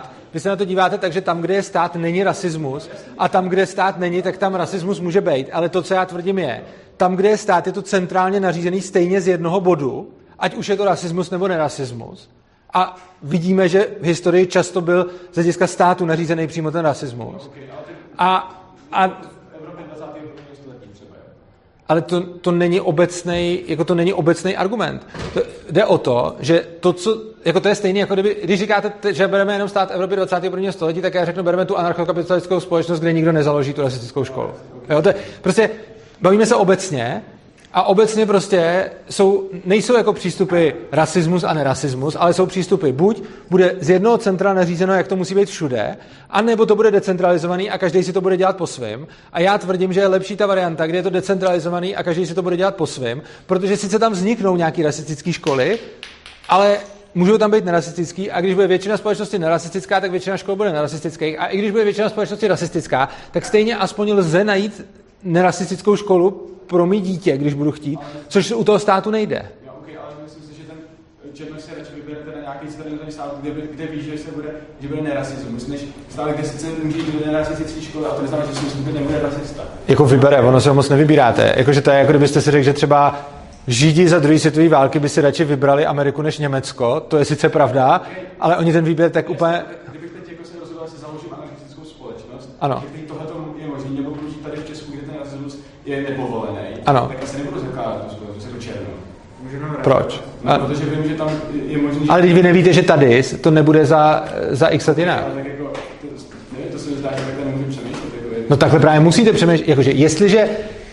S2: je stát, není rasismus a tam, kde stát není, tak tam rasismus může být. Ale to, co já tvrdím, je, tam, kde je stát, je to centrálně nařízený stejně z jednoho bodu, ať už je to rasismus nebo nerasismus. A vidíme, že v historii často byl z hlediska státu nařízený přímo ten rasismus. Ale to není obecný argument. Jde o to, že to je stejné, jako když říkáte, že bereme jenom stát Evropy 21. století, tak já řeknu, bereme tu anarchokapitalistickou společnost, kde nikdo nezaloží tu rasistickou školu. Jo, prostě bavíme se obecně a obecně prostě nejsou jako přístupy rasismus a nerasismus, ale jsou přístupy buď bude z jednoho centra nařízeno, jak to musí být všude, anebo to bude decentralizovaný a každý si to bude dělat po svém. A já tvrdím, že je lepší ta varianta, kde je to decentralizovaný a každý si to bude dělat po svém, protože sice tam vzniknou nějaký rasistické školy, ale můžou tam být nerasistický a když bude většina společnosti nerasistická, tak většina škol bude nerasistických. A i když bude většina společnosti rasistická, tak stejně aspoň lze najít nerasistickou školu pro mý dítě, když budu chtít, což u toho státu nejde.
S3: Jo, ale myslím si, že ten černoch se radši vybere na nějaký stát, kde víš, že bude nerasismus, než stát, kde sice může jít do nerasistické školy, a to neznamená, že si nebude rasista.
S2: Jako vybere, ono se ho moc nevybíráte. Jakože to je, jako kdybyste si řekl, že třeba Židi za druhé světové války by si radši vybrali Ameriku než Německo, to je sice pravda, ale oni ten výběr tak úplně...
S3: Kdybych teď jako se rozhodl, že si založím anarchistickou společnost,
S2: ano.
S3: Kdyby tohle je možný, nebo budu žít tady v Česku, kde ten rasismus je nepovolený,
S2: ano.
S3: tak asi nebudu zakládat tu společnost jako černou.
S2: Proč?
S3: No, protože vím, že tam je možný...
S2: Ale když vy nevíte, že tady to nebude za x let jinak.
S3: Tak jako, nevím, to se mi zdá, že takhle nemůžu přemýšlet.
S2: No takhle právě musíte přemýšlet, jakože jestliže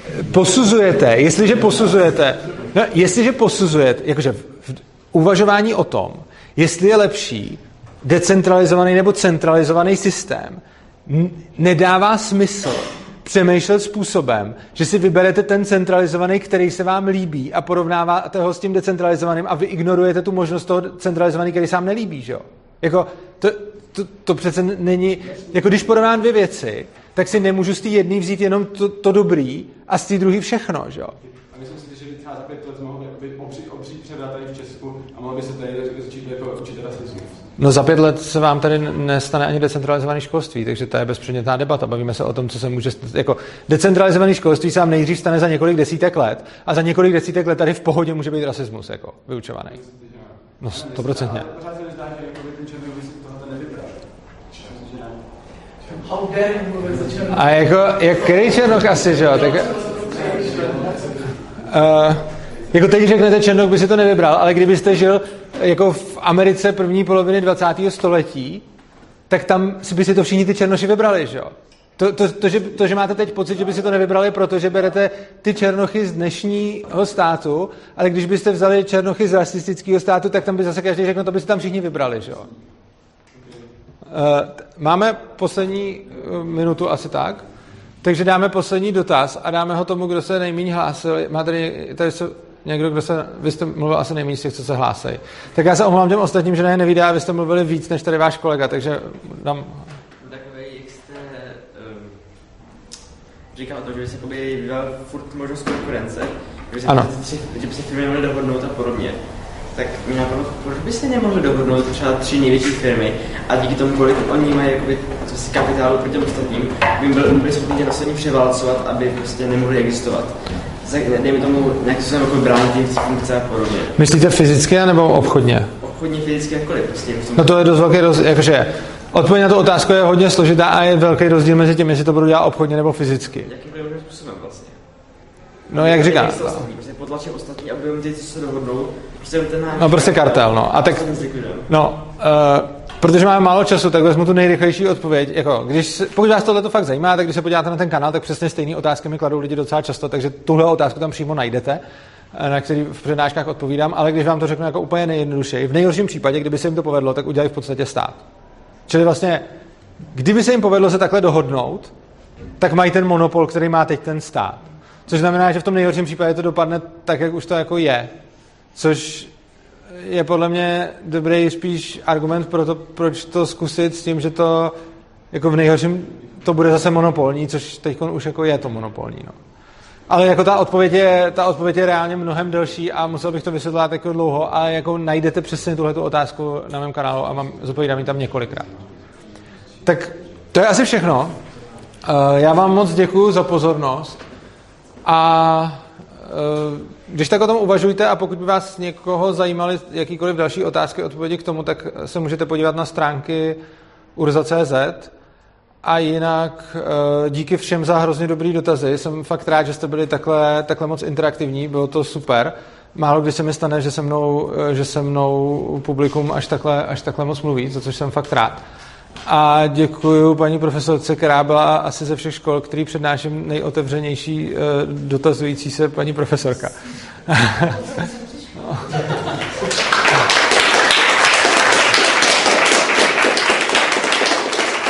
S2: posuzujete, jakože v uvažování o tom, jestli je lepší decentralizovaný nebo centralizovaný systém, nedává smysl přemýšlet způsobem, že si vyberete ten centralizovaný, který se vám líbí a porovnáváte ho s tím decentralizovaným a vy ignorujete tu možnost toho centralizovaný, který se vám nelíbí, že jo? Jako, to přece není... Jako když porovnám dvě věci, tak si nemůžu z té jedné vzít jenom to dobrý a z té druhé všechno, že jo?
S3: A myslím si, že třeba za 5 let mohlo být obří převrat tady v Česku a mohlo by se tady začít jako učit rasismus.
S2: No za 5 let se vám tady nestane ani decentralizované školství, takže to je bezpředmětná debata. Bavíme se o tom, co se může... Jako decentralizované školství se vám nejdřív stane za několik desítek let a za několik desítek let tady v pohodě může být rasismus jako vyučovaný. No 100%. A jak který černoch asi, že jo? Tak, jako teď řeknete, černoch by si to nevybral, ale kdybyste žil jako v Americe první poloviny 20. století, tak tam by si to všichni ty černoši vybrali, že jo? To, že máte teď pocit, že by si to nevybrali, protože berete ty černochy z dnešního státu, ale když byste vzali černochy z rasistického státu, tak tam by zase každý řekl, no to by si tam všichni vybrali, že jo? Máme poslední minutu asi tak, takže dáme poslední dotaz a dáme ho tomu, kdo se nejméně hlásil. Má tady někdo, vy jste mluvil asi nejméně z těch, co se hlásí. Tak já se omlouvám těm ostatním, že na ně nevíde, a vy jste mluvili víc, než tady váš kolega, takže dám...
S11: Takový, jak jste říkal to, že by se vyval furt možnost konkurence, že by se firmy mohly dohodnout a podobně. Tak mě napadlo, proč by se nemohli dohodnout třeba 3 největší firmy a díky tomu, kolik oni mají kapitálu proti těm ostatním, by byli schopni tě vlastně převálcovat, aby prostě nemohli existovat. Dejme tomu, nějak se jako bránit těch funkce a podobně.
S2: Myslíte fyzicky nebo obchodně?
S11: Obchodně, fyzicky, jakkoliv. Prostě
S2: no to je dost velký rozdíl, jakože odpověď na tu otázku je hodně složitá a je velký rozdíl mezi tím, jestli to budou dělat obchodně nebo fyzicky.
S11: Jakým způsobem vlastně?
S2: No jak říkám.
S11: Prostě potlačit ostatní, aby ty, co se dohodnou, prostě ten náš...
S2: No prostě kartel, no. A tak, no, protože máme málo času, tak vezmu tu nejrychlejší odpověď. Jako, pokud vás tohle fakt zajímá, tak když se podíváte na ten kanál, tak přesně stejné otázky mi kladou lidi docela často, takže tuhle otázku tam přímo najdete, na který v přednáškách odpovídám, ale když vám to řeknu jako úplně nejjednodušeji, v nejhorším případě, kdyby se jim to povedlo, tak udělají v podstatě stát. Čili vlastně, kdyby se jim povedlo se takhle dohodnout, tak mají ten monopol, který má teď ten stát. Což znamená, že v tom nejhorším případě to dopadne tak, jak už to jako je. Což je podle mě dobrý spíš argument pro to, proč to zkusit s tím, že to jako v nejhorším to bude zase monopolní, což teď už jako je to monopolní. No. Ale jako ta odpověď je reálně mnohem delší a musel bych to vysvětlovat jako dlouho a jako najdete přesně tuhletu otázku na mém kanálu a zodpovídám ji tam několikrát. Tak to je asi všechno. Já vám moc děkuju za pozornost a když tak o tom uvažujte a pokud by vás někoho zajímaly jakýkoliv další otázky, odpovědi k tomu, tak se můžete podívat na stránky urza.cz a jinak díky všem za hrozně dobrý dotazy. Jsem fakt rád, že jste byli takhle moc interaktivní, bylo to super. Málo kdy se mi stane, že se mnou publikum až takhle moc mluví, za což jsem fakt rád. A děkuji paní profesorce, která byla asi ze všech škol, který přednáším, nejotevřenější dotazující se paní profesorka.